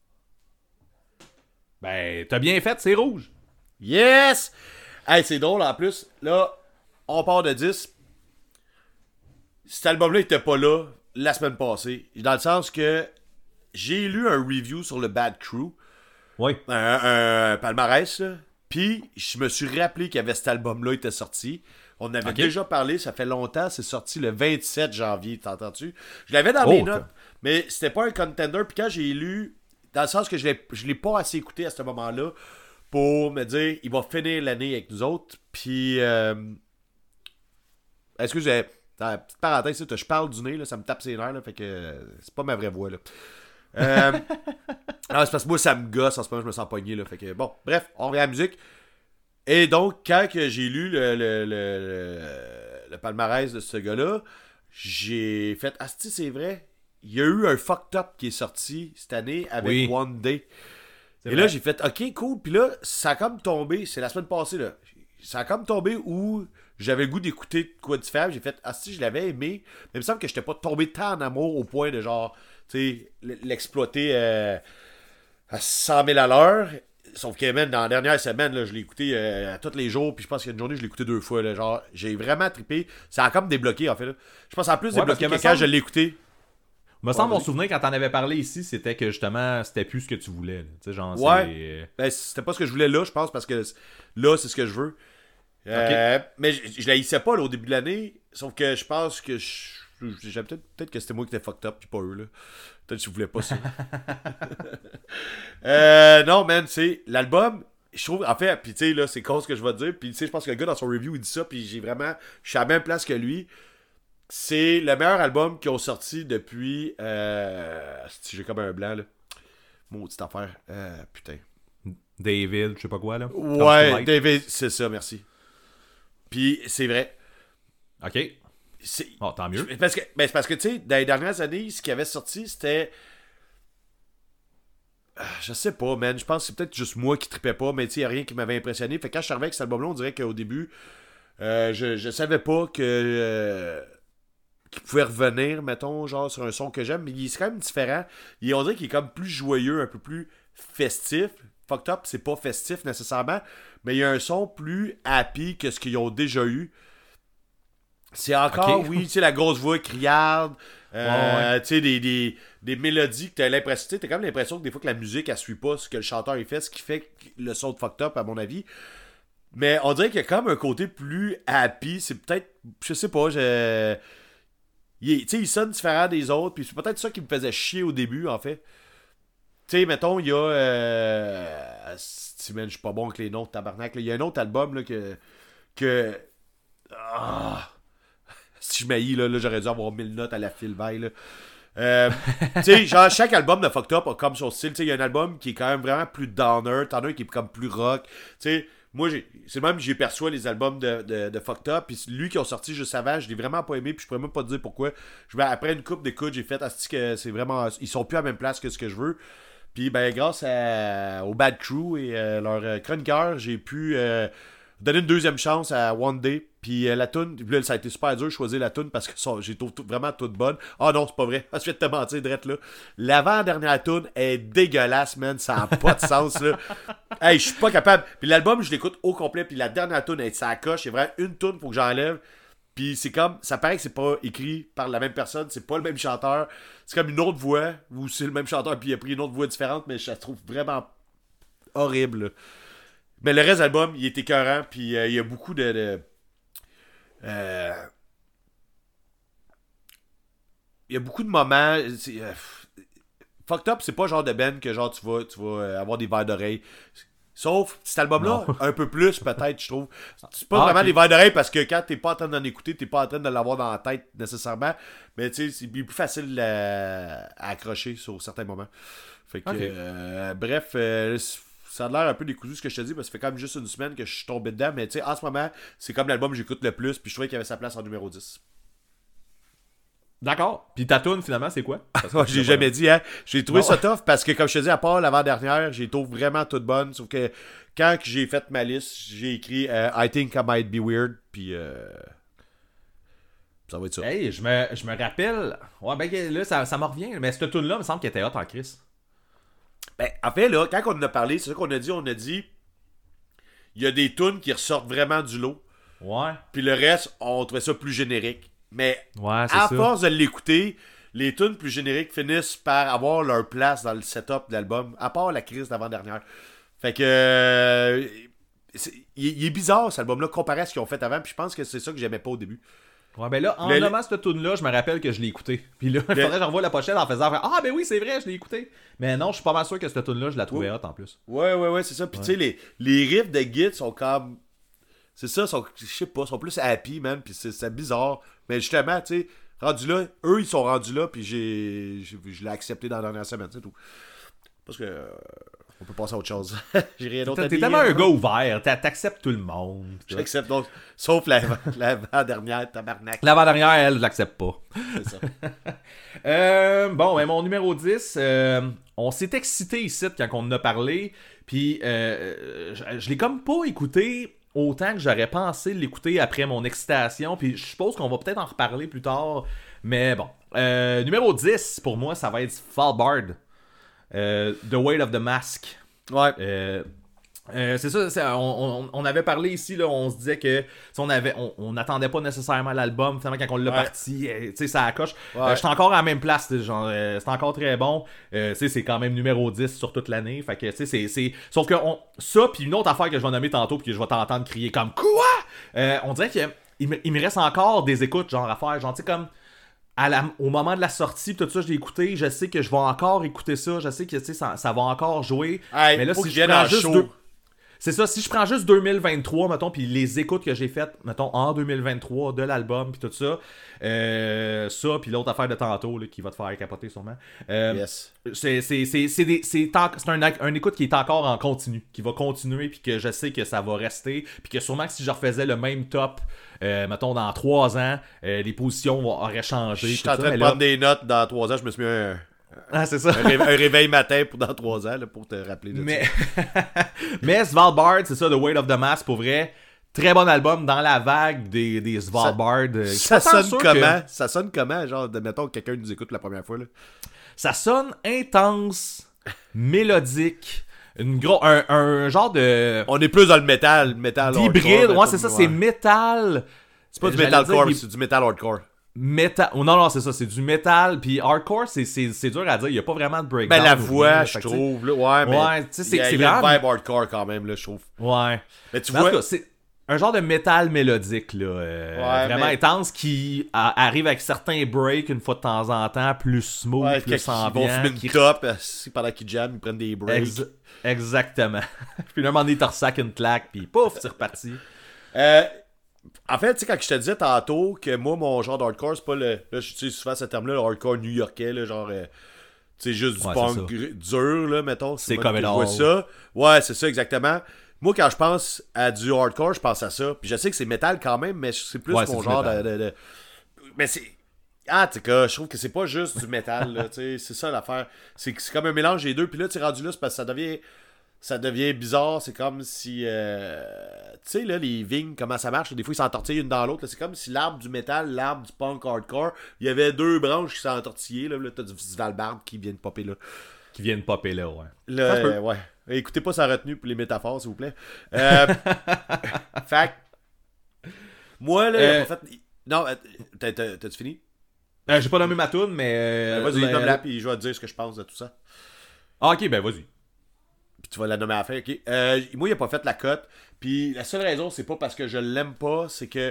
Ben, t'as bien fait, c'est rouge.
Yes! Hey, c'est drôle en plus. Là, on part de dix. Cet album-là était pas là la semaine passée. Dans le sens que j'ai lu un review sur le Bad Crew.
Oui.
Un, un palmarès, là. Puis, je me suis rappelé qu'il y avait cet album-là était sorti. On en avait
Ok.
déjà parlé, ça fait longtemps. C'est sorti le vingt-sept janvier, t'entends-tu? Je l'avais dans
Oh,
mes
ok.
notes, mais c'était pas un contender. Puis quand j'ai lu, dans le sens que je l'ai, je l'ai pas assez écouté à ce moment-là pour me dire, il va finir l'année avec nous autres. Puis, euh, est-ce que j'ai... Dans la petite parenthèse, je parle du nez, là, ça me tape ses nerfs, là, fait que euh, c'est pas ma vraie voix, là. Euh, non, c'est parce que moi, ça me gosse en ce moment, je me sens pogné, là, fait que bon, bref, on revient à la musique. Et donc, quand que j'ai lu le, le, le, le, le palmarès de ce gars-là, j'ai fait, ah, si, c'est vrai, il y a eu un Fucked Up qui est sorti cette année avec
Oui.
One Day.
C'est
Et
vrai.
là, j'ai fait, ok, cool. Puis là, ça a comme tombé, c'est la semaine passée, là. Ça a comme tombé où j'avais le goût d'écouter de quoi différent. J'ai fait, ah si, je l'avais aimé. Mais il me semble que j'étais pas tombé tant en amour au point de genre, tu sais, l- l'exploiter euh, à cent mille à l'heure. Sauf que même dans la dernière semaine, là, je l'ai écouté euh, à tous les jours. Puis je pense qu'il y a une journée, je l'ai écouté deux fois. Là, genre, j'ai vraiment trippé. Ça a comme débloqué, en fait. Là. Je pense en plus
Ouais, parce
débloqué
que
que
me
quand
semble-
je l'ai écouté.
Me semble, mon
vas-y.
souvenir, quand t'en avais parlé ici, c'était que justement, c'était plus ce que tu voulais. là. Tu sais, genre,
Ouais.
c'est...
Ben, c'était pas ce que je voulais là, je pense, parce que là, c'est ce que je veux. Euh, Mais je, je l'haïssais pas là, au début de l'année. Sauf que je pense que je. J'avais peut-être, peut-être que c'était moi qui étais fucked up, puis pas eux, là. Peut-être que je voulais pas ça. euh, non, man, c'est l'album. Je trouve, en fait, puis tu sais, là, c'est con ce que je vais te dire. Puis tu sais, je pense que le gars dans son review, il dit ça, puis j'ai vraiment. Je suis à la même place que lui. C'est le meilleur album qu'ils ont sorti depuis. Euh, si j'ai comme un blanc, là. Maudite affaire. Euh, putain.
David, je sais pas quoi, là.
Ouais,
Come to
David, c'est ça, merci. Puis c'est vrai.
light. Ok.
C'est...
Oh, tant mieux.
Parce que, ben, c'est parce que, tu sais, dans les dernières années, ce qui avait sorti, c'était. Ah, Je sais pas, man. Je pense que c'est peut-être juste moi qui tripais pas, mais tu sais, il a rien qui m'avait impressionné. Fait que quand je suis arrivé avec cet album-là, on dirait qu'au début, euh, je, je savais pas que. Euh, qu'il pouvait revenir, mettons, genre sur un son que j'aime, mais il est quand même différent. Il, on dirait qu'il est comme plus joyeux, un peu plus festif. Fucked Up, c'est pas festif nécessairement, mais il y a un son plus happy que ce qu'ils ont déjà eu. C'est encore,
Ok.
oui, tu sais, la grosse voix criarde, euh,
Ouais,
tu sais, des, des, des mélodies que t'as l'impression, tu sais, t'as quand même l'impression que des fois que la musique, elle suit pas ce que le chanteur il fait, ce qui fait le son de Fucked Up, à mon avis. Mais on dirait qu'il y a comme un côté plus happy, c'est peut-être, je sais pas, je... Il, est- tu sais, il sonne différent des autres, puis c'est peut-être ça qui me faisait chier au début, en fait. sais, mettons, il y a... Euh, si, man, je suis pas bon avec les noms de tabarnak. Il y a un autre album là, que... que ah, si je m'haïs, là, là, j'aurais dû avoir mille notes à la file-vaille, là. Euh, tu sais, genre, chaque album de Fucked Up a comme son style. Tu sais, il y a un album qui est quand même vraiment plus downer. T'en as un qui est comme plus rock. Tu sais, moi, j'ai, c'est même que j'ai perçu les albums de, de, de Fucked Up. Puis lui qui ont sorti juste avant, je l'ai vraiment pas aimé. Puis je pourrais même pas te dire pourquoi. Je, ben, après une couple d'écoutes, j'ai fait, asti que c'est vraiment. Ils sont plus à la même place que ce que je veux. Puis, ben, grâce à, au Bad Crew et euh, leur chroniqueur, j'ai pu. Euh, donner une deuxième chance à One Day. Puis euh, la toune, là, ça a été super dur de choisir la toune parce que ça, j'ai trouvé vraiment toute bonne. Ah non, c'est pas vrai. Je vais te mentir, drette là. L'avant-dernière toune est dégueulasse, man. Ça n'a pas de sens, là. Hey, je suis pas capable. Puis l'album, je l'écoute au complet. Puis la dernière toune, elle, ça coche. C'est vraiment une toune, faut que j'enlève. Puis c'est comme, ça paraît que c'est pas écrit par la même personne. C'est pas le même chanteur. C'est comme une autre voix. Ou c'est le même chanteur, puis il a pris une autre voix différente. Mais je la trouve vraiment horrible, là. Mais le reste de l'album, il est écœurant, puis euh, il y a beaucoup de... de euh, il y a beaucoup de moments... C'est, euh, Fucked Up, c'est pas le genre de band que genre tu vas, tu vas euh, avoir des verres d'oreille. Sauf cet album-là, non. Un peu plus peut-être, je trouve. C'est pas ah, vraiment okay. des verres d'oreille parce que quand t'es pas en train d'en écouter, t'es pas en train de l'avoir dans la tête nécessairement. Mais tu sais, c'est plus facile à, à accrocher sur certains moments. Fait que, okay. euh, bref... Euh, ça a l'air un peu décousu ce que je te dis, parce que ça fait quand même juste une semaine que je suis tombé dedans, mais tu sais, en ce moment, c'est comme l'album que j'écoute le plus, puis je trouvais qu'il avait sa place en numéro dix.
D'accord. Puis ta toune, finalement, c'est quoi?
J'ai jamais dit, hein. J'ai trouvé non. ça tough, parce que comme je te dis, à part l'avant-dernière, j'ai trouvé vraiment toute bonne, sauf que quand j'ai fait ma liste, j'ai écrit uh, I think I might be weird, puis euh... ça va être ça.
Hey, je me, je me rappelle, ouais, ben là, ça, ça me revient, mais cette toune-là, il me semble qu'elle était hot en crise.
Ben, en fait, là, quand on en a parlé, c'est ça qu'on a dit, on a dit, il y a des tunes qui ressortent vraiment du lot.
Ouais.
Puis le reste, on trouvait ça plus générique. Mais
ouais, c'est
à
ça.
force de l'écouter, les tunes plus génériques finissent par avoir leur place dans le setup de l'album, à part la crise d'avant-dernière. Fait que... Euh, il, il est bizarre, cet album-là, comparé à ce qu'ils ont fait avant, puis je pense que c'est ça que j'aimais pas au début.
Ouais, ben là, en le... nommant cette tune-là, je me rappelle que je l'ai écouté. Puis là, il le... faudrait que j'envoie la pochette en faisant ah, ben oui, c'est vrai, je l'ai écouté. Mais non, je suis pas mal sûr que cette tune-là, je la trouvais hot en plus.
Ouais, ouais, ouais, c'est ça. Puis ouais. tu sais, les, les riffs de Git sont comme. C'est ça, sont, je sais pas, sont plus happy, man. Puis c'est, c'est bizarre. Mais justement, tu sais, rendu là, eux, ils sont rendus là. Puis j'ai, j'ai, je l'ai accepté dans la dernière semaine, c'est tout. Parce que. Euh... On peut passer à autre chose. J'ai rien d'autre à dire.
T'es tellement un gars ouvert. T'acceptes tout le monde.
J'accepte donc. Sauf l'avant-dernière, tabarnak.
L'avant-dernière, elle, je l'accepte pas.
C'est ça.
euh, bon, ben, mon numéro dix, euh, on s'est excité ici quand on en a parlé. Puis, euh, je, je l'ai comme pas écouté autant que j'aurais pensé l'écouter après mon excitation. Puis, je suppose qu'on va peut-être en reparler plus tard. Mais bon. Euh, numéro dix, pour moi, ça va être Svalbard. Euh, The Weight of the Mask.
Ouais.
Euh, euh, c'est ça, c'est, on, on, on avait parlé ici, là, on se disait que on avait, on n'attendait pas nécessairement l'album. Finalement, quand on l'a ouais. parti, euh, tu sais, ça accroche. Ouais. Euh, j'étais encore à la même place, genre, euh, c'est encore très bon. Euh, tu sais, c'est quand même numéro dix sur toute l'année. Fait que, tu sais, c'est, c'est. Sauf que on, ça, puis une autre affaire que je vais nommer tantôt, puis que je vais t'entendre crier comme quoi euh, on dirait qu'il me, il me reste encore des écoutes, genre, à faire. Genre, tu sais, comme. À la, au moment de la sortie, tout ça, je l'ai écouté. Je sais que je vais encore écouter ça. Je sais que ça, ça va encore jouer.
Hey,
mais là, si je prends juste deux... C'est ça, si je prends juste deux mille vingt-trois, mettons, puis les écoutes que j'ai faites, mettons, en deux mille vingt-trois, de l'album, puis tout ça, euh, ça, puis l'autre affaire de tantôt, là, qui va te faire capoter sûrement, euh,
yes.
c'est, c'est, c'est, c'est, des, c'est, en, c'est un, un écoute qui est encore en continu, qui va continuer, puis que je sais que ça va rester, puis que sûrement que si je refaisais le même top, euh, mettons, dans trois ans, euh, les positions auraient changé.
Je suis en train de prendre là... des notes dans trois ans, je me suis mis un...
Ah, c'est ça.
un, ré- un réveil matin pour dans trois ans, là, pour te rappeler de
mais... ça. Mais Svalbard, c'est ça, The Weight of the Mask, pour vrai. Très bon album dans la vague des, des Svalbard.
Ça, ça sonne comment? Que... Ça sonne comment? Genre, de, mettons que quelqu'un nous écoute la première fois. Là.
Ça sonne intense, mélodique. Une gros, un, un genre de...
On est plus dans le métal. métal
hybride, ouais, c'est ça, ouais. C'est métal.
C'est pas du metalcore, c'est du metal hardcore.
Metal... Oh, non, non, c'est ça, c'est du metal. Puis hardcore, c'est, c'est, c'est dur à dire. Il n'y a pas vraiment de breakdown.
Ben, la voix, je trouve. Là, ouais, mais
ouais, tu sais, c'est,
il y a,
c'est
il y a
vraiment...
une vibe hardcore quand même, là, je trouve.
Ouais.
Mais tu
mais
vois...
En tout cas, c'est... un genre de métal mélodique, là, euh,
Ouais,
vraiment
mais-
intense, qui a- arrive avec certains breaks une fois de temps en temps, plus smooth,
Ouais,
plus
quand ils vont
ambiant.
fumer une
qui-
top, euh, pendant qu'ils jamment, ils prennent des breaks.
Ex- Exactement. Puis là, un moment donné, t'en ressacs une claque, puis pouf, c'est reparti.
Euh, en fait, tu sais, quand je te disais tantôt que moi, mon genre d'hardcore, c'est pas le. Là, j'utilise souvent ce terme-là, le hardcore new-yorkais, là, genre. euh, tu sais, juste du
Ouais,
punk
c'est ça.
gr- dur, là, mettons.
C'est
moi
comme
que
it
je vois
all.
ça. Ouais, c'est ça, exactement. Moi, quand je pense à du hardcore, je pense à ça. Puis je sais que c'est métal quand même, mais c'est plus
Ouais, c'est
mon
du
genre de,
métal.
de- de- Mais c'est. Ah, tu sais, je trouve que c'est pas juste du métal, là, tu sais, c'est ça l'affaire. C'est que c'est comme un mélange des deux, puis là, tu es rendu là, c'est parce que ça devient. Ça devient bizarre, c'est comme si. euh, Tu sais, là, les vignes, comment ça marche, des fois, ils s'entortillent une dans l'autre, là, c'est comme si l'arbre du métal, l'arbre du punk hardcore, il y avait deux branches qui s'entortillaient, là, là t'as du Svalbard qui vient de popper là.
Qui viennent popper là, ouais.
Là,
Ça se peut.
euh, ouais. Écoutez pas sa retenue pour les métaphores, s'il vous plaît. Euh, fait que, moi, là,
Euh,
en fait. Non, euh, t'as- t'as- t'as-tu fini?
Euh, J'ai pas nommé ma toune, mais... euh,
Vas-y,
la-
nomme-la, puis je vais te dire ce que je pense de tout ça.
Ah, ok, ben vas-y.
Puis tu vas la nommer à la fin, ok? Euh, moi, il a pas fait la cote. Puis la seule raison, c'est pas parce que je l'aime pas, c'est que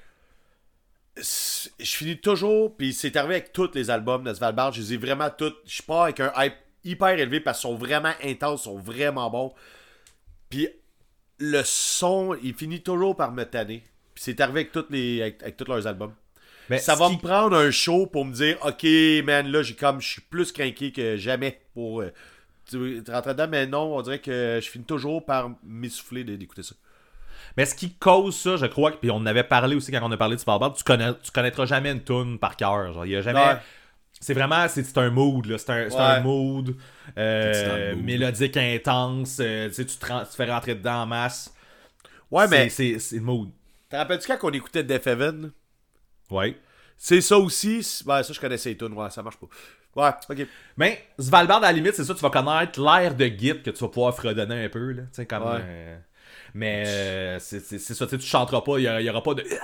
c'est- je finis toujours, puis c'est arrivé avec tous les albums de Svalbard, je les ai vraiment tous. Je suis pas avec un hype hyper élevé parce qu'ils sont vraiment intenses, sont vraiment bons. Puis le son, il finit toujours par me tanner. Puis c'est arrivé avec, toutes les, avec, avec tous leurs albums.
Mais
Ça
ce
va
qui-
me prendre un show pour me dire, ok, man, là, j'ai comme, je suis plus craqué que jamais pour euh, tu tu rentrer dedans, mais non, on dirait que je finis toujours par m'essouffler de- d'écouter ça.
Mais ce qui cause ça, je crois, puis on en avait parlé aussi quand on a parlé de Svalbard, tu, connais, tu connaîtras jamais une tune par cœur. Genre, il y a jamais...
Ouais.
C'est vraiment, c'est, c'est un mood, là. C'est un, c'est
Ouais.
un mood, euh,
T'es dans le mood.
mélodique intense, euh, tu sais, tu te, ren- tu te fais rentrer dedans en masse.
Ouais,
C'est-
mais
C'est, c'est le mood.
te rappelles-tu quand on écoutait Death Heaven?
Ouais.
C'est ça aussi. c'est- Ouais, ça, je connaissais les tunes. Ouais, ça marche pas. Ouais, ok.
Mais Svalbard, à la limite, c'est ça, tu vas connaître l'air de Git que tu vas pouvoir fredonner un peu, là. Tu sais, comme...
Ouais.
euh, mais euh, c'est, c'est, c'est ça, tu sais, tu chanteras pas, il y, a- il y aura pas de...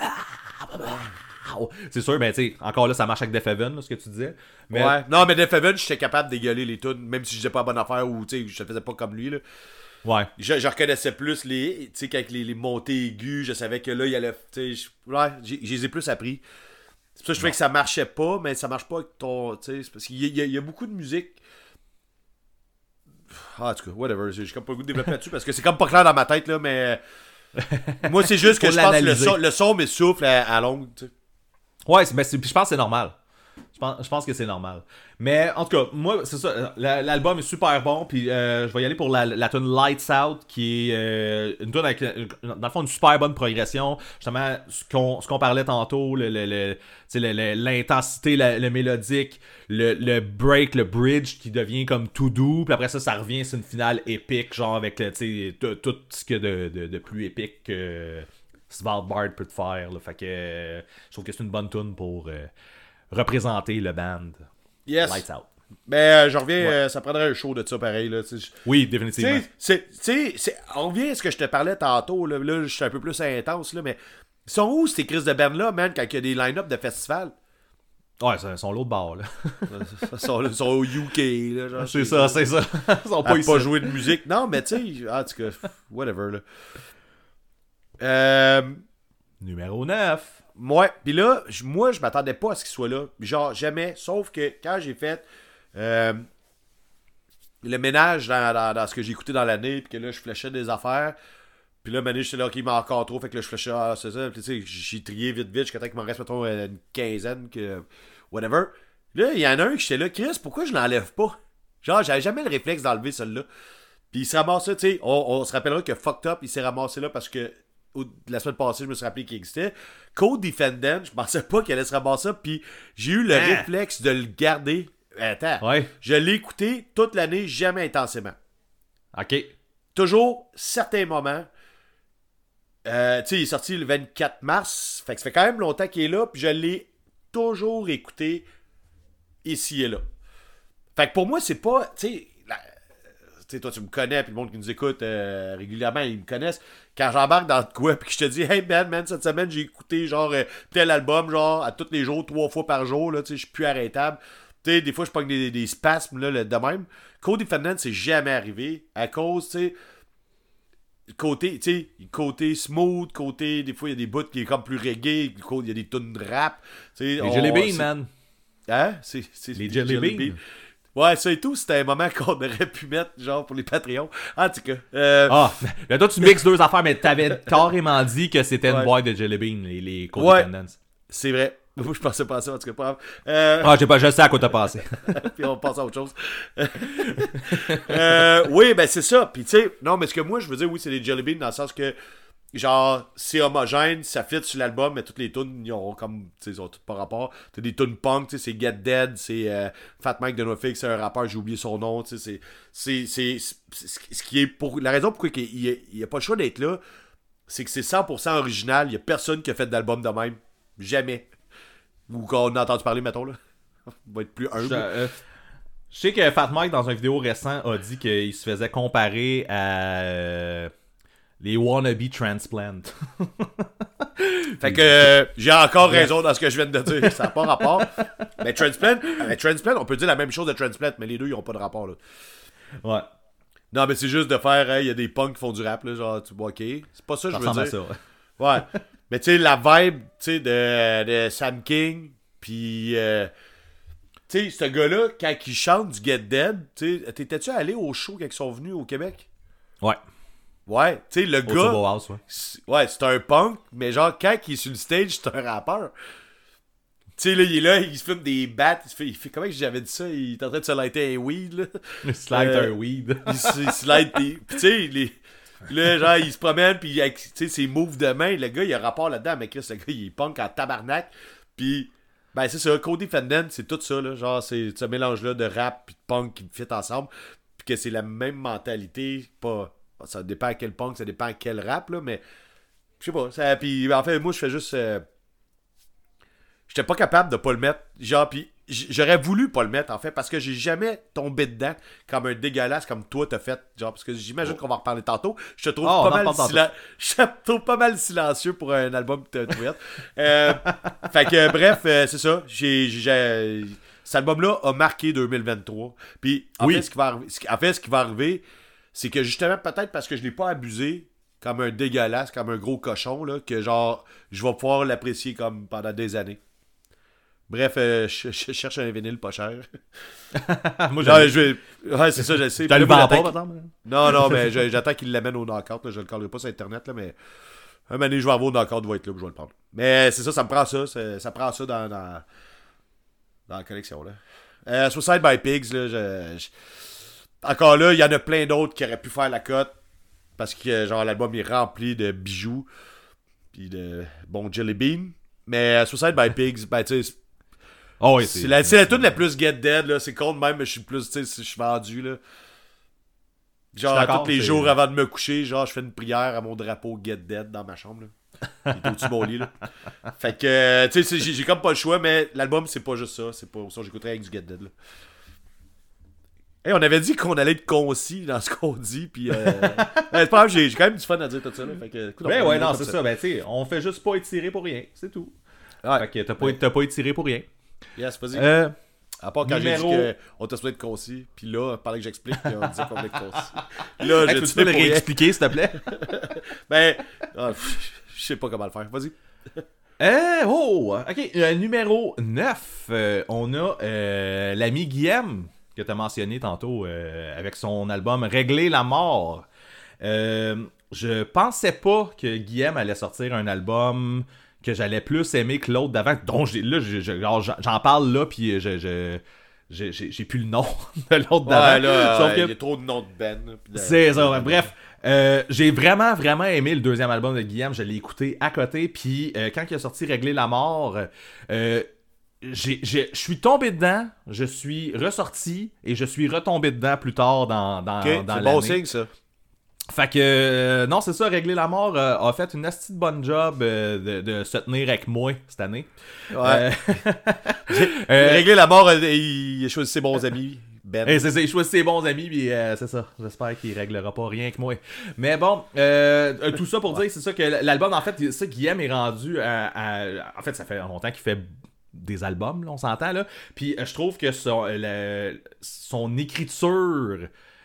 C'est sûr, mais tu sais, encore là, ça marche avec Def Heaven, là, ce que tu disais. Mais
Ouais. Non, mais Death Heaven, j'étais capable d'égaler les tunes, même si je disais pas la bonne affaire ou, tu sais, je le faisais pas comme lui, là.
ouais.
Je, je reconnaissais plus les. Tu sais, qu'avec les, les montées aiguës, je savais que là, il y allait. Tu sais, je- ouais, j'ai- je les ai plus appris. C'est pour ça que je trouvais que ça marchait pas, mais ça marche pas avec ton. Tu sais, c'est parce qu'il y, a- il y a- il y a beaucoup de musique. Ah, en tout cas, whatever. J'ai j'ai comme pas le goût de développer là-dessus parce que c'est comme pas clair dans ma tête, là, mais. Moi, c'est juste que
Faut
je pense que le
l'analyser.
son, le son m'essouffle à, à longue, tu sais.
Ouais, c'est- mais c'est- puis je pense que c'est normal. Je pense, je pense que c'est normal. Mais en tout cas, moi, c'est ça. la- L'album est super bon. Puis euh, je vais y aller pour la, la tune Lights Out, qui est euh, une tune avec, euh, dans le fond, une super bonne progression. Justement, ce qu'on, ce qu'on parlait tantôt, le, le, le, tu sais, le- le- l'intensité, la- le mélodique, le, le break, le bridge qui devient comme tout doux. Puis après ça, ça revient, c'est une finale épique, genre avec le, tu sais, tout, tout ce qu'il y a de, de, de plus épique que Svalbard peut te faire. Là. Fait que euh, je trouve que c'est une bonne tune pour euh, représenter le band.
Yes.
Lights Out.
Mais euh, je reviens,
Ouais.
euh, ça prendrait un show de ça pareil, là, tu sais.
Oui,
Tu
définitivement.
sais, c'est- tu sais, c'est- on revient à ce que je te parlais tantôt, là, là je suis un peu plus intense, là, mais ils sont où ces crises de band-là, man, quand il y a des line-up de festival?
Ouais, c'est son l'autre bord, là.
Ils sont, ils sont au U K, là, genre.
c'est ça, c'est ça. Ils sont
À
pas
pas,
ici.
jouer de musique. Non, mais tu sais, en tout cas, whatever, là. Euh...
Numéro neuf.
Ouais, pis là, j- moi, je m'attendais pas à ce qu'il soit là. Genre, jamais. Sauf que quand j'ai fait euh, le ménage dans, dans- dans ce que j'ai écouté dans l'année, puis que là, je flashais des affaires, puis là, maintenant, j'étais là, ok, il m'a encore trop, fait que là, je flashais, ah, c'est ça. Puis tu sais, j'ai trié vite, vite, jusqu'à temps qu'il m'en reste, mettons, une quinzaine, que whatever. Là, il y en a un qui j'étais là, Chris, pourquoi je l'enlève pas? Genre, j'avais jamais le réflexe d'enlever celui-là. Puis il se ramassait, tu sais, on, on se rappellera que Fucked Up, il s'est ramassé là parce que au- la semaine passée, je me suis rappelé qu'il existait. Code Defendant, je pensais pas qu'il allait se ramasser, puis j'ai eu le
Hein?
réflexe de le garder. Attends,
Ouais.
je l'ai écouté toute l'année, jamais intensément.
Ok.
Toujours, certains moments. Euh, tu sais, il est sorti le vingt-quatre mars, fait que ça fait quand même longtemps qu'il est là, puis je l'ai toujours écouté ici et là. Fait que pour moi, c'est pas, tu sais, la- tu sais, toi tu me connais, puis le monde qui nous écoute euh, régulièrement, ils me connaissent. Quand j'embarque dans de quoi, puis que je te dis, hey man, man, cette semaine j'ai écouté genre euh, tel album, genre à tous les jours, trois fois par jour, là, tu sais, je suis plus arrêtable. Tu sais, des fois je pogne des, des spasmes, là, le- de même. Code Defendant, c'est jamais arrivé, à cause, tu sais, côté, tu sais, côté smooth, côté, des fois, il y a des bouts qui est comme plus reggae, il y a des tunes de rap.
Les on, Jelly Beans, man.
Hein? C'est, c'est
les Jelly, Jelly Beans. Beans.
Ouais, ça et tout, c'était un moment qu'on aurait pu mettre, genre, pour les Patreons. En tout cas. Euh...
Ah, là, toi, tu mixes deux affaires, mais t'avais carrément dit que c'était ouais. une boîte de Jelly Beans, les, les Codependents. Ouais,
c'est vrai. Moi, je pensais pas à ça, en tout cas, pas grave. Euh...
Ah, j'ai pas, je sais à quoi t'as passé.
Puis on passe à autre chose. euh, oui, ben c'est ça. Puis tu sais, non, mais ce que moi, je veux dire, oui, c'est des Jelly Beans dans le sens que, genre, c'est homogène, ça fit sur l'album, mais toutes les tunes, ils ont comme, tu sais, ils ont tout par rapport. T'as des tunes punk, tu sais, c'est Get Dead, c'est euh, Fat Mike de NoFX, c'est un rappeur, j'ai oublié son nom, tu sais, c'est, c'est, c'est, c'est, ce qui est pour, la raison pourquoi il n'y a, il y a pas le choix d'être là, c'est que c'est cent pour cent original, il y a personne qui a fait d'album de même. Jamais. Ou qu'on a entendu parler, mettons, là. On va être plus humble.
Je, euh, je sais que Fat Mike, dans une vidéo récente, a dit qu'il se faisait comparer à euh, les wannabe transplant.
Fait que euh, j'ai encore raison dans ce que je viens de dire. Ça n'a pas rapport. Mais transplant, mais transplant, on peut dire la même chose de transplant, mais les deux, ils n'ont pas de rapport, là.
Ouais.
Non, mais c'est juste de faire, il hey, y a des punks qui font du rap, là, genre, tu vois, ok. C'est pas ça que je veux dire.
Ça, ouais.
Ouais. Mais tu sais, la vibe, tu sais, de, de Sam King, puis, euh, tu sais, ce gars-là, quand il chante du Get Dead, tu sais, t'étais-tu allé au show quand ils sont venus au Québec?
Ouais.
Ouais, tu sais, le
au
gars,
House, ouais,
c'est, ouais, c'est un punk, mais genre, quand il est sur le stage, c'est un rappeur. Tu sais, là, il est là, il se fume des battes, il se fait, il fait comment que j'avais dit ça? Il est en train de se lighter un weed, là.
Il se light euh, un weed.
il, se, il se light des... tu sais, les... Là, genre, il se promène, puis tu sais, ses moves de main, le gars, il a rapport là-dedans, mais Chris, le gars, il est punk en tabarnak. Puis, ben, c'est ça, Codependents, c'est tout ça, là. Genre, c'est ce mélange-là de rap puis de punk qui fit ensemble. Puis que c'est la même mentalité, pas. Ça dépend à quel punk, ça dépend à quel rap, là, mais. Je sais pas. Ça, puis, en fait, moi, je fais juste. Euh, J'étais pas capable de pas le mettre. Genre, puis j'aurais voulu pas le mettre, en fait, parce que j'ai jamais tombé dedans comme un dégueulasse comme toi t'as fait. Genre, parce que j'imagine oh. qu'on va en reparler tantôt. Je te trouve, oh, pas, mal silen... je te trouve pas mal silencieux pour un album que t'as trouvé. euh, fait que, bref, euh, c'est ça. J'ai, j'ai... Cet album-là a marqué deux mille vingt-trois. Puis, en, oui. fait, ce qui va arriver... en fait, ce qui va arriver, c'est que justement, peut-être parce que je l'ai pas abusé comme un dégueulasse, comme un gros cochon, là, que genre, je vais pouvoir l'apprécier comme pendant des années. Bref, euh, je, je cherche un vinyle pas cher. Moi, non, je vais... Ouais, c'est ça, je sais.
Tu le vends pas, par
Non, non, mais j'attends qu'il l'amène au knockout. Là. Je le collerai pas sur Internet, là, mais un moment donné, je vais avoir au knockout, va être là, je vais le prendre. Mais c'est ça, ça me prend ça. Ça, ça prend ça dans, dans, dans la collection. Là. Euh, Suicide by Pigs, là, je, je... encore là, il y en a plein d'autres qui auraient pu faire la cote. Parce que genre l'album est rempli de bijoux. Puis de bon Jelly Bean. Mais euh, Suicide by Pigs, ben tu sais.
Oh oui,
c'est, c'est la, c'est la tune la plus Get Dead, là. C'est con de même, mais je suis plus, tu sais, je suis vendu, là. Genre, tous les c'est... jours avant de me coucher, genre, je fais une prière à mon drapeau Get Dead dans ma chambre, là. Il est au-dessus de mon lit, là. Fait que, tu sais, j'ai, j'ai comme pas le choix, mais l'album, c'est pas juste ça. C'est pas ça, j'écouterais avec du Get Dead, là. Hey, on avait dit qu'on allait être concis dans ce qu'on dit, puis euh... c'est pas grave, j'ai, j'ai quand même du fun à dire tout ça, là. Fait que, écoute,
ben ouais, non, c'est ça. ça. Ben, tu sais, on fait juste pas étirer pour rien, c'est tout. Ouais. Fait que t'as pas, ouais. t'as pas étiré pour rien.
Yes, vas-y.
Euh,
à part quand numéro... j'ai dit qu'on t'a supposé être concis, puis là, pendant que j'explique, on disait qu'on voulait être concis. Là,
hey, je peux le réexpliquer, s'il te plaît?
Ben, oh, je sais pas comment le faire. Vas-y.
Euh, oh, ok. Euh, numéro neuf, euh, on a euh, l'ami Guillaume, que t'as mentionné tantôt, euh, avec son album Régler la mort. Euh, je pensais pas que Guillaume allait sortir un album que j'allais plus aimer que l'autre d'avant. Donc là, je, je, genre, j'en parle là, puis je, je, j'ai, j'ai, j'ai plus le nom de l'autre
ouais,
d'avant.
Là, Sauf que... il y a trop de noms de Ben. De...
C'est ça, ouais. Bref. Euh, j'ai vraiment, vraiment aimé le deuxième album de Guillaume. Je l'ai écouté à côté. Puis euh, quand il a sorti Régler la mort, euh, j'ai, j'ai, je suis tombé dedans, je suis ressorti et je suis retombé dedans plus tard dans, dans,
okay,
dans
c'est
l'année.
Bon signe, ça.
Fait que, euh, non, c'est ça, Régler la mort euh, a fait une asti de bonne job euh, de, de se tenir avec moi cette année.
Ouais. Euh, euh, Régler la mort, il a choisi ses bons amis. Ben.
Et c'est ça, il choisit ses bons amis, puis euh, c'est ça. J'espère qu'il réglera pas rien que moi. Mais bon, euh, tout ça pour dire, c'est ça que l'album, en fait, ça, Guillaume est rendu à, à. En fait, ça fait longtemps qu'il fait des albums, là, on s'entend, là. Puis je trouve que son, le, son écriture.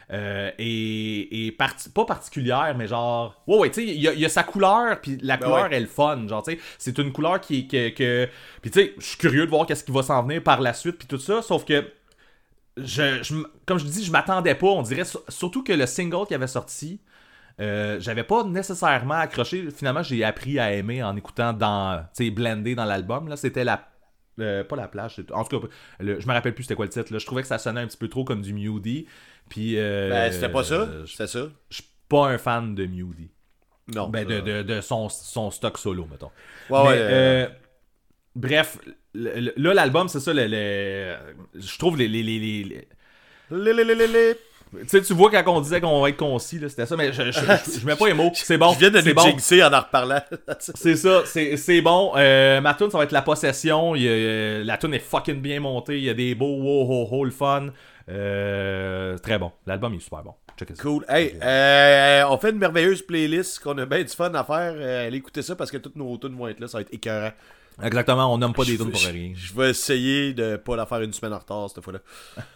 Euh, et, et parti- pas particulière, mais genre... Ouais, ouais, tu sais, il y, y a sa couleur, puis la
Ben
couleur
ouais.
est le fun, genre, tu sais, c'est une couleur qui... que, que... Puis tu sais, je suis curieux de voir qu'est-ce qui va s'en venir par la suite, puis tout ça, sauf que, je, je, comme je dis, je m'attendais pas, on dirait, surtout que le single qui avait sorti, euh, j'avais pas nécessairement accroché, finalement, j'ai appris à aimer en écoutant dans, tu sais, blendé dans l'album, là, c'était la... Euh, pas la plage, c'est- en tout cas, le- je me rappelle plus c'était quoi le titre, là, je trouvais que ça sonnait un petit peu trop comme du Moody. Puis, euh,
Ben, c'était pas ça.
euh,
C'était ça.
Je suis pas un fan de Moody.
Non.
Ben,
ça-
de, de, de son, son stock solo, mettons.
Ouais,
Mais,
ouais,
euh, bref, le- le- là, l'album, c'est ça, le, le- je trouve les... les, les, les- les-
Lé, lé, lé, lé, lé.
Tu sais, tu vois quand on disait qu'on va être concis, là, c'était ça, mais je, je, je, je mets pas les mots. C'est bon,
Je viens de
c'est
nous
bon.
jinxer en en reparlant.
C'est ça, c'est, c'est bon. Euh, ma tune, ça va être La Possession. Il y a- euh, la tune est fucking bien montée. Il y a des beaux wow, ho, ho, le fun. Euh, très bon. L'album est super bon. Checkez ça.
Cool. Hey, euh, on fait une merveilleuse playlist qu'on a bien du fun à faire. Euh, allez écouter ça parce que toutes nos tunes vont être là. Ça va être écœurant.
Exactement, on nomme pas des
Je-
tunes pour
je-
rien.
Je vais essayer de pas la faire une semaine en retard cette fois-là.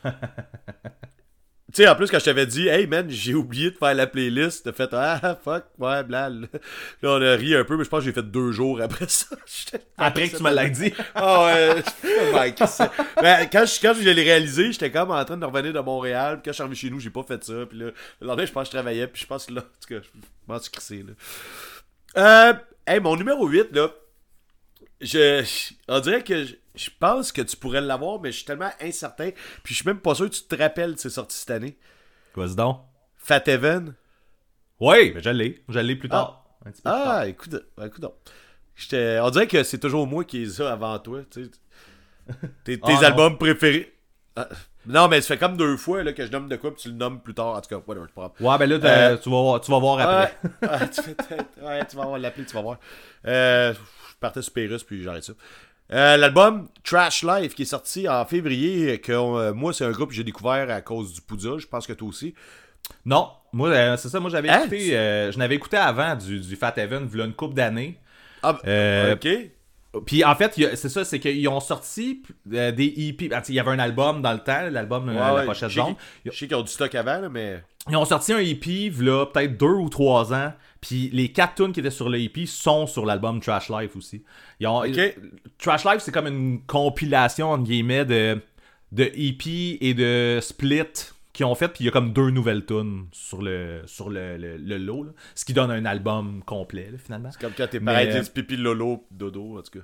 Tu sais, en plus, quand je t'avais dit, hey man, j'ai oublié de faire la playlist, t'as fait, ah fuck, ouais, bla. Là, on a ri un peu, mais je pense que j'ai fait deux jours après ça. J'étais-
Après que tu me l'as dit.
Ah ouais, oh my God, c'est- ben, quand, je, quand je l'ai réalisé, j'étais comme en train de revenir de Montréal, puis quand je suis arrivé chez nous, j'ai pas fait ça, puis là, le lendemain, je pense que je travaillais, puis je pense que là, en tout cas, je m'en suis crissé, là. Euh, hey, mon numéro huit, là, je, je- on dirait que je, je pense que tu pourrais l'avoir, mais je suis tellement incertain, puis je suis même pas sûr que tu te rappelles de c'est sorti cette année.
Vas-y donc.
Fat Heaven.
Oui, mais je l'ai. Je l'ai plus tard. Un petit peu plus tard.
Ah, écoute, écoute donc. J'étais- On dirait que c'est toujours moi qui les a avant toi, tu sais. Tes, tes
Ah, non.
albums préférés. Ah, non, mais ça fait comme deux fois là, que je nomme de quoi, puis tu le nommes plus tard. En tout cas, whatever, c'est pas grave.
Ouais, ben là, t'as-
Euh,
tu, vas voir, tu vas voir après.
Ouais, ouais, tu, fais peut-être- ouais, tu vas avoir l'appli, tu vas voir. Euh, je partais sur Pérus, puis j'arrête ça. Euh, L'album Trash Life qui est sorti en février, que euh, moi c'est un groupe que j'ai découvert à cause du Poudja, je pense que toi aussi.
Non, moi, euh, c'est ça. Moi, j'avais
Hein?
écouté. euh, je n'avais écouté avant du, du Fat Heaven, v'là une couple d'années.
Ah,
Euh,
ok.
Puis en fait, il y a- c'est ça, c'est qu'ils ont sorti euh, des E P. Ah, tu sais, il y avait un album dans le temps, l'album euh,
Ouais,
La
ouais,
Pochette
je sais
jaune.
qu'ils- Je sais qu'ils ont du stock avant, là, mais.
Ils ont sorti un E P, là, peut-être deux ou trois ans. Puis les quatre tunes qui étaient sur le E P sont sur l'album Trash Life aussi. Ils ont,
Ok.
Trash Life, c'est comme une compilation, entre guillemets, de, de E P et de split qu'ils ont fait. Puis il y a comme deux nouvelles tunes sur le, sur le, le, le lot, là. Ce qui donne un album complet, là, finalement.
C'est comme quand tes
Mais,
parents
euh,
disent pipi lolo, dodo, en tout cas.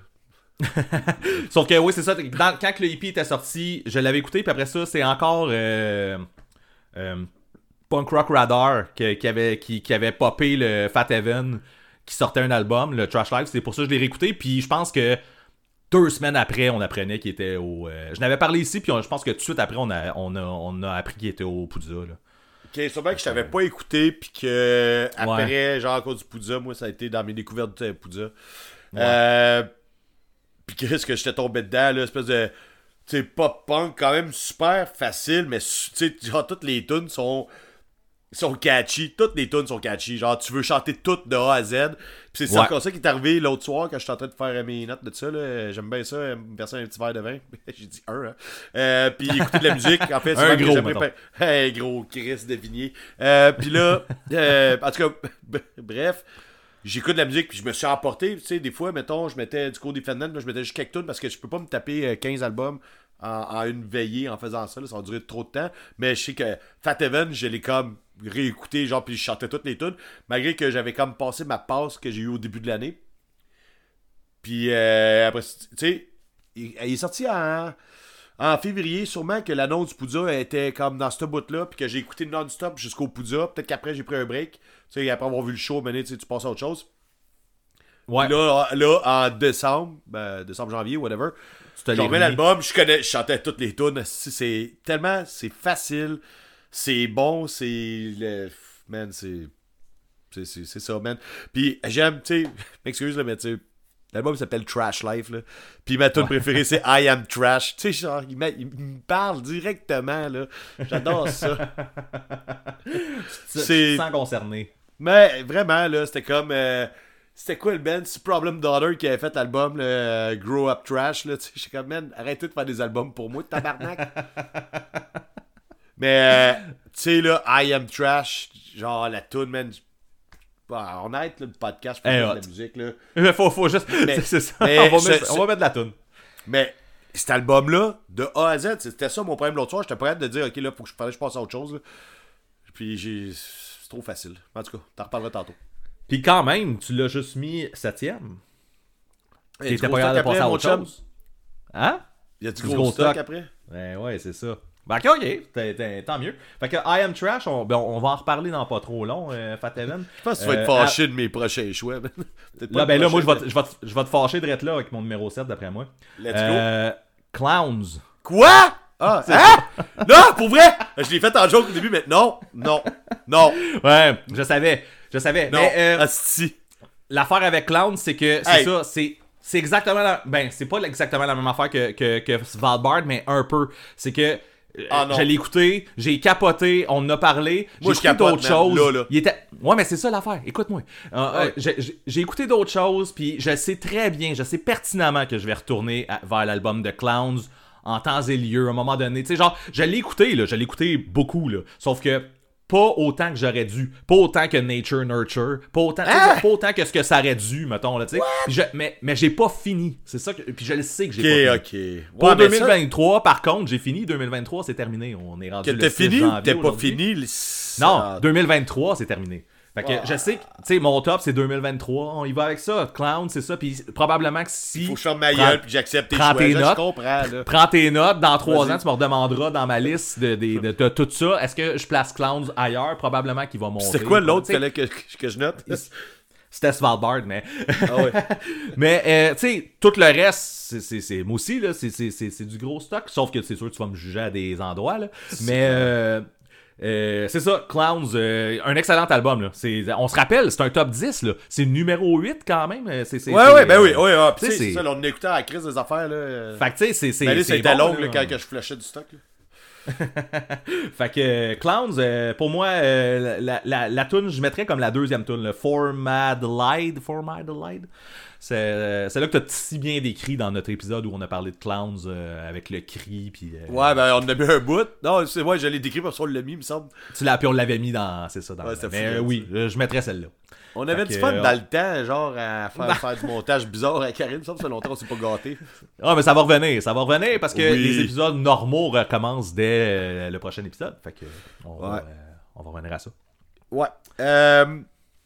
Sauf que oui, c'est ça. Dans- quand le E P était sorti, je l'avais écouté, puis après ça, c'est encore euh, euh, Punk Rock Radar qui, qui avait, qui, qui avait popé le Fat Heaven, qui sortait un album, le Trash Life. C'est pour ça que je l'ai réécouté, puis je pense que deux semaines après, on apprenait qu'il était au... Euh, je n'avais parlé ici, puis on- je pense que tout de suite après, on a, on a, on a appris qu'il était au Poudja, là.
Ok, sûrement que je t'avais pas écouté, puis que après, genre, à cause du Poudja, moi, ça a été dans mes découvertes de Poudja. Euh, puis qu'est-ce que j'étais tombé dedans, là, espèce de. Tu sais, pop-punk, quand même super facile, mais tu sais, genre, toutes les tunes sont. sont catchy. Toutes les tunes sont catchy. Genre, tu veux chanter toutes de A à Z. Puis c'est ça
Ouais.
comme ça qui est arrivé l'autre soir quand j'étais en train de faire mes notes de ça. Là. J'aime bien ça, me verser un petit verre de vin. J'ai dit un, hein. Euh, puis écouter de la musique. En fait,
Un
souvent que
gros,
j'aime bien
mettons.
faire- Hey, gros Chris de Vignier. Euh, puis là, euh, en tout cas, bref. J'écoute de la musique puis je me suis emporté, tu sais, des fois, mettons, je mettais du co-defendant, là, je mettais juste quelques tunes parce que je peux pas me taper euh, quinze albums en, en une veillée en faisant ça, là, ça va durer trop de temps, mais je sais que Fat Heaven, je l'ai comme réécouté, genre, puis je chantais toutes les tunes, malgré que j'avais comme passé ma passe que j'ai eue au début de l'année. Puis euh, après, tu sais, il, il est sorti en... En février, sûrement que l'annonce du Poudja était comme dans ce bout-là, puis que j'ai écouté non-stop jusqu'au Poudja. Peut-être qu'après, j'ai pris un break. Tu sais, après avoir vu le show, maintenant, tu sais, tu passes à autre chose.
Ouais.
Puis Là, là, en décembre, ben, décembre, janvier, whatever,
Tu te
je
l'es
remets
remis.
l'album, je connais, je chantais toutes les tunes. Si, C'est tellement, c'est facile, c'est bon, c'est... le- Man, c'est... C'est, c'est, c'est ça, man. Puis j'aime, tu sais, m'excuse, là, mais tu sais, l'album s'appelle Trash Life, là. Puis ma tune préférée, c'est I Am Trash. Tu sais, genre, il, m'a- il me parle directement, là. J'adore ça.
Tu-
c'est-
tu te sens concerné.
Mais vraiment, là, c'était comme... euh, c'était quoi le band? C'est Problem Daughter qui avait fait l'album, le euh, Grow Up Trash, là. Tu sais, j'étais comme, man, arrêtez de faire des albums pour moi, tabarnak. Mais, euh, sais, là, I Am Trash, genre la tune, man. Bah, on aide le podcast, je peux
hey,
faire
hot.
de la musique, là.
Il faut, faut juste.
Mais,
c'est ça.
mais
on, va
ce,
mettre,
ce,
on va mettre de la toune.
Mais cet album-là, de A à Z, c'était ça mon problème l'autre soir. J'étais prêt de dire, ok, là, faut que je, fallait que je passe à autre chose. Là. Puis j'ai. C'est trop facile. En tout cas, t'en reparleras tantôt.
Puis quand même, tu l'as juste mis septième.
Hey,
T'étais pas capable de passer à autre chose. Hein?
Y a du
Du
gros,
gros
stock,
stock.
après?
Ben ouais, c'est ça. Ben ok, ok, t'es, t'es, tant mieux. Fait que I Am Trash, on, ben, on va en reparler dans pas trop long, euh, Fat Evan.
Je pense que tu vas
Euh,
être fâché à... de mes prochains choix.
Là, ben là, moi, je vais, te, je, vais te, je vais te fâcher de être là avec mon numéro sept, d'après moi.
Let's
euh,
go.
Clowns.
Quoi? Ah, hein? Non, pour vrai? Je l'ai fait en joke au début, mais non, non, non.
Ouais, je savais, je savais.
Non,
mais, euh,
asti.
L'affaire avec Clowns, c'est que c'est
Hey.
ça, c'est... C'est exactement la... Ben, c'est pas exactement la même affaire que, que, que Svalbard, mais un peu. C'est que... euh,
Ah, non.
je l'ai écouté, j'ai capoté, on en a parlé, j'ai
Moi, je
écouté
capote,
d'autres
man,
choses.
là, là.
Il était... Ouais, mais c'est ça l'affaire, écoute-moi. Euh, euh,
Ouais.
j'ai, j'ai- j'ai écouté d'autres choses, puis je sais très bien, je sais pertinemment que je vais retourner à- vers l'album de Clowns en temps et lieu, à un moment donné. Tu sais, genre, je l'ai écouté, là, je l'ai écouté beaucoup, là. Sauf que pas autant que j'aurais dû, pas autant que Nature Nurture, pas autant,
Hein?
pas autant que ce que ça aurait dû, mettons, là, tu sais. Puis je- Mais, mais j'ai pas fini, c'est ça que... Puis je le sais que j'ai pas
Ok,
fini.
ok.
Pour
Ouais, mais ça,
deux mille vingt-trois, par contre, j'ai fini. deux mille vingt-trois, c'est terminé. On est rendu
que
le
t'as
six
fini ou
janvier
t'es pas
aujourd'hui.
fini? le-
Non,
Ah,
deux mille vingt-trois, c'est terminé. Fait que
Ouais.
je sais que, tu sais, mon top, c'est deux mille vingt-trois. On y va avec ça. Clown, c'est ça. Puis probablement que si...
Faut que je ferme ma
Prends-
gueule puis que j'accepte tes
prends
choix.
tes
Là,
notes.
Je comprends, là.
Prends tes notes. Dans trois
Vas-y.
ans, tu me redemanderas dans ma liste de, de, de, de tout ça. Est-ce que je place Clowns ailleurs? Probablement qu'il va monter.
C'est quoi l'autre
Tu sais,
fallait que, que je note?
C'était Svalbard, mais...
Ah ouais.
mais, euh, tu sais, tout le reste, c'est, c'est, c'est moi aussi, là, c'est, c'est, c'est, c'est du gros stock. Sauf que c'est sûr que tu vas me juger à des endroits, là. Mais... Euh, Euh, c'est ça, Clowns, euh, un excellent album là. C'est, on se rappelle, c'est un top dix là. C'est numéro huit quand même. C'est, c'est,
Ouais,
c'est,
ouais, ben
euh,
oui, ouais, ouais. Puis
tu sais,
tu sais, c'est
c'est-
ça, là, on écoutait à la crise des affaires, là. euh.
Fait que tu sais, c'est, c'est,
Mais là,
c'est
c'était
bon,
long, là,
là.
quand que je flashais du stock, là.
Fait que euh, Clowns, euh, pour moi, euh, la, la, la tune, je mettrais comme la deuxième tune, le Formaldehyde. Formaldehyde. C'est, euh, c'est là que t'as si bien décrit dans notre épisode où on a parlé de Clowns euh, avec le cri. Puis, euh,
Ouais, ben, on a mis un bout. Non, c'est moi, je l'ai décrit parce qu'on l'a mis, il me semble.
tu l'as, puis on l'avait mis dans. C'est ça, dans.
Ouais, c'était
mais
fou,
euh,
là,
oui, euh, je mettrais celle-là.
On avait
Fait
du
que,
fun
euh,
dans le temps, genre, à faire, faire du montage bizarre à Karine. Il me semble que ça fait longtemps qu'on s'est pas gâtés.
Ah, mais ça va revenir, ça va revenir parce que
Oui.
les épisodes normaux recommencent dès euh, le prochain épisode. Fait que on, va,
Ouais.
euh, on va revenir à ça.
Ouais. Euh...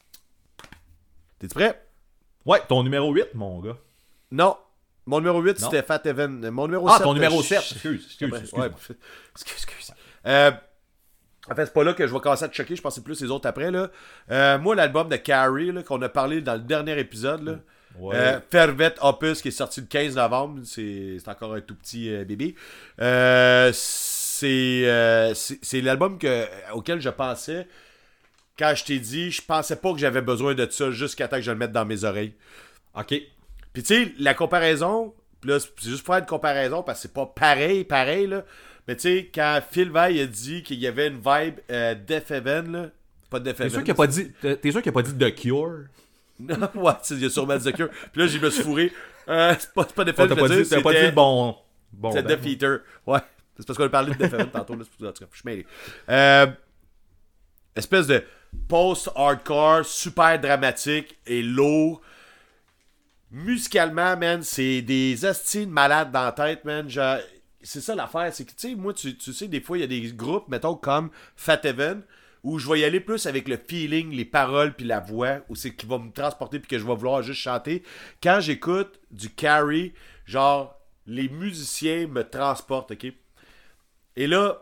T'es-tu prêt?
Ouais, ton numéro huit, mon gars.
Non. Mon numéro huit,
Non.
c'était Fat Evan. Mon numéro
Ah,
sept...
ton numéro
euh,
sept.
je-
Excuse, excuse,
Ouais,
excuse.
ouais, excuse, excuse. Euh, en fait, c'est pas là que je vais commencer à te choquer. Je pensais plus les autres après, là. Euh, moi, l'album de Carrie, là, qu'on a parlé dans le dernier épisode, là.
Ouais.
Euh, Fervet Opus, qui est sorti le quinze novembre. C'est, c'est encore un tout petit euh, bébé. Euh, c'est, euh, c'est, c'est l'album que, auquel je pensais quand je t'ai dit, je pensais pas que j'avais besoin de ça jusqu'à temps que je le mette dans mes oreilles.
Ok.
Puis tu sais, la comparaison, pis là, c'est juste pour faire une comparaison parce que c'est pas pareil, pareil, là. Mais tu sais, quand Phil Veil a dit qu'il y avait une vibe euh, Death Heaven, là. Pas Death
T'es
Heaven.
sûr qu'il a pas dit, t'es t'es sûr qu'il a pas dit The Cure?
Non, ouais, tu sais, il y a sûrement The Cure. Puis là, j'ai me suis fourré. Euh, c'est pas, c'est pas Death
Oh,
Heaven,
t'as pas,
je veux
dit,
dire,
t'as pas dit
c'était-
le bon. bon
C'est
ben.
Death Eater. Ouais. C'est parce qu'on a parlé de Death Heaven tantôt, là. C'est pour ça, en tout cas, je suis mêlé. Euh, espèce de post-hardcore, super dramatique et lourd. Musicalement, man, c'est des hosties de malades dans la tête, man. Genre, c'est ça l'affaire, c'est que, tu sais, moi, tu, tu sais, des fois, il y a des groupes, mettons, comme Fat Heaven, où je vais y aller plus avec le feeling, les paroles, puis la voix, où c'est qui va me transporter, puis que je vais vouloir juste chanter. Quand j'écoute du Carrie, genre, les musiciens me transportent, ok? Et là,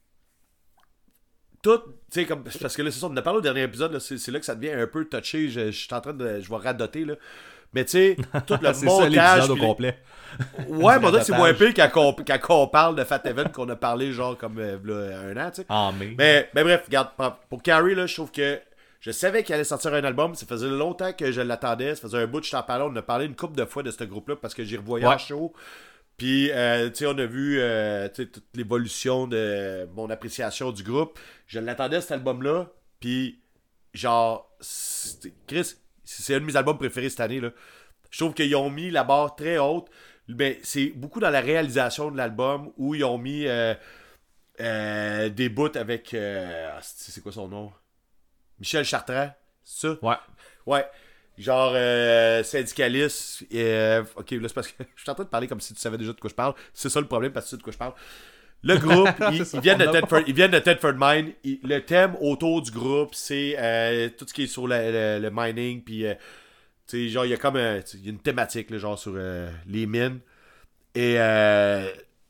tout, tu sais, comme, parce que là, c'est ça, on en a parlé au dernier épisode, là, c'est, c'est là que ça devient un peu touché, je, je suis en train de, je vais radoter, là. Mais tu sais, tout le
C'est ça
montage...
l'épisode au
puis les-
complet.
Ouais, mais on dirait que c'est moins
Radotage.
pire quand on, quand on parle de Fat Evan qu'on a parlé genre comme euh, là, un an, tu sais.
En mai.
Mais, mais bref, regarde, pour- pour Carrie, là, je trouve que je savais qu'il allait sortir un album. Ça faisait longtemps que je l'attendais. Ça faisait un bout que je t'en parlais. On en a parlé une couple de fois de ce groupe-là parce que j'y revoyais
Ouais.
en show. Puis, euh, tu sais, on a vu euh, tu sais, toute l'évolution de mon appréciation du groupe. Je l'attendais, cet album-là. Puis, genre, c'est- Chris, c'est un de mes albums préférés cette année, là. Je trouve qu'ils ont mis la barre très haute. Mais c'est beaucoup dans la réalisation de l'album où ils ont mis... euh, Euh, des bouts avec... Euh, c'est quoi son nom? Michel Chartrand, c'est ça?
Ouais.
Ouais. Genre euh, syndicaliste. Et, euh, ok, là c'est parce que je suis en train de parler comme si tu savais déjà de quoi je parle. C'est ça le problème, parce que tu sais de quoi je parle. Le groupe, ils, ils, viennent de Tedford, ils viennent de Tedford Mine. Ils, le thème autour du groupe, c'est euh, tout ce qui est sur le, le, le mining. Puis, euh, tu sais, genre, il y a comme un, y a une thématique, là, genre, sur euh, les mines. Et euh,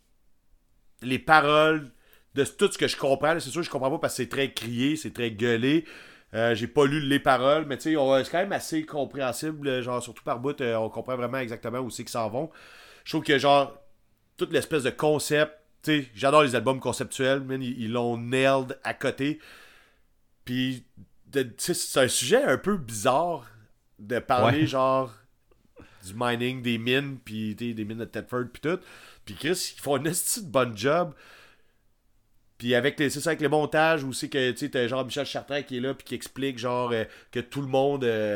les paroles de tout ce que je comprends, là, c'est sûr que je comprends pas parce que c'est très crié, c'est très gueulé. Euh, j'ai pas lu les paroles, mais tu sais, c'est quand même assez compréhensible, genre, surtout par bout, euh, on comprend vraiment exactement où c'est qu'ils s'en vont. Je trouve que, genre, toute l'espèce de concept, tu sais, j'adore les albums conceptuels, man, ils, ils l'ont nailed à côté. Puis, tu sais, c'est un sujet un peu bizarre de parler, ouais. genre, du mining, des mines, puis des mines de Tedford, puis tout. Puis Chris, ils font un esti de bon job. Puis avec les, c'est ça, avec le montage, où c'est que tu sais, t'as genre Michel Chartrand qui est là, puis qui explique genre euh, que tout le monde euh,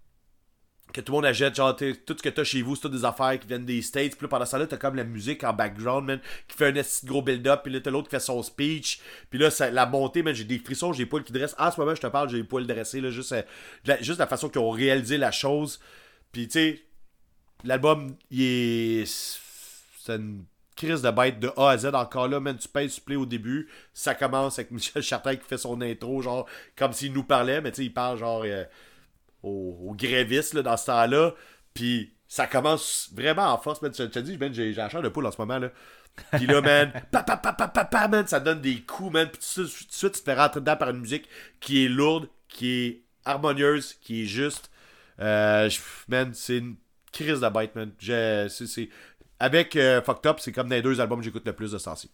que tout le monde achète, genre tout ce que t'as chez vous, c'est toutes des affaires qui viennent des States. Puis là, pendant ça là, t'as comme la musique en background, man, qui fait un esti de gros build-up. Puis là, t'as l'autre qui fait son speech. Puis là, ça, la montée, man, j'ai des frissons, j'ai les poils qui dressent. En ce moment, je te parle, j'ai les poils dressés, là, juste, euh, la, juste la façon qu'ils ont réalisé la chose. Puis tu sais, l'album, il est... c'est une crise de bête de A à Z. Encore là, man, tu payes supplé au début. Ça commence avec Michel Chartrand qui fait son intro, genre, comme s'il nous parlait, mais tu sais, il parle genre euh, aux, aux grévistes là, dans ce temps-là. Puis ça commence vraiment en force, man. Je te dis, man, j'ai, j'ai la chair de poule en ce moment, là. Puis là, man, pa, pa, pa, pa, pa, pa, man, ça donne des coups, man. Puis tout de suite, tu te fais rentrer dedans par une musique qui est lourde, qui est harmonieuse, qui est juste. Euh, man, c'est une crise de bête, man. J'ai, c'est, c'est... Avec euh, Fucked Up, c'est comme dans les deux albums que j'écoute le plus de ce temps-ci.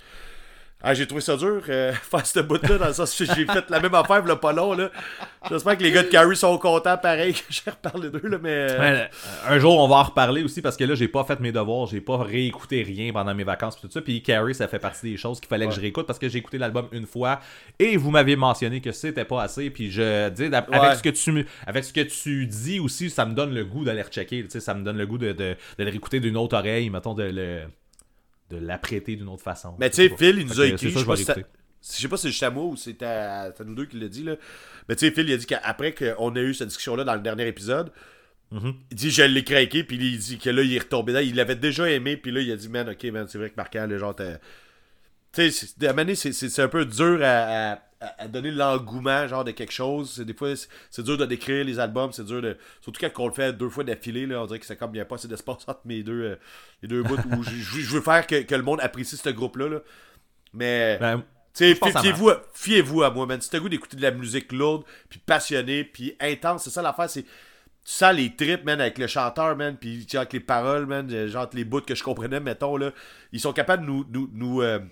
Ah, j'ai trouvé ça dur, euh, faire ce bout-là, dans le sens que j'ai fait la même affaire, là, pas long, là. J'espère que les gars de Carrie sont contents, pareil, que j'ai reparlé d'eux, là, mais...
Ouais, un jour, on va en reparler aussi, parce que là, j'ai pas fait mes devoirs, j'ai pas réécouté rien pendant mes vacances, pis tout ça, puis Carrie, ça fait partie des choses qu'il fallait ouais. que je réécoute, parce que j'ai écouté l'album une fois, et vous m'aviez mentionné que c'était pas assez, puis je dis, avec, ouais. ce que tu, avec ce que tu dis aussi, ça me donne le goût d'aller rechecker, tu sais, ça me donne le goût de, de, de le réécouter d'une autre oreille, mettons, de le... de l'apprêter d'une autre façon.
Mais tu sais, Phil, il nous a écrit, je sais pas si je sais pas si c'est juste à moi ou c'est à, à nous deux qui l'a dit, là. Mais tu sais, Phil, il a dit qu'après qu'on a eu cette discussion-là dans le dernier épisode, mm-hmm. il dit, je l'ai craqué, puis il dit que là, il est retombé là. Il l'avait déjà aimé, puis là, il a dit, man, ok, man, c'est vrai que Marquand, le genre, t'as... Tu sais, à un moment donné, c'est, c'est, c'est un peu dur à, à, à donner l'engouement, genre, de quelque chose. C'est, des fois, c'est, c'est dur de décrire les albums, c'est dur de... Surtout quand on le fait deux fois d'affilée, là, on dirait que c'est comme, il n'y a pas assez d'espace entre mes deux, euh, les deux bouts où je, je veux faire que, que le monde apprécie ce groupe-là, là. Mais... Ben, tu sais, fiez-vous, fiez-vous à moi, man. Si t'as le goût d'écouter de la musique lourde, puis passionnée, puis intense, c'est ça l'affaire, c'est... Tu sens les trips, man, avec le chanteur, man, puis avec les paroles, man, genre les bouts que je comprenais, mettons, là. Ils sont capables de nous... nous, nous euh,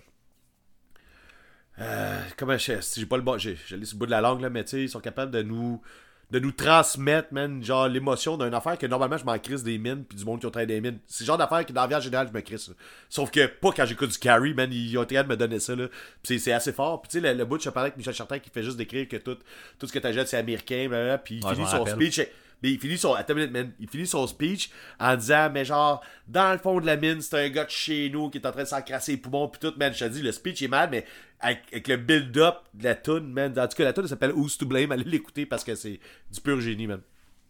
Euh, comment je sais, j'ai pas le bon, j'ai, j'ai sur le bout de la langue là, mais tu sais, ils sont capables de nous, de nous transmettre, man, genre l'émotion d'une affaire que normalement je m'en crisse des mines puis du monde qui ont travaillé des mines. C'est le genre d'affaire que dans la vie en général je me crisse. Là. Sauf que pas quand j'écoute du Carrie, man, ils ont été capables de me donner ça là. Puis c'est, c'est assez fort. Puis tu sais, le, le bout, je parlais avec Michel Chartrand qui fait juste décrire que tout, tout ce que t'achètes c'est américain, blablabla, puis il ouais, finit son rappelle. speech. Mais il finit son. Attends une minute, man. Il finit son speech en disant, mais genre, dans le fond de la mine, c'est un gars de chez nous qui est en train de s'encrasser les poumons, pis tout, man. Je te dis, le speech est mal, mais avec, avec le build-up de la toune, man. En tout cas, la toune, elle s'appelle Who's to Blame. Allez l'écouter parce que c'est du pur génie, man.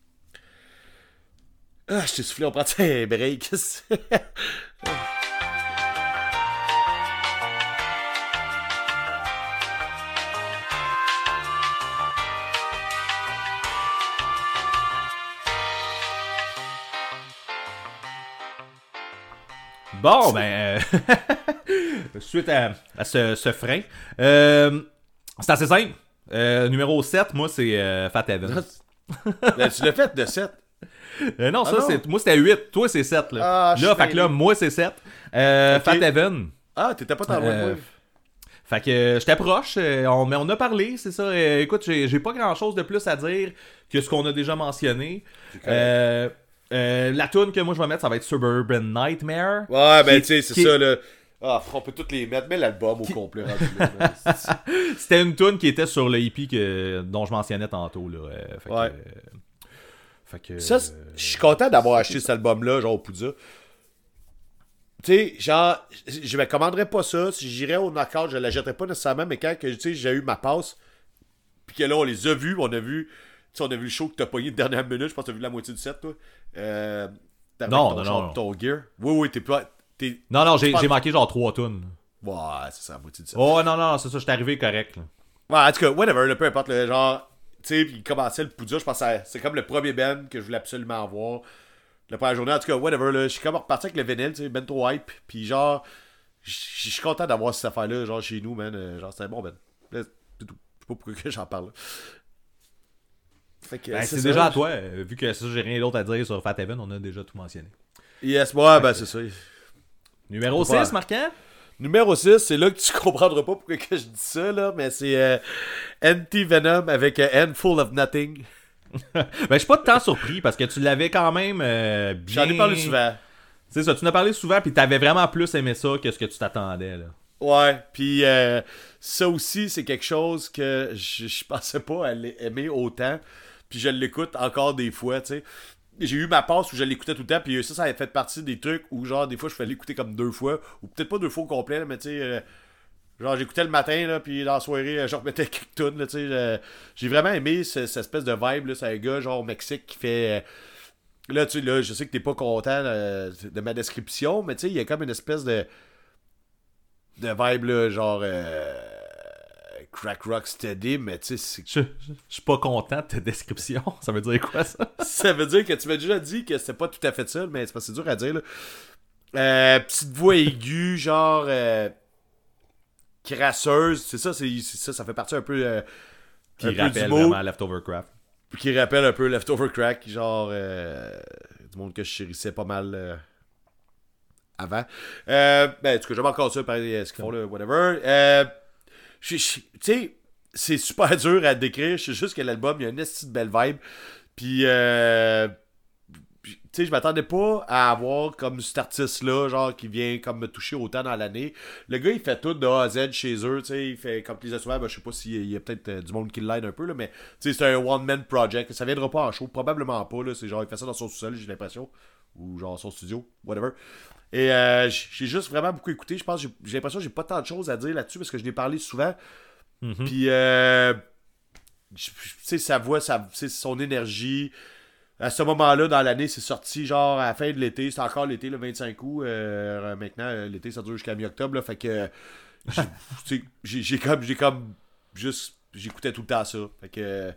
Ah, je t'ai soufflé, on prend un break.
Bon, ben, euh, suite à, à ce, ce frein, euh, c'est assez simple. Euh, numéro sept, moi, c'est euh, Fat Evans.
Ben, tu l'as fait de sept.
Euh, non,
ah
ça,
non.
c'est, moi, c'était huit. Toi, c'est sept. Là,
ah,
là fait que là, moi, c'est sept. Euh, okay. Fat Evan.
Ah, t'étais pas dans
euh,
le ouais.
Fait que euh, j'étais proche, euh, on, mais on a parlé, c'est ça. Euh, écoute, j'ai, j'ai pas grand-chose de plus à dire que ce qu'on a déjà mentionné. Euh... Euh, la tune que moi je vais mettre, ça va être Suburban Nightmare.
Ouais, ben tu sais, c'est qui... ça là. Ah, on peut toutes les mettre, mais l'album au qui... complet. Là,
c'était une tune qui était sur le E P que, dont je mentionnais tantôt. Là. Euh, fait
ouais.
Que, euh, fait que,
ça, je suis content d'avoir acheté cet album-là, genre au Poudza. tu sais, genre, je me commanderais pas ça. Si j'irais au knockout, je la jetterais pas nécessairement, mais quand que, tu sais, j'ai eu ma passe, puis que là, on les a vus, on a vu, tu sais, on a vu le show que t'as pogné de dernière minute, je pense que t'as vu la moitié du set, toi. Euh, t'as
non,
ton
non,
char,
non.
ton gear. Oui, oui, t'es pas. T'es,
non, non, j'ai,
penses...
j'ai manqué genre trois tunes.
Ouais, c'est ça, la moitié du set.
Oh, non, non, c'est ça, j'étais arrivé correct, là.
Ouais, en tout cas, whatever, là, peu importe, le genre, tu sais, puis il commençait le Poudja, je pense que c'est comme le premier band que je voulais absolument voir. La première journée, en tout cas, whatever, là, je suis comme reparti avec le vinyle, tu sais, ben trop hype, puis genre, je suis content d'avoir cette affaire-là, genre, chez nous, man, euh, genre, c'est un bon ben. Là, c'est tout. Je sais pas pourquoi que j'en parle, là. Fait que,
Ben,
c'est,
c'est
ça,
déjà
là,
à toi, euh, vu que ça, j'ai rien d'autre à dire sur Fat Heaven, on a déjà tout mentionné.
Yes, ouais, ben, c'est ça.
Numéro
Faut pas-
six, Marquant?
Numéro six, c'est là que tu comprendras pas pourquoi que je dis ça, là, mais c'est euh, Anti-Venom avec euh, Handful of Nothing.
Ben, je suis pas tant surpris, parce que tu l'avais quand même euh, bien...
J'en ai parlé souvent.
C'est ça, tu en as parlé souvent, puis t'avais vraiment plus aimé ça que ce que tu t'attendais, là.
Ouais, puis euh, ça aussi, c'est quelque chose que je, je pensais pas aller aimer autant. Puis je l'écoute encore des fois, tu sais. J'ai eu ma passe où je l'écoutais tout le temps, puis ça, ça a fait partie des trucs où, genre, des fois, je fais l'écouter comme deux fois, ou peut-être pas deux fois au complet, là, mais tu sais, euh, genre, j'écoutais le matin, là, puis dans la soirée, euh, je remettais quelques tunes, là, tu sais. euh, j'ai vraiment aimé ce- cette espèce de vibe, là. C'est un gars, genre, au Mexique qui fait. euh, là, tu sais, là, je sais que t'es pas content euh, de ma description, mais tu sais, il y a comme une espèce de. de vibe, là, genre. euh, crack rock steady, mais tu sais, c'est.
Je, je, je suis pas content de ta description. Ça veut dire quoi, ça?
Ça veut dire que tu m'as déjà dit que c'était pas tout à fait ça, mais c'est pas c'est dur à dire, là. Euh, petite voix aiguë, genre. Euh, crasseuse, c'est ça, c'est, c'est ça, ça fait partie un peu. Euh,
Qui
un peu
rappelle
du mot,
vraiment Leftover Craft.
qui rappelle un peu Leftover Crack, genre. Euh, du monde que je chérissais pas mal. Euh, avant. Euh, ben, en tout cas, j'aime encore ça, pareil, ce qu'ils font, là, whatever. Euh. Tu sais, c'est super dur à décrire. Je sais juste que l'album, il y a une esti de belle vibe. Puis, euh, tu sais, je m'attendais pas à avoir comme cet artiste-là, genre, qui vient comme me toucher autant dans l'année. Le gars, il fait tout de A à Z chez eux, tu sais. Il fait, comme tu disais souvent, ben, je sais pas s'il y a peut-être euh, du monde qui l'aide un peu, là, mais tu sais, c'est un one-man project. Ça viendra pas en show, probablement pas, là. C'est genre, il fait ça dans son sous-sol, j'ai l'impression. Ou genre son studio, whatever. Et euh, j'ai juste vraiment beaucoup écouté. Je pense, j'ai, j'ai l'impression que j'ai pas tant de choses à dire là-dessus parce que je l'ai parlé souvent.
Mm-hmm.
Puis, euh, tu sais, sa voix, sa, son énergie. À ce moment-là, dans l'année, c'est sorti genre à la fin de l'été. C'est encore l'été, le vingt-cinq août. Euh, maintenant, l'été, ça dure jusqu'à mi-octobre. Là, fait que j'ai, j'ai, j'ai comme, j'ai comme juste, j'écoutais tout le temps ça. Fait que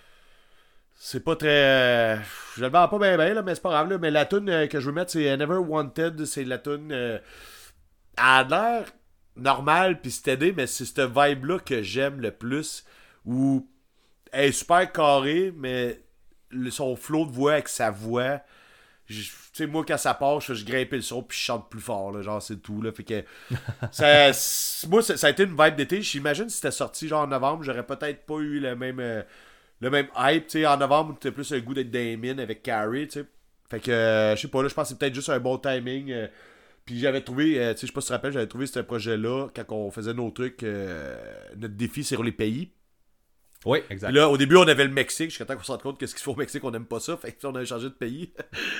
c'est pas très. Je le vends pas bien, bien, là, mais c'est pas grave. Là. Mais la tune euh, que je veux mettre, c'est Never Wanted. C'est la tune. Euh, elle a l'air normale puis steady, mais c'est cette vibe-là que j'aime le plus. Où elle est super carrée, mais le, son flow de voix avec sa voix. Tu sais, moi, quand ça part, je, je grimpe le son puis je chante plus fort. Là, genre, c'est tout. Là, fait que. ça, moi, ça, ça a été une vibe d'été. J'imagine si c'était sorti genre en novembre, j'aurais peut-être pas eu le même. Euh, Le même hype, tu sais, en novembre, t'as plus le goût d'être dans les mines avec Carrie, tu sais. Fait que, euh, je sais pas, là, je pense que c'est peut-être juste un bon timing. Euh, puis j'avais trouvé, euh, tu sais, je sais pas si tu te rappelles, j'avais trouvé ce projet-là quand on faisait nos trucs, euh, notre défi sur les pays.
Oui, exact.
Puis là, au début, on avait le Mexique, jusqu'à temps qu'on se rende compte que ce qu'il faut au Mexique, on n'aime pas ça, fait que on a changé de pays.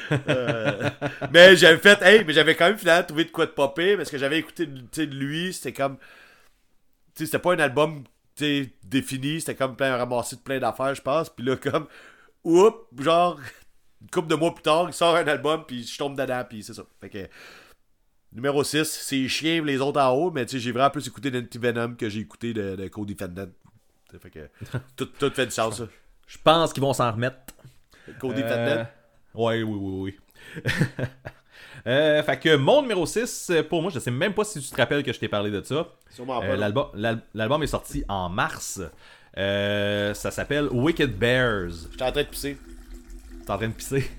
euh, mais j'avais fait, hey, mais j'avais quand même finalement trouvé de quoi de popper, parce que j'avais écouté, tu sais, de lui, c'était comme, tu sais, c'était pas un album t'sais, défini, c'était comme plein ramassé de plein d'affaires, je pense. Puis là, comme, oups, genre, une couple de mois plus tard, il sort un album, puis je tombe dedans, puis c'est ça. Fait que, numéro six, c'est chien, les autres en haut, mais tu sais, j'ai vraiment plus écouté d'Anti-Venom que j'ai écouté de, de Cody Fendant. Fait que, tout, tout fait du sens, ça.
Je pense qu'ils vont s'en remettre.
Cody
euh...
Fendant?
Ouais, oui, oui, oui. Euh, fait que mon numéro six, pour moi, je sais même pas si tu te rappelles que je t'ai parlé de ça.
Sûrement pas.
Euh, l'album, l'al- l'album est sorti en mars. Euh, ça s'appelle Wicked Bears.
J'étais en train de pisser.
T'es en train de pisser?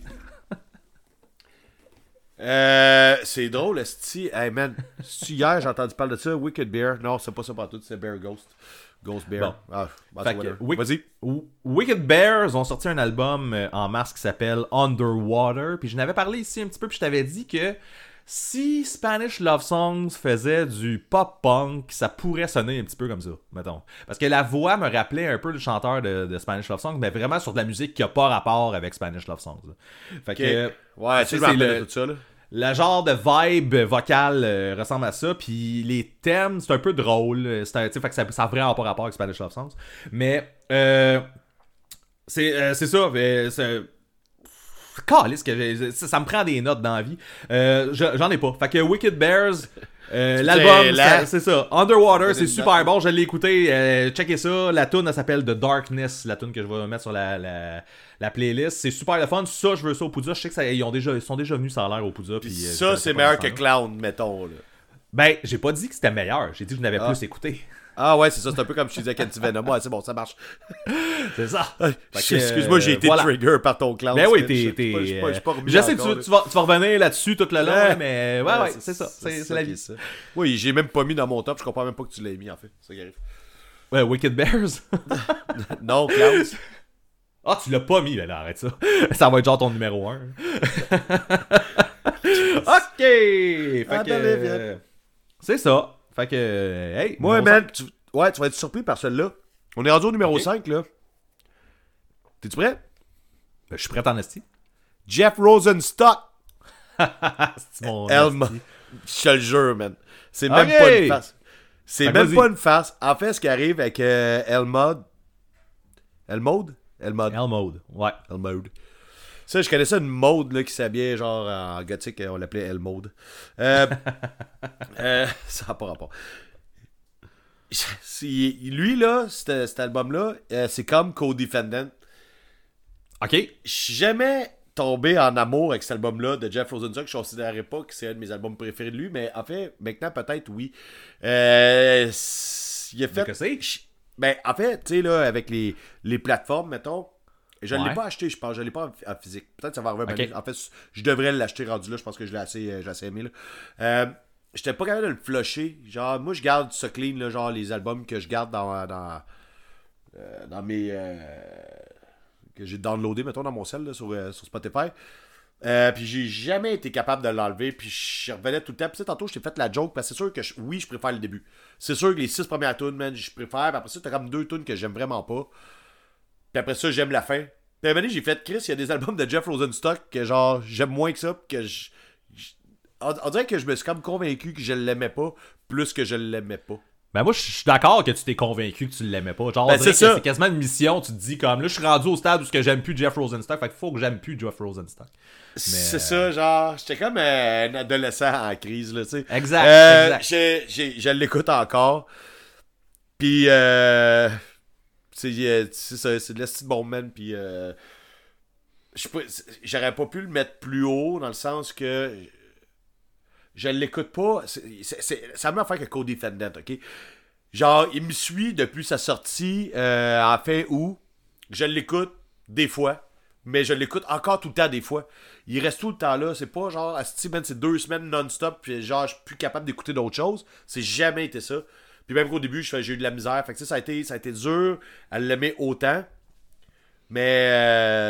Euh, c'est drôle, esti. Hey man, c'est hier j'ai entendu parler de ça. Wicked Bear. Non, c'est pas ça partout, c'est Bear Ghost. Ghost Bear.
Bon.
Ah, bah,
Fait
c'est
que,
whatever.
Wick-
Vas-y.
W- Wicked Bears ont sorti un album euh, en mars qui s'appelle Underwater. Puis je n'avais parlé ici un petit peu, puis je t'avais dit que si Spanish Love Songs faisait du pop-punk, ça pourrait sonner un petit peu comme ça, mettons. Parce que la voix me rappelait un peu le chanteur de, de Spanish Love Songs, mais vraiment sur de la musique qui n'a pas rapport avec Spanish Love Songs. Là. Fait
Ok.
que...
Ouais, tu sais, je me
c'est
rappelle
le-
de tout ça, là.
Le genre de vibe vocale euh, ressemble à ça, puis les thèmes, c'est un peu drôle, c'est un, fait que ça, ça a vraiment pas rapport avec Spanish Love Songs, mais euh, c'est, euh, c'est ça, mais c'est... Calisse que j'ai, ça, ça me prend des notes dans la vie, euh, je, j'en ai pas, fait que Wicked Bears... Euh, l'album, ça, c'est ça. Underwater, c'est super bon. Je l'ai écouté. Euh, checkez ça. La tune, elle s'appelle The Darkness. La tune que je vais mettre sur la, la, la playlist. C'est super le fun. Ça, je veux ça au Poudja. Je sais que ça, ils, ont déjà, ils sont déjà venus, ça a l'air au Poudja. Puis,
ça,
euh,
c'est meilleur que Clown, mettons. Là.
Ben, j'ai pas dit que c'était meilleur. J'ai dit que je n'avais ah. plus écouté.
Ah ouais, c'est ça. C'est un peu comme je disais quand tu venais. Moi, c'est bon, ça marche.
C'est ça.
Que, excuse-moi, j'ai été voilà. trigger par ton Clown.
Ben oui, t'es. t'es je, je, je, je, je sais que tu, tu, vas, tu vas revenir là-dessus tout le long, ouais. mais ouais, ouais, ouais c'est, c'est ça. C'est, c'est, c'est la vie. Ça.
Oui, j'ai même pas mis dans mon top. Je comprends même pas que tu l'aies mis, en fait. C'est ça qui arrive.
Ouais, Wicked Bears.
Non, Clown.
Ah, tu l'as pas mis, là, arrête ça. Ça va être genre ton numéro un. Ok! Fait ah, que, euh, c'est ça. Fait que, hey,
moi, man, tu, ouais, tu vas être surpris par celle-là. On est rendu au numéro okay. cinq, là. T'es-tu prêt?
Ben, je suis prêt en esti.
Jeff Rosenstock.
C'est mon
Elma. Je te le jure, man. C'est même okay. pas une farce. C'est fait même pas une farce. En fait, ce qui arrive avec euh, Elmode. Elmode? Elmode.
Elmode, ouais.
Elmode. Ça, je connaissais une mode là, qui s'habillait genre en gothique, on l'appelait Elmode. Euh, euh, ça n'a pas rapport. Si, lui, là, cet, cet album-là, euh, c'est comme Co-Defendant.
OK.
Je suis jamais tombé en amour avec cet album-là de Jeff Rosenstock. Je ne considérais pas que c'est un de mes albums préférés de lui, mais en fait, maintenant, peut-être, oui. Euh, il a fait...
Que c'est?
Ben, en fait, tu sais, là, avec les, les plateformes, mettons, je ne
ouais.
l'ai pas acheté, je pense. Je ne l'ai pas en, en physique. Peut-être que ça va arriver.
Okay.
En fait, je devrais l'acheter rendu là. Je pense que je l'ai assez, euh, j'ai assez aimé. Là. Euh, J'étais pas capable de le flusher. Genre, moi, je garde ça clean, là, genre les albums que je garde dans, dans, euh, dans mes... Euh, que j'ai downloadé, mettons, dans mon cell, là, sur, euh, sur Spotify. Euh, puis j'ai jamais été capable de l'enlever. Puis je revenais tout le temps. Puis tantôt, je t'ai fait la joke. Parce que c'est sûr que, je, oui, je préfère le début. C'est sûr que les six premières tunes, man, je préfère. Puis après ça, t'as comme deux tunes que j'aime vraiment pas. Puis après ça, j'aime la fin. Puis à un moment donné, j'ai fait, Chris, il y a des albums de Jeff Rosenstock que genre, j'aime moins que ça. Que je, je, on, on dirait que je me suis comme convaincu que je l'aimais pas, plus que je l'aimais pas.
Ben moi, je suis d'accord que tu t'es convaincu que tu l'aimais pas. Genre,
ben,
on dirait
c'est,
que
ça.
c'est quasiment une mission. Tu te dis comme, là, je suis rendu au stade où j'aime plus Jeff Rosenstock. Fait qu'il faut que j'aime plus Jeff Rosenstock. Mais...
C'est ça, genre, j'étais comme euh, un adolescent en crise, là, tu sais.
Exact,
euh,
exact.
J'ai, j'ai, je l'écoute encore. Puis, euh... C'est, c'est ça, c'est de la style bon man, puis euh, j'aurais pas pu le mettre plus haut, dans le sens que je l'écoute pas, c'est, c'est, c'est, ça m'a fait que Co-Defendant, ok? Genre, il me suit depuis sa sortie euh, en fin août, je l'écoute des fois, mais je l'écoute encore tout le temps des fois. Il reste tout le temps là, c'est pas genre, asti, man, c'est deux semaines non-stop, puis genre, je suis plus capable d'écouter d'autres choses, c'est jamais été ça. Puis même qu'au début, j'ai eu de la misère. Fait que ça a été, ça a été dur à l'aimer autant. Mais euh,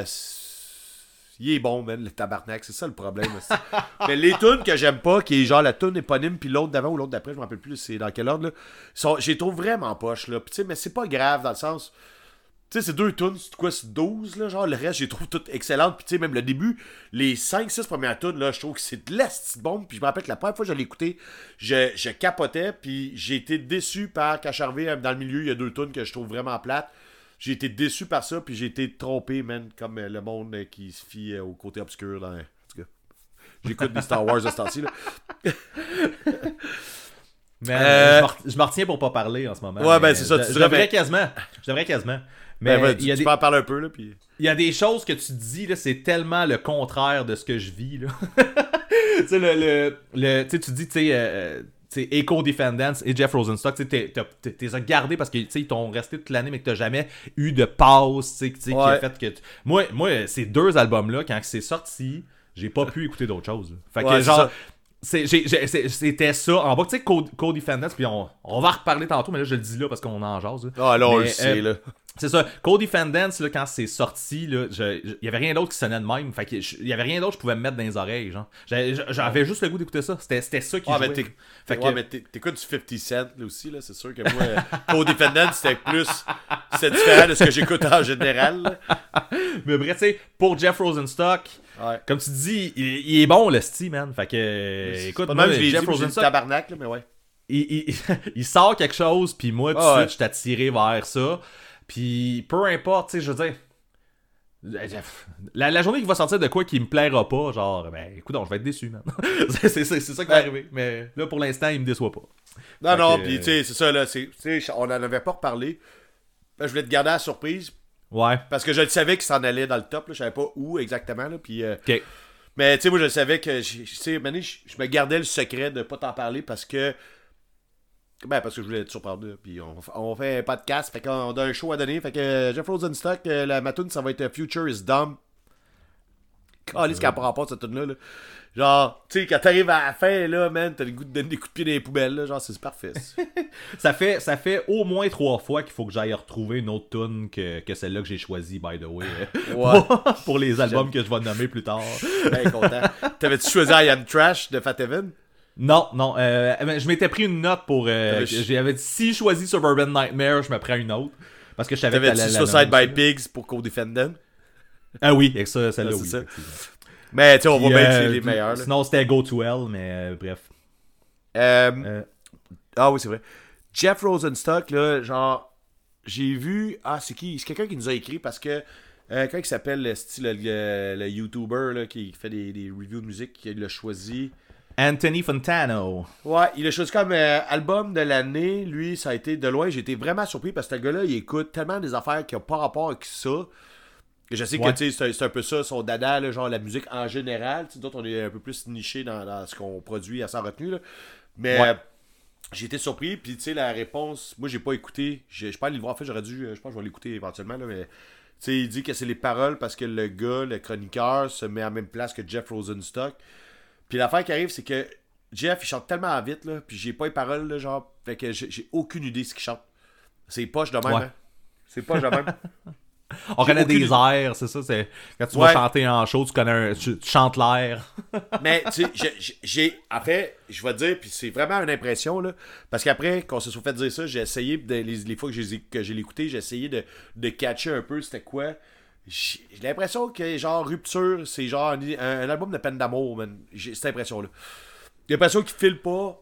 il est bon, man, le tabarnak. C'est ça le problème aussi. Mais les tunes que j'aime pas, qui est genre la tune éponyme, puis l'autre d'avant ou l'autre d'après, je me rappelle plus c'est dans quel ordre, là, sont, je les trouve vraiment poche. Là. Puis, tu sais, mais c'est pas grave dans le sens... Tu sais, c'est deux tunes, c'est quoi, c'est douze, là, genre, le reste, je les trouve toutes excellentes. Puis, tu sais, même le début, les cinq six premières tunes, là, je trouve que c'est de la petite bombe. Puis, je me rappelle que la première fois que je l'ai écouté, je, je capotais. Puis, j'ai été déçu par, quand je suis arrivé dans le milieu, il y a deux tunes que je trouve vraiment plates. J'ai été déçu par ça, puis j'ai été trompé, man, comme le monde qui se fie au côté obscur. Dans... En tout cas, j'écoute des Star Wars de ce temps-ci, là.
Mais euh... je me retiens pour pas parler en ce moment.
Ouais, ben c'est ça.
Je, je devrais quasiment. Je devrais quasiment. Mais
ben, ben,
il y a
tu
des...
peux en parler un peu, là, puis...
Il y a des choses que tu dis, là, c'est tellement le contraire de ce que je vis, là. Tu sais, le, le, le, tu dis, tu sais, euh, Co-Defendants et Jeff Rosenstock, tu sais, t'es as gardé parce qu'ils t'ont resté toute l'année, mais que t'as jamais eu de pause, tu sais, ouais. Qui a fait que... Tu... Moi, moi, ces deux albums-là, quand c'est sorti, j'ai pas pu écouter d'autres choses. Fait que, ouais, genre... C'est, j'ai, j'ai, c'était ça en bas, tu sais, Co-Defendants, puis on, on va reparler tantôt, mais là je le dis là parce qu'on en jase.
Ah là, on
mais,
le sait,
euh,
là.
C'est ça. Cody Fendance, là, quand c'est sorti, là, il y avait rien d'autre qui sonnait de même. Fait que il y avait rien d'autre que je pouvais me mettre dans les oreilles, genre. J'avais, j'avais juste le goût d'écouter ça. C'était, c'était ça qui
ouais,
jouait.
Mais t'es,
fait
ouais,
que...
mais t'es, t'écoutes du fifty cent là aussi, là. C'est sûr que moi, Cody Fendance, c'était plus... C'est différent de ce que j'écoute en général, là.
Mais bref, tu sais, pour Jeff Rosenstock,
ouais.
comme tu dis, il, il est bon, le style, man. Fait que, euh, écoute, moi,
même,
Jeff
dit,
Rosenstock...
tabarnak, là, mais ouais.
Il, il, il sort quelque chose, puis moi, tout de
ah,
suite,
ouais.
je t'ai attiré vers ça. Puis peu importe, tu sais, je veux dire... La, la journée qui va sortir de quoi qui me plaira pas, genre, ben écoute, je vais être déçu, man. c'est, c'est, c'est, c'est ça qui va
ouais.
arriver. Mais là, pour l'instant, il me déçoit pas.
Non,
fait
non,
que,
pis tu sais, c'est ça, là. C'est, on en avait pas reparlé. Ben, je voulais te garder à la surprise.
Ouais.
Parce que je le savais qu'il s'en allait dans le top, là. Je savais pas où exactement, là. Puis. Euh,
ok.
Mais tu sais, moi, je le savais que. Tu sais, je, je me gardais le secret de pas t'en parler parce que. Ben, parce que je voulais te surprendre, là. Puis on, on fait un podcast, fait qu'on a un show à donner. Fait que Jeff Rosenstock, la matoune, ça va être Future is Dumb. Calisse qu'elle prend pas cette tune-là, là. Genre, tu sais, quand t'arrives à la fin, là, man, t'as le goût de donner des coups de pied dans les poubelles, là. Genre, c'est parfait.
ça, fait, ça fait au moins trois fois qu'il faut que j'aille retrouver une autre tune que, que celle-là que j'ai choisie, by the way.
Ouais.
Pour les albums que je vais nommer plus tard.
Ben content. T'avais-tu choisi I Am Trash de Fat Evan?
Non, non. Euh, je m'étais pris une note pour... Euh, j'avais dit, si je choisis Suburban Nightmare, je me prends une autre. Parce que je savais que
t'avais-tu Suicide by Pigs pour Cody Fendon?
Ah oui, avec ça, celle-là,
là,
oui.
Ça. Mais tu sais, on va
Puis,
bien
euh,
que c'est les meilleurs. Là.
Sinon, c'était Go to Hell, mais euh, bref.
Euh,
euh.
Ah oui, c'est vrai. Jeff Rosenstock, là, genre, j'ai vu... Ah, c'est qui? C'est quelqu'un qui nous a écrit parce que... Euh, quelqu'un qui s'appelle le style le, le, le YouTuber là, qui fait des, des reviews de musique, qui l'a choisi.
Anthony Fontano.
Ouais, il a choisi comme euh, album de l'année. Lui, ça a été de loin. J'ai été vraiment surpris parce que ce gars-là, il écoute tellement des affaires qui n'ont pas rapport avec ça. Je sais
ouais.
que tu sais, c'est, c'est un peu ça, son dada, là, genre la musique en général. D'autres, on est un peu plus niché dans, dans ce qu'on produit à sa retenue. Là. Mais
ouais.
euh, j'ai été surpris. Puis tu sais, la réponse, moi, j'ai pas écouté. Je suis pas allé le voir. En fait, j'aurais dû. Je pense que je vais l'écouter éventuellement. Là, mais tu sais, il dit que c'est les paroles parce que le gars, le chroniqueur, se met à la même place que Jeff Rosenstock. Puis l'affaire qui arrive, c'est que Jeff, il chante tellement vite, là, puis j'ai pas les paroles, là, genre, fait que j'ai, j'ai aucune idée de ce qu'il chante. C'est poche de même,
ouais.
hein. C'est poche de même.
On
j'ai
connaît des
aucune...
airs, c'est ça, c'est... Quand tu
ouais.
vas chanter en show, tu connais un... tu, tu chantes l'air.
Mais, tu sais, j'ai, j'ai... En fait, je vais te dire, puis c'est vraiment une impression, là, parce qu'après, qu'on se soit fait dire ça, j'ai essayé, de, les, les fois que j'ai, que j'ai l'écouté, j'ai essayé de, de catcher un peu c'était quoi... J'ai l'impression que, genre, Rupture, c'est genre un, un album de peine d'amour, man. J'ai cette impression-là. J'ai l'impression qu'il file pas.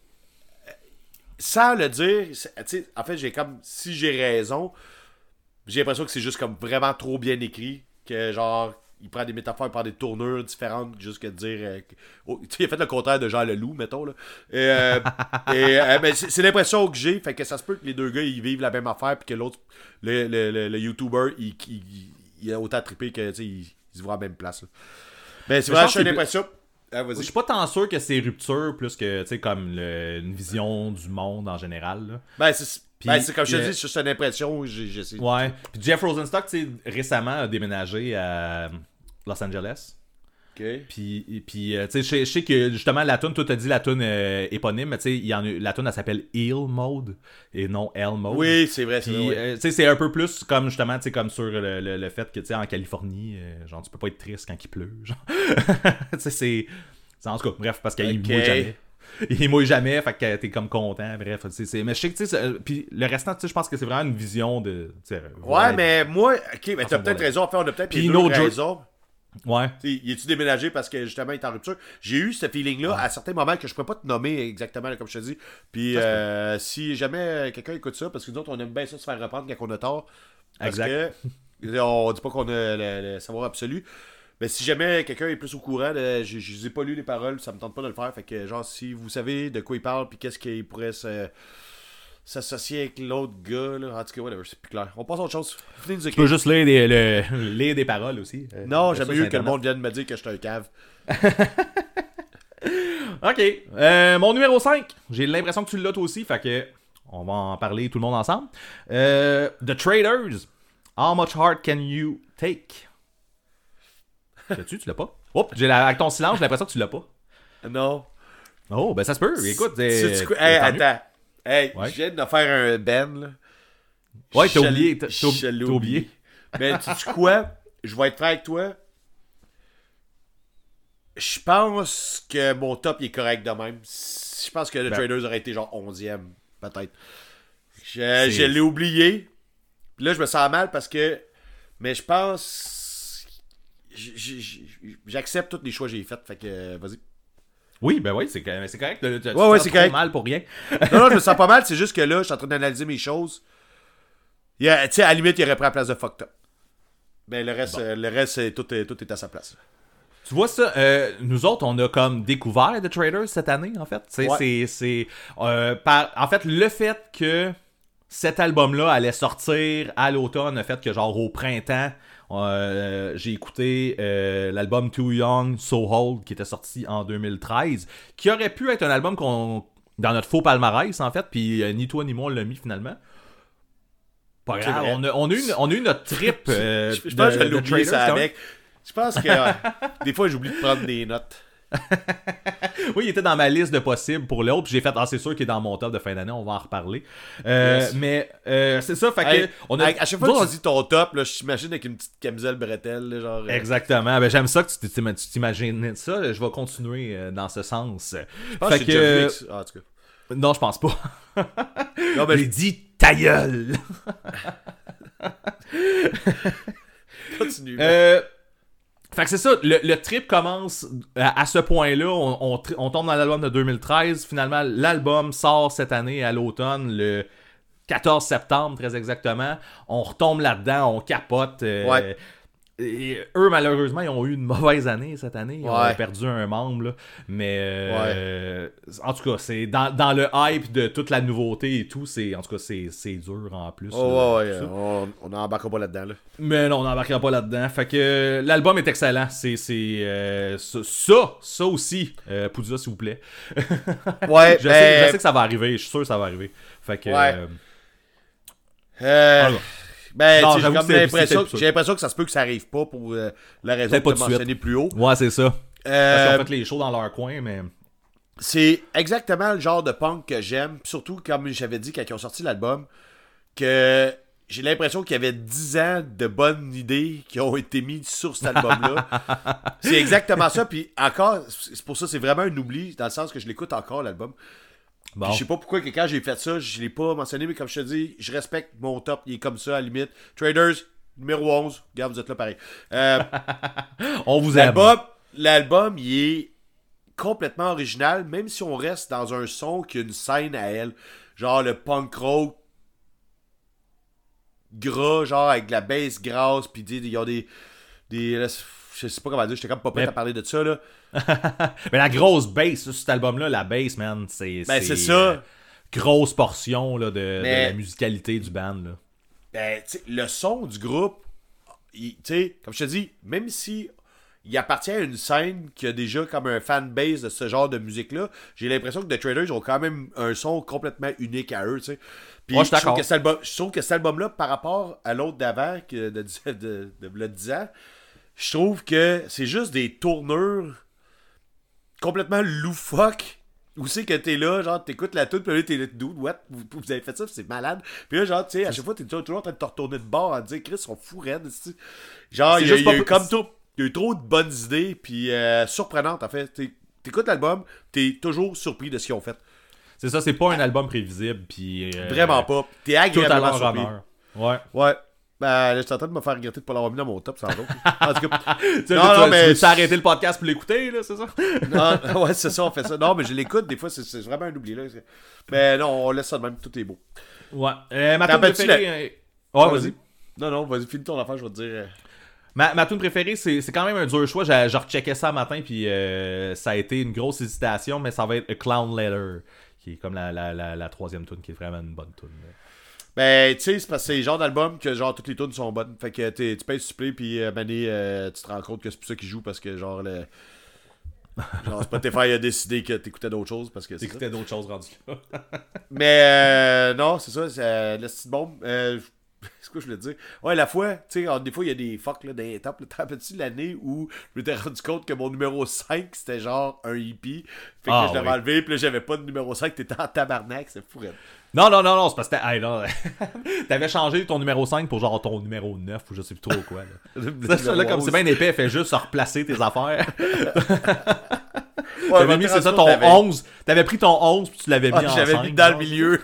Sans le dire, t'sais, en fait, j'ai comme, si j'ai raison, j'ai l'impression que c'est juste comme vraiment trop bien écrit. Que, genre, il prend des métaphores, il prend des tournures différentes, juste que de dire. Euh, oh, il a fait le contraire de Jean Leloup, mettons, là. Et, euh, et euh, ben, c'est, c'est l'impression que j'ai. Fait que ça se peut que les deux gars, ils vivent la même affaire, puis que l'autre, le, le, le, le YouTuber, il. il il a autant trippé que, tu sais, il, il se voit à la même place. Là. Mais c'est vrai, j'ai l'impression... Ah,
je suis pas tant sûr que c'est Rupture plus que, tu sais, comme le, une vision du monde en général, là.
Ben, c'est... Puis, ben, c'est comme je te
euh,
dis, c'est juste une impression. J'ai, j'ai, j'ai...
Ouais. Puis Jeff Rosenstock, tu sais, récemment a déménagé à Los Angeles.
OK.
Puis, puis euh, tu sais, je sais que justement, la tune, toi, t'as dit la tune euh, éponyme, mais tu sais, il y en a, la tune, elle s'appelle Heal Mode et non Hell Mode.
Oui, c'est vrai, c'est
puis,
vrai. Ouais.
Euh, tu sais, c'est un peu plus comme justement, tu sais, comme sur le, le, le fait que, tu sais, en Californie, euh, genre, tu peux pas être triste quand il pleut, genre. Tu sais, c'est. En tout cas, bref, parce qu'il okay. mouille jamais. Il mouille jamais, fait que t'es comme content, bref. C'est, c'est... Mais je sais que, tu sais, puis le restant, tu sais, je pense que c'est vraiment une vision de.
Ouais, ouais, mais moi, ok, mais t'as peut-être raison. En fait, on a peut-être
puis
les deux raisons.
Ouais.
T'sais, il est-tu déménagé parce que justement il est en rupture? J'ai eu ce feeling-là ouais. à certains moments que je pourrais pas te nommer exactement, là, comme je te dis. Puis euh, si jamais quelqu'un écoute ça, parce que nous autres, on aime bien ça se faire reprendre quand on a tort. Parce exact. que on dit pas qu'on a le, le savoir absolu. Mais si jamais quelqu'un est plus au courant, de, je, je les ai pas lu les paroles, ça me tente pas de le faire. Fait que genre si vous savez de quoi il parle puis qu'est-ce qu'il pourrait se. s'associer avec l'autre gars, là. En tout cas, whatever, c'est plus clair. On passe à autre chose.
Venez nous écrire. Tu peux juste lire des, le, lire des paroles aussi. Euh,
non, j'aime mieux que le monde vienne me dire que je suis un cave.
Ok. Euh, mon numéro cinq. J'ai l'impression que tu l'as toi aussi, fait que on va en parler tout le monde ensemble. Euh, The Traders. How much heart can you take? L'as-tu, tu l'as pas? Oups, j'ai la, avec ton silence, j'ai l'impression que tu l'as pas.
Non.
Oh, ben ça se peut. Écoute,
c'est...
c'est...
Hey, attends. Hey,
ouais.
je viens de faire un ben, là.
Ouais, t'as
Je
oublié.
l'ai-
T'as,
je
t'as
l'ai
oublié.
Mais tu sais quoi? Je vais être franc avec toi. Je pense que mon top il est correct de même. Je pense que le
Ben.
Traders aurait été genre onzième, peut-être. Je, je l'ai oublié. Puis là, je me sens mal parce que... Mais je pense... j- j- j- J'accepte tous les choix que j'ai faits. Fait que, euh, vas-y.
Oui, ben oui, c'est, c'est correct. Tu te
Ouais, ouais,
sens
c'est
trop
correct.
mal pour rien.
Non, non, je me sens pas mal. C'est juste que là, je suis en train d'analyser mes choses. Il y a- Tu sais, à la limite, il aurait pris la place de fucked up. Mais le reste,
Bon.
euh, le reste c'est- tout, est, tout est à sa place.
Tu vois ça, euh, nous autres, on a comme découvert The Traders cette année, en fait. C'est,
Ouais.
c'est, c'est euh, par, en fait, le fait que cet album-là allait sortir à l'automne, le fait que genre au printemps, euh, j'ai écouté euh, l'album Too Young, So Old, qui était sorti en deux mille treize, qui aurait pu être un album qu'on dans notre faux palmarès, en fait, puis euh, ni toi ni moi on l'a mis finalement. Pas
C'est
grave,
vrai.
on a, on, a eu, on a eu notre trip euh,
Je, je pense
de-
que je
de
l'ai oublié
Traders,
ça
quand même.
avec. Je pense que euh, des fois, j'oublie de prendre des notes.
Oui, il était dans ma liste de possibles pour l'autre. Puis j'ai fait, ah, c'est sûr qu'il est dans mon top de fin d'année, on va en reparler. Euh,
Yes.
Mais euh, c'est ça, fait que.
Hey,
on a,
à, à chaque fois
nous,
que
on-
tu dis ton top, là, je t'imagine avec une petite camisole bretelle. Là, genre, euh,
Exactement. Ben, j'aime ça que tu t'im- tu t'imagines ça. Je vais continuer euh, dans ce sens.
je pense
Fait
que j'ai déjà vu
que.
avec ça. Ah, en tout cas.
Non, je pense pas.
Non, mais
J'ai dit ta gueule.
je continue.
Euh, fait que c'est ça, le, le trip commence à, à ce point-là, on, on, tri- on tombe dans l'album de deux mille treize, finalement l'album sort cette année à l'automne, le quatorze septembre très exactement, on retombe là-dedans, on capote. euh,
Ouais.
Et eux, malheureusement, ils ont eu une mauvaise année cette année. Ils ont
Ouais.
perdu un membre. Là. Mais euh, en tout cas, c'est dans, dans le hype de toute la nouveauté et tout, c'est en tout cas c'est, c'est dur en plus.
Oh,
là,
ouais, ouais,
tout ça.
on, on embarquera pas là-dedans. Là.
Mais non, on n'embarquera pas là-dedans. Fait que euh, l'album est excellent. C'est, c'est euh, ça, ça, ça aussi. Euh, Poudza, s'il vous plaît.
Ouais,
je, sais,
ben,
je sais que ça va arriver. Je suis sûr que ça va arriver. Fait que.
Ouais.
euh,
euh,
ah, non.
ben,
Non,
tu sais, j'ai
j'avoue
comme
que c'est-
l'impression,
c'est-
j'ai l'impression que ça se peut que ça arrive pas pour euh, la raison
Peut-être
que
pas
tu
tout
as
de suite.
mentionné plus haut.
Ouais, c'est ça. Parce
Euh,
qu'ils ont fait les shows dans leur coin, mais.
C'est exactement le genre de punk que j'aime. Surtout, comme j'avais dit quand ils ont sorti l'album, que j'ai l'impression qu'il y avait dix ans de bonnes idées qui ont été mises sur cet album-là. C'est exactement ça. Puis encore, c'est pour ça c'est vraiment un oubli, dans le sens que je l'écoute encore, l'album.
Bon.
Puis je sais pas pourquoi que quand j'ai fait ça, je l'ai pas mentionné, mais comme je te dis, je respecte mon top, il est comme ça à la limite. Traders, numéro onze. Regarde, vous êtes là pareil. Euh,
On vous aime.
L'album, l'album, il est complètement original, même si on reste dans un son qui a une scène à elle. Genre le punk rock gras, genre avec de la bass grasse, puis il y a des... des là, je sais pas comment dire, j'étais comme pas prêt
Mais-
à parler de ça, là.
Mais la grosse bass sur cet album-là, la bass, man, c'est.
Ben, c'est ça.
euh, grosse portion là, de, de
Mais-
la musicalité du band. Là.
Ben, tu sais, le son du groupe, il- tu sais, comme je te dis, même si il appartient à une scène qui a déjà comme un fanbase de ce genre de musique-là, j'ai l'impression que The Traders ont quand même un son complètement unique à eux, tu sais. Puis
Ouais, je suis
je trouve
d'accord.
que cet album- je trouve que cet album-là, par rapport à l'autre d'avant, que de, de, de, de, de dix ans, je trouve que c'est juste des tournures complètement loufoques. Où c'est que t'es là, genre, t'écoutes la toute, puis là, t'es là, dude, what? Vous, vous avez fait ça, puis c'est malade. Puis là, genre, tu sais, à chaque fois, t'es toujours en train de te retourner de bord, à te dire, Chris, ils sont fous raides, tu sais. Genre,
C'est
il y a,
juste
il y a
pas-
eu comme trop, il y a eu trop de bonnes idées, puis euh, surprenantes, en fait. T'es- T'écoutes l'album, t'es toujours surpris de ce qu'ils ont fait.
C'est ça, c'est pas un album prévisible. Puis, euh,
Vraiment pas. T'es
Tout à
agréablement
leur
surpris.
honneur. Ouais.
Ouais. Ben, là, je suis en train de me faire regretter de pas l'avoir mis dans mon top, sans doute. En tout cas,
Tu sais,
Non,
tu-
non,
tu
mais-
veux-tu arrêter le podcast pour l'écouter, là, c'est ça?
non, ouais, c'est ça, on fait ça. Non, mais je l'écoute, des fois, c'est c'est vraiment un oubli, là. Mais non, on laisse ça de même, tout est beau.
Ouais. Euh, ma
T'en
tune
rappelles-tu
préférée. euh, Ouais, vas-y.
Non, non, vas-y, finis ton affaire, je vais te dire. euh,
Ma, ma tune préférée, c'est, c'est quand même un dur choix. J'ai, j'ai rechecké ça un matin, puis euh, ça a été une grosse hésitation, mais ça va être A Clown Letter, qui est comme la, la, la, la troisième tune, qui est vraiment une bonne tune.
Ben, tu sais, c'est parce que c'est le genre d'album que, genre, toutes les tunes sont bonnes. Fait que t'es- tu payes ce supplé, puis euh, mané, euh, tu te rends compte que c'est pour ça qu'ils jouent, parce que, genre, le... genre, Spotify a décidé que t'écoutais d'autres choses, parce que c'est ça.
T'écoutais d'autres choses rendues là.
Mais, euh, non, c'est ça, c'est euh, la petite bombe. Euh, C'est quoi je voulais dire? Ouais, la fois, tu sais, des fois, il y a des fuck là, dans les étapes. T'en rappelles-tu l'année où je m'étais rendu compte que mon numéro cinq, c'était genre un hippie? Fait que
Ah,
je l'avais
oui.
enlevé, puis là, j'avais pas de numéro cinq, t'étais en tabarnak, c'est fou.
Non, non, non, non, c'est parce que hey, là, t'avais changé ton numéro cinq pour genre ton numéro neuf ou je sais plus trop quoi. Là, ça, ça, là comme c'est bien épais, fait juste se replacer tes affaires.
Ouais,
t'avais mis, c'est ça, ton onze. T'avais pris ton onze puis tu l'avais mis
ah,
en
j'avais
cinq,
mis dans
genre.
le milieu.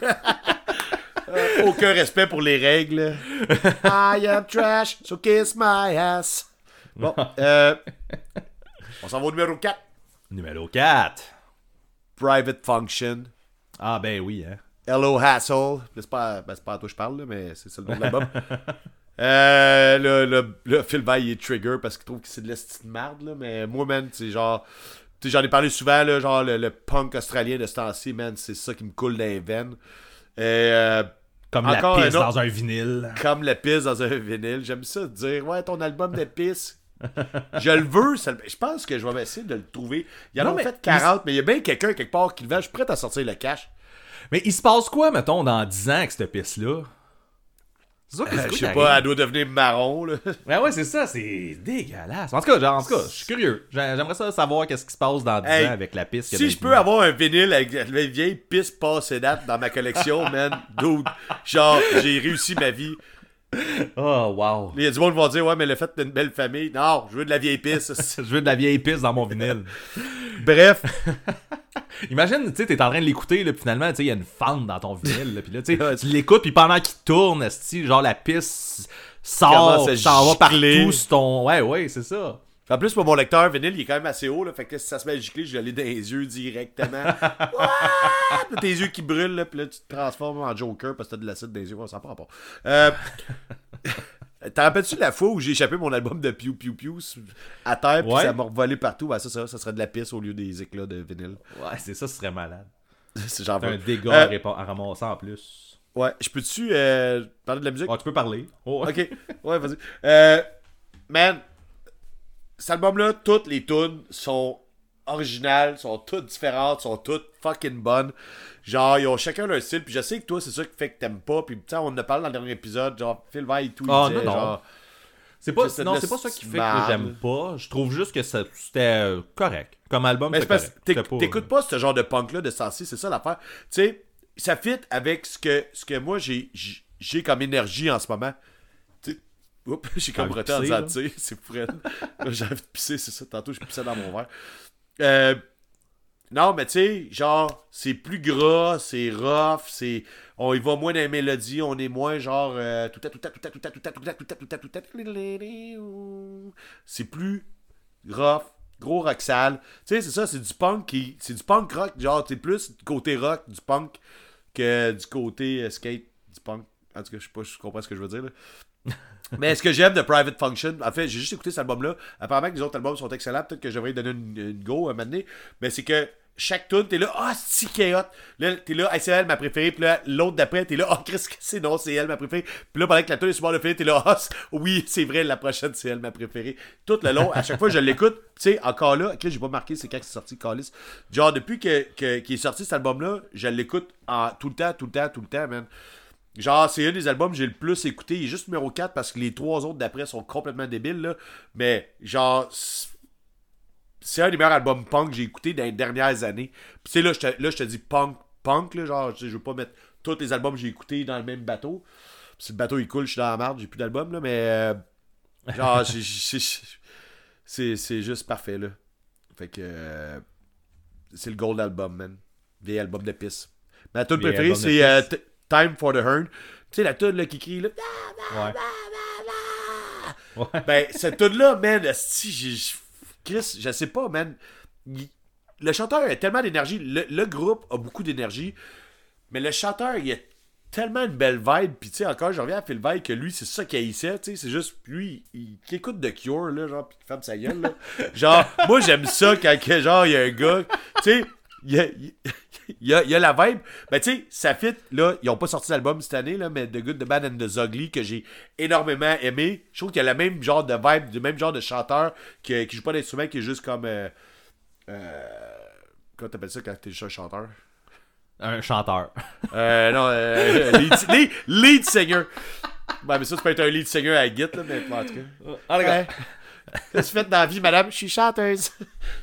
Euh, aucun respect pour les règles. I am trash, so kiss my ass. Bon, euh, on s'en va au numéro quatre.
Numéro quatre.
Private Function.
Ah ben oui, hein.
Hello Hassle. C'est pas, ben, c'est pas à toi que je parle, là, mais c'est ça le nom de l'album. euh, le, le, le Phil Vai, il est trigger parce qu'il trouve que c'est de la petite merde, là, mais moi, man, c'est genre... Tu sais, j'en ai parlé souvent, là, genre le, le punk australien de ce temps-ci, man, c'est ça qui me coule dans les veines. Et, euh,
Comme
encore
la pisse
un autre-
dans un vinyle.
Comme la pisse dans un vinyle. J'aime ça, dire, ouais, ton album de pisse. Je le veux. Ça, je pense que je vais essayer de le trouver. Il y en
Non,
a
mais
fait quarante, mais il y a bien quelqu'un quelque part qui le vend. Je suis prêt à sortir le cash.
Mais il se passe quoi, mettons, dans dix ans avec cette pisse-là? C'est ça que
Euh, je sais pas, elle doit devenir marron, là.
Ouais, ouais, c'est ça, c'est dégueulasse. En tout cas, genre, en tout cas, je suis curieux. J'ai- J'aimerais ça savoir qu'est-ce qui se passe dans dix
Hey,
ans avec la pisse. qu'il y a
Si
dans
je
le
peux
vinyle.
avoir un vinyle avec la vieille pisse passée date dans ma collection, man, dude, genre, j'ai réussi ma vie.
Oh, wow.
Il y a du monde qui va dire, ouais, mais le fait d'une belle famille. Non, je veux de la vieille pisse.
Je veux de la vieille pisse dans mon vinyle.
Bref.
Imagine, tu sais, t'es en train de l'écouter, là, puis finalement, tu sais, il y a une fente dans ton vinyle, là, puis là, tu sais, tu l'écoutes, puis pendant qu'il tourne, esti, genre, la pisse sort,
Commence à
puis s'en va
gicler.
partout sur ton... Ouais, ouais, c'est ça.
En plus, pour mon lecteur vinyle, il est quand même assez haut, là, fait que si ça se met à gicler, je l'ai dans les yeux directement. What? Puis tes yeux qui brûlent, là, puis là, tu te transformes en Joker parce que t'as de l'acide dans les yeux. Ouais, ça prend pas. Euh... T'en rappelles-tu la fois où j'ai échappé mon album de Pew Pew Pew à terre, puis
Ouais.
ça m'a revolé partout? Ouais, ça, ça, ça serait de la pisse au lieu des éclats de vinyle.
Ouais, c'est ça, ce serait malade.
C'est genre...
T'as un dégât
Euh,
à, répa- à ramasser en plus.
Ouais, je peux-tu euh, parler de la musique?
Ouais, tu peux parler. Oh,
Ok, ouais, vas-y. Euh, man, cet album-là, toutes les tunes sont originales, sont toutes différentes, sont toutes fucking bonnes. Genre, ils ont chacun leur style, puis je sais que toi, c'est ça qui fait que t'aimes pas, puis tu sais, on en a parlé dans le dernier épisode, genre, Phil Vai et tout, il
Ah,
disait,
non, non.
genre...
C'est pas,
C'est de
non,
la
c'est pas ça qui fait
marde.
que j'aime pas. Je trouve juste que ça- c'était euh, correct. Comme album,
Mais
c'est
c'est parce
correct.
que
C'était
t'éc- t'écoutes pas ce genre de punk-là de sens-ci, c'est ça l'affaire. Tu sais, ça fit avec ce que, ce que moi, j'ai, j'ai- j'ai comme énergie en ce moment. Tu sais, oups, j'ai comme
T'as envie de
breté en disant,
pisser,
tu sais, c'est fou. J'ai envie de pisser, c'est ça. Tantôt, je pissais dans mon verre. Euh, non, mais tu sais, genre, c'est plus gras, c'est rough, c'est... On y va moins dans les mélodies, on est moins genre... euh, tout à tout à tout à tout à tout à tout à tout à tout à tout à tout. C'est plus rough, gros rock sale. Tu sais, c'est ça, c'est du punk qui... C'est du punk rock, genre, c'est plus du côté rock du punk que du côté euh, skate du punk. En tout cas, je sais pas, je comprends ce que je veux dire, là. Mais ce que j'aime de Private Function, en fait, j'ai juste écouté cet album-là. Apparemment que les autres albums sont excellents. Peut-être que je devrais lui donner une, une go à un moment donné. Mais c'est que chaque tune, t'es là, ah, c'est qui est hot. Là, t'es là, hey, c'est elle ma préférée. Puis là, l'autre d'après, t'es là, ah, oh, qu'est-ce que c'est? Non, c'est elle ma préférée. Puis là, pendant que la tune est sur le fil, t'es là, ah, c'est- oui, c'est vrai, la prochaine, c'est elle ma préférée. Tout le long, à chaque fois, je l'écoute. Tu sais, encore là, que j'ai pas marqué, c'est quand c'est sorti, Callis. Genre, depuis que, que, qu'il est sorti cet album-là, je l'écoute en, tout le temps, tout le temps, tout le temps, man. Genre, c'est un des albums que j'ai le plus écouté. Il est juste numéro quatre parce que les trois autres d'après sont complètement débiles, là. Mais, genre, c'est un des meilleurs albums punk que j'ai écouté dans les dernières années. Puis, tu sais, là, je te, là, je te dis punk, punk, là. Genre, je veux pas mettre tous les albums que j'ai écoutés dans le même bateau. Puis, si le bateau, il coule, je suis dans la merde, j'ai plus d'album, là. Mais, euh, genre, j'ai, j'ai, j'ai, c'est, c'est juste parfait, là. Fait que, euh, c'est le gold album, man. Vieil album de pisse. Ma tune
Vieil
préférée,
album de
c'est euh,
pisse.
T- Time for the Herd. Tu sais, la tune là, qui crie là.
Ouais. Ouais.
Ben, cette tune-là, man, esti, j'ai- j'ai- Chris, je sais pas, man. Il- Le chanteur a tellement d'énergie. Le, le groupe a beaucoup d'énergie. Mais le chanteur, il a tellement une belle vibe. Puis, tu sais, encore, je reviens à Phil Vai que lui, c'est ça qu'il haïssait. Tu sais, c'est juste, lui, il, il écoute The Cure, là, genre, pis il ferme sa gueule, là. Genre, moi, j'aime ça quand, que, genre, il y a un gars, tu sais, il y a, il y a, il y a la vibe. Ben, tu sais, ça fit, là, ils ont pas sorti d'album cette année, là, mais The Good, The Bad and The Ugly, que j'ai énormément aimé. Je trouve qu'il y a le même genre de vibe, le même genre de chanteur qui, qui joue pas d'instrument, qui est juste comme... Euh, euh, comment t'appelles ça quand t'es juste un chanteur?
Un chanteur.
Euh, non, euh, lead, lead, lead singer. Ben, mais ça, ça peut être un lead singer à la guitare, là, mais en tout cas.
Ah, d'accord.
Ouais. Qu'est-ce que tu fais dans la vie, madame? Je suis chanteuse.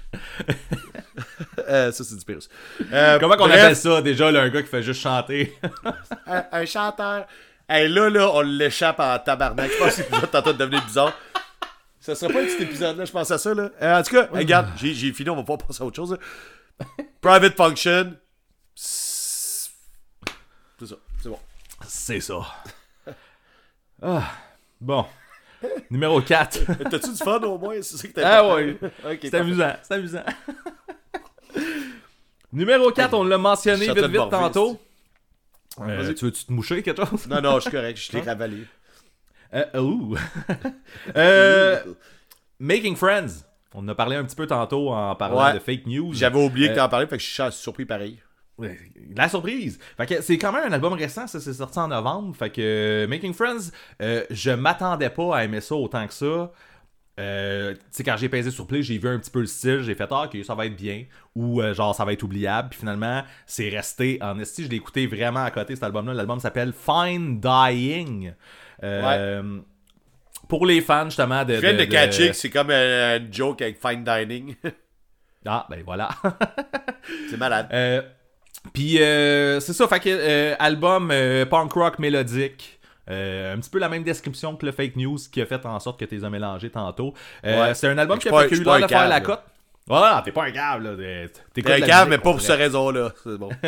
euh, ça, c'est du pire. Euh,
Comment qu'on
bref,
appelle ça, déjà, là, un gars qui fait juste chanter?
un, un chanteur. Hey, là, là, on l'échappe en tabarnak. Je pense que l'épisode tantôt de devenir bizarre. Ça serait pas un petit épisode-là, je pense à ça, là. Euh, en tout cas, regarde, j'ai, j'ai fini, on va pas passer à autre chose, là. Private Function. C'est ça, c'est bon.
C'est ça. Ah, bon. Numéro quatre.
T'as-tu du fun, au moins? C'est ça que t'as
Ah ouais.
Ok,
C'est amusant, c'est amusant. Numéro quatre, on l'a mentionné
Château
vite
de
vite
Morvis.
tantôt. Euh,
Vas-y.
tu veux-tu te moucher quelque chose?
Non, non, je suis correct, je l'ai ravalé.
Euh, ouh. euh, Making Friends. On en a parlé un petit peu tantôt en parlant
Ouais.
de fake news.
J'avais oublié
Euh,
que t'en parlais, fait que je suis surpris pareil.
Ouais, la surprise. Fait que c'est quand même un album récent, ça c'est sorti en novembre. Fait que euh, Making Friends, euh, je m'attendais pas à aimer ça autant que ça. Euh, tu sais, quand j'ai pesé sur play, j'ai vu un petit peu le style, j'ai fait ah, ok, ça va être bien, ou euh, genre ça va être oubliable. Puis finalement, c'est resté en esti. Je l'ai écouté vraiment à côté cet album-là. L'album s'appelle Fine Dying. Euh, Pour les fans justement de.
Je viens de,
de,
de catcher que c'est comme un, un joke avec Fine Dining.
Ah, ben voilà.
C'est malade.
Euh, Puis euh, c'est ça, fait que euh, album euh, punk rock mélodique. Euh, un petit peu la même description que le fake news qui a fait en sorte que tu les as mélangés tantôt. Euh,
Ouais.
c'est un album
Je
qui
suis
a
pas-
fait que
je
eu
suis pas
l'air
un
de faire
cave,
la
là.
cote. Voilà, t'es pas un câble, là. T'es
T'es un cave, mais pas pour cette raison-là. C'est bon.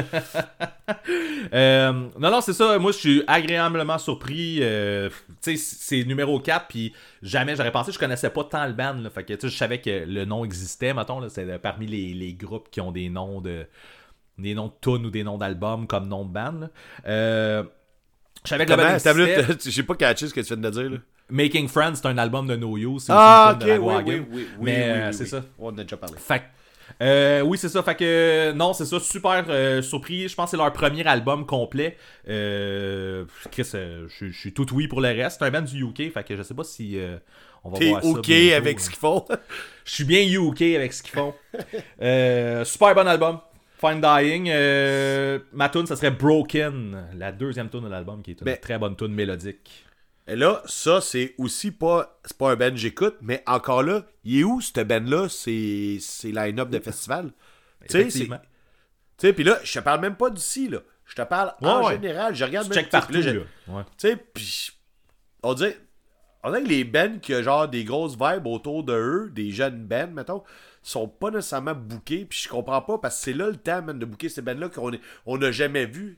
Euh, non, non, c'est ça. Moi, je suis agréablement surpris. Euh, tu sais, c'est numéro quatre, puis jamais j'aurais pensé. Je connaissais pas tant le band. Là, fait que, tu sais, je savais que le nom existait, mettons. Là, c'est parmi les, les groupes qui ont des noms de des noms de tunes ou des noms d'albums comme nom de band. Là. Euh, je savais que le band
Comment? T'as
existait.
minute, j'ai pas catché ce que tu viens de dire, là.
Making Friends, c'est un album de No Use. C'est
Ah,
aussi une
ok,
tune de
oui,
Lagwagon.
oui, oui, oui.
Mais
oui,
euh,
oui,
c'est
oui.
ça.
On en a déjà parlé.
Fait que, euh, oui, c'est ça. Fait que, non, c'est ça. Super euh, surpris. Je pense que c'est leur premier album complet. Euh, Chris, euh, je je suis tout oui pour le reste. C'est un band du U K. Fait que je sais pas si euh, on va
T'es
voir ça.
OK
bientôt.
avec ce qu'ils font?
Je suis bien U K avec ce qu'ils font. euh, super bon album. Fine Dying. Euh, ma tune, ça serait Broken. La deuxième tune de l'album qui est une
Mais-
très bonne tune mélodique.
Et là, ça, c'est aussi pas... C'est pas un band que j'écoute, mais encore là, il est où, ce band-là? C'est, c'est line-up de festival. Tu sais, c'est...
Effectivement.
Tu sais, pis là, je te parle même pas d'ici, là. Je te parle
Ouais,
en
ouais.
général. Je regarde
Tu
même...
check
tu sais,
partout,
puis là,
là.
je-
Ouais.
Tu sais, pis... On dirait... On dirait que les bands qui ont genre des grosses vibes autour de eux, des jeunes bands, mettons, sont pas nécessairement bookés, puis je comprends pas, parce que c'est là le temps, man, de booker ces bands-là qu'on est- on n'a jamais vu.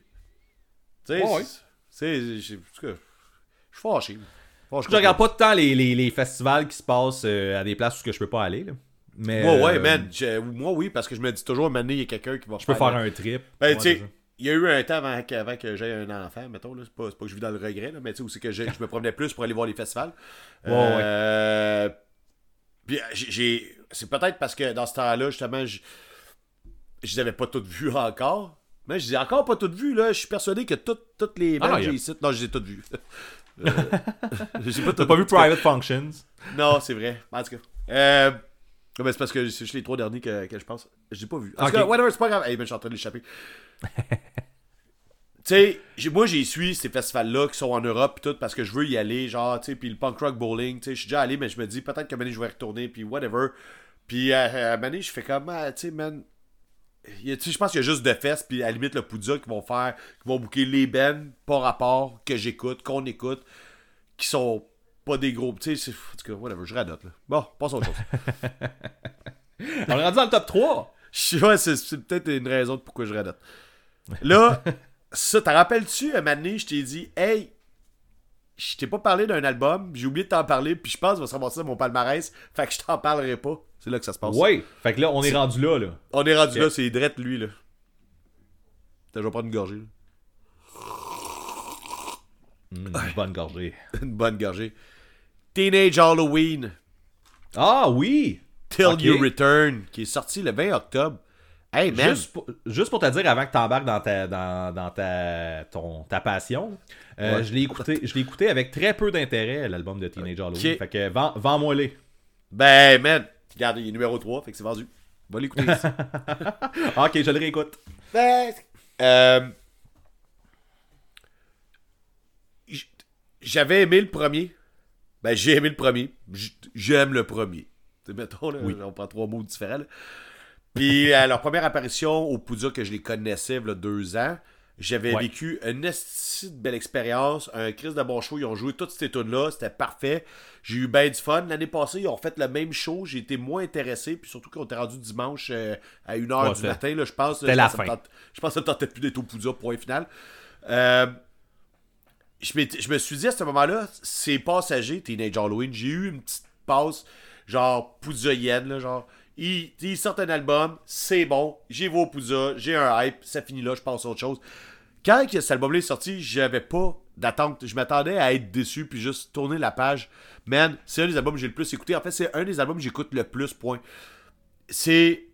Tu sais,
Ouais, ouais.
c'est... c'est- j'ai- en tout cas, je suis fâché. Fâché
Je regarde pas tant les, les, les festivals qui se passent euh, à des places où je peux pas aller. Là. Mais,
Moi, ouais,
euh,
man. je- moi, oui, parce que je me dis toujours, maintenant, il y a quelqu'un qui va
Je peux faire un trip.
Ben,
Ouais,
tu
c'est
sais,
ça.
il y a eu un temps avant, que- avant que j'aie un enfant, mettons, là. C'est pas, c'est pas que je vis dans le regret, là, mais tu sais, où c'est que j'ai- je me promenais plus pour aller voir les festivals.
Ouais,
Euh, Puis j'ai- j'ai. C'est peut-être parce que dans ce temps-là, justement, je. Je les avais pas toutes vues encore. Mais je dis encore pas toutes vues, là. Je suis persuadé que toutes, toutes les
Ah non,
bandes
il y
que
a-
j'ai ici. Non, je les ai toutes vues. Euh, j'ai pas
T'as
toutes
pas vu
en tout cas.
Private Functions?
Non, c'est vrai. En tout cas. Euh... ben, c'est parce que c'est juste les trois derniers que, que je pense. Je l'ai pas vu. En
Ok.
tout cas, whatever, c'est pas grave. Hey, ben, je suis en train de l'échapper. Tu sais, j'ai- moi, j'ai suivi ces festivals-là qui sont en Europe pis tout parce que je veux y aller, genre, tu sais, puis le punk rock bowling, tu sais, je suis déjà allé, mais je me dis peut-être que maintenant je vais y retourner, puis whatever. Puis à un moment donné, je fais comme, ah, tu sais, man, il y a- tu sais, je pense qu'il y a juste de fesses, puis à la limite le Poudja qui vont faire, qui vont booker les bands par rapport que j'écoute, qu'on écoute, qui sont pas des gros, tu sais, c'est- en tout cas, whatever, je radote, là. Bon, passe à autre chose.
On est rendu dans le top trois.
Je- ouais, c'est, c'est peut-être une raison de pourquoi je radote. Là, ça, t'en rappelles-tu, un moment donné, je t'ai dit, hey, je t'ai pas parlé d'un album, j'ai oublié de t'en parler, puis je pense que va se ramasser dans mon palmarès, fait que je t'en parlerai pas. C'est là que ça se passe.
Ouais. Fait que là, on est rendu là, là.
On est rendu
Ok.
là, c'est drette, lui, là. Attends, je vais prendre une gorgée, là.
Mm, bonne gorgée.
Une bonne gorgée. Teenage Halloween,
Ah oui!
Till
Ok.
You Return, qui est sorti le vingt octobre. Hey, man.
Juste pour, juste pour te dire, avant que t'embarques dans ta, dans, dans ta, ton, ta passion, euh,
Ouais.
je l'ai écouté, je l'ai écouté avec très peu d'intérêt, l'album de Teenage Halloween.
Ok.
Fait que vends- vends-moi les.
Ben, man. Regarde, il est numéro trois, fait que c'est vendu. Va l'écouter ici.
Ok, je le réécoute.
Ben, euh, j- j'avais aimé le premier. Ben, j'ai aimé le premier. J- J'aime le premier. T'sais, mettons, là,
Oui.
on prend trois mots différents. Là. Puis, à leur première apparition au Poudja, que je les connaissais, il y a deux ans, j'avais
Ouais.
vécu une esti de belle expérience, un Chris de bon show. Ils ont joué toutes ces tunes-là, c'était parfait. J'ai eu bien du fun. L'année passée, ils ont fait le même show. J'ai été moins intéressé. Puis surtout qu'on était rendu dimanche euh, à une heure
Ouais,
du
c'était-
matin. Là, je pense.
c'était
je
la
pense que ça me
fin.
tente- Je pense que ça ne tentait plus d'être au Poudja, point final. Euh, je, m'étais- je me suis dit à ce moment-là, c'est passager, Teenage Halloween. J'ai eu une petite passe, genre poudjaïenne, là, genre. Ils, ils sortent un album, c'est bon, j'y vais au Poudja, j'ai un hype, ça finit là, je passe à autre chose. Quand cet album-là est sorti, j'avais pas d'attente. Je m'attendais à être déçu puis juste tourner la page. Man, c'est un des albums que j'ai le plus écouté. En fait, c'est un des albums que j'écoute le plus, point. C'est.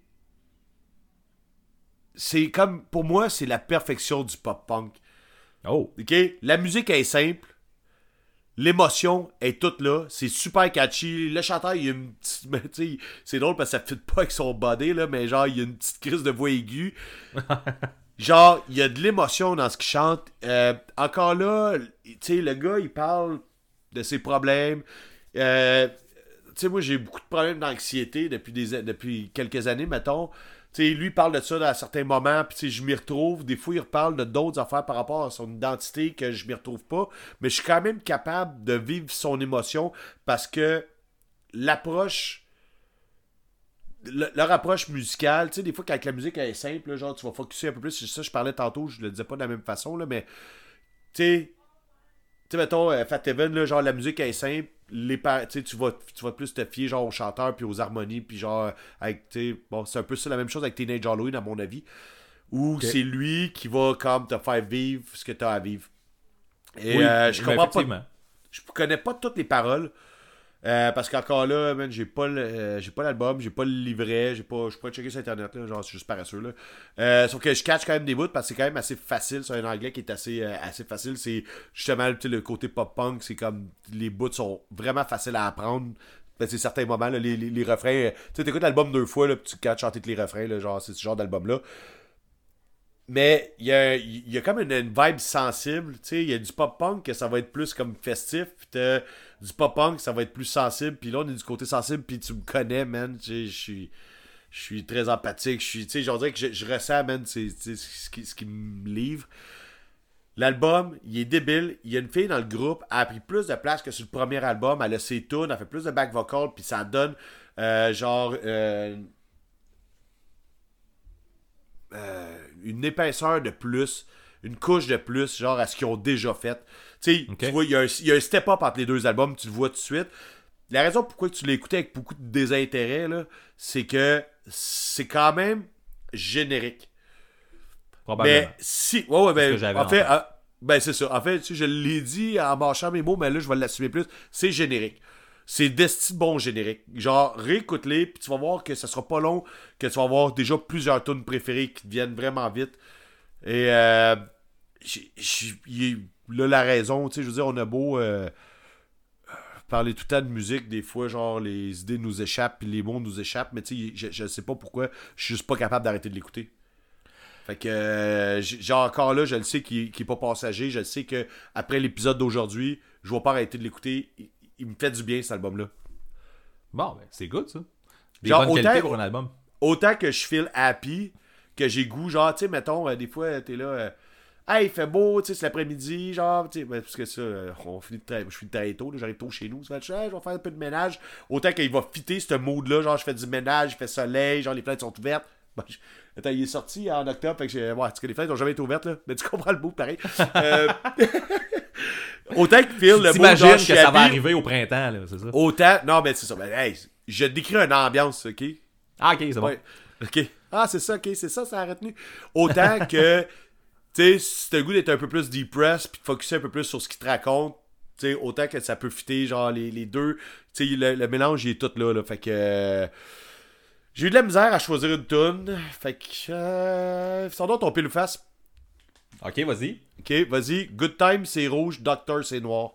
C'est comme. Pour moi, c'est la perfection du pop-punk.
Oh.
OK? La musique est simple. L'émotion est toute là. C'est super catchy. Le chanteur, il y a une petite. Mais, tu sais, c'est drôle parce que ça fit pas avec son body, là, mais genre, il y a une petite crise de voix aiguë. Genre, il y a de l'émotion dans ce qu'il chante. Euh, encore là, tu sais, le gars, il parle de ses problèmes. Euh, tu sais, moi, j'ai beaucoup de problèmes d'anxiété depuis, des, depuis quelques années, mettons. Tu sais, lui, il parle de ça à certains moments, puis tu sais, je m'y retrouve. Des fois, il reparle de d'autres affaires par rapport à son identité que je m'y retrouve pas. Mais je suis quand même capable de vivre son émotion parce que l'approche... Le- leur approche musicale, tu sais, des fois, quand la musique elle est simple, là, genre, tu vas focusser un peu plus. C'est ça, je parlais tantôt, je le disais pas de la même façon, là, mais, tu sais, tu sais, mettons, euh, Fat Even, là, genre, la musique elle est simple, les par- tu sais, tu vas, tu vas plus te fier, genre, aux chanteurs, puis aux harmonies, puis genre, avec, tu sais, bon, c'est un peu ça, la même chose avec Teenage Halloween, à mon avis, où
Ok.
c'est lui qui va, comme, te faire vivre ce que tu as à vivre. Et
Oui,
euh, je
ben,
comprends pas,
effectivement.
je connais pas toutes les paroles. Euh, parce qu'encore là, man, j'ai pas le- euh, j'ai pas l'album, j'ai pas le livret, j'ai pas, je peux pas checker sur internet, là, genre, je suis juste paresseux, là. Euh, sauf que je catch quand même des bouts parce que c'est quand même assez facile, c'est un anglais qui est assez, euh, assez facile. C'est justement, tu sais, le côté pop-punk, c'est comme, les bouts sont vraiment faciles à apprendre. Ben, c'est certains moments, là, les, les, les refrains, euh, tu sais, t'écoutes l'album deux fois, là, puis tu catches chanter tous les refrains, là, genre, c'est ce genre d'album-là. Mais il y a, il y a comme une, une vibe sensible, tu sais, il y a du pop-punk que ça va être plus comme festif, puis t'as du pop-punk ça va être plus sensible, puis là on est du côté sensible, puis tu me connais, man, tu sais, je suis je suis très empathique, je suis, tu sais, j'en dirais que je, je ressens, man, c'est, c'est ce qui, ce qui me livre. L'album, il est débile, il y a une fille dans le groupe, elle a pris plus de place que sur le premier album, elle a ses tunes, elle fait plus de back vocal, puis ça donne, euh, genre, euh, Euh, une épaisseur de plus, une couche de plus, genre à ce qu'ils ont déjà fait. Tu sais,
Ok.
tu vois, il y, a un- il y a un step-up entre les deux albums, tu le vois tout de suite. La raison pourquoi tu l'as écouté avec beaucoup de désintérêt, là, c'est que c'est quand même générique.
Probablement.
Mais si. Ouais, ouais,
C'est ce
ben,
que j'avais
en
en
fait,
tête.
ah, ben c'est ça. En fait, tu sais, je l'ai dit en marchant mes mots, mais là, je vais l'assumer plus. C'est générique. C'est d'esti bon générique. Genre, réécoute-les, puis tu vas voir que ça sera pas long, que tu vas avoir déjà plusieurs tunes préférées qui te viennent vraiment vite. Et, euh. j'ai- j'ai- il- Là, la raison, tu sais, je veux dire, on a beau. Euh, parler tout le temps de musique, des fois, genre, les idées nous échappent, puis les mots nous échappent, mais tu sais, je, je sais pas pourquoi, je suis juste pas capable d'arrêter de l'écouter. Fait que, euh, j- genre, encore là, je le sais qu'il qu'il est pas passager, je le sais que après l'épisode d'aujourd'hui, je vais pas arrêter de l'écouter. Il, il me fait du bien, cet album-là.
Bon, ben, c'est good, ça. Des
Genre,
bonnes
autant-
qualités pour un album.
Autant que je feel happy, que j'ai goût, genre, tu sais, mettons, euh, des fois, t'es là, euh, hey, il fait beau, tu sais, c'est l'après-midi, genre, tu sais, ben, parce que ça, euh, on finit de tra- je finis de travailler tôt, là, j'arrive tôt chez nous, ça fait, hey, je vais faire un peu de ménage. Autant qu'il va fitter ce mood-là, genre, je fais du ménage, il fait soleil, genre, les fenêtres sont ouvertes. Ben, je- Attends, il est sorti en octobre, fait que j'ai. Ouais, tu sais que les fenêtres n'ont jamais été ouvertes, là, mais tu comprends le mood, pareil. Euh, Autant que feel le mood,
T'imagines
genre,
que
je suis
ça va
happy,
arriver au printemps, là, c'est ça?
Autant, non, mais c'est ça, ben, hey, je décris une ambiance, ok?
Ah, ok, c'est bon.
Ouais. Ok. Ah, c'est ça, ok, c'est ça, ça a retenu. Autant que, tu sais, si t'as le goût d'être un peu plus depressed, puis de focusser un peu plus sur ce qu'il te raconte, tu sais, autant que ça peut fitter, genre, les, les deux. Tu sais, le, le mélange, il est tout là, là. Fait que. euh, j'ai eu de la misère à choisir une tune. Fait que. Euh, sans doute, ton pile ou face.
Ok, vas-y.
Ok, vas-y. Good Time, c'est rouge. Doctor, c'est noir.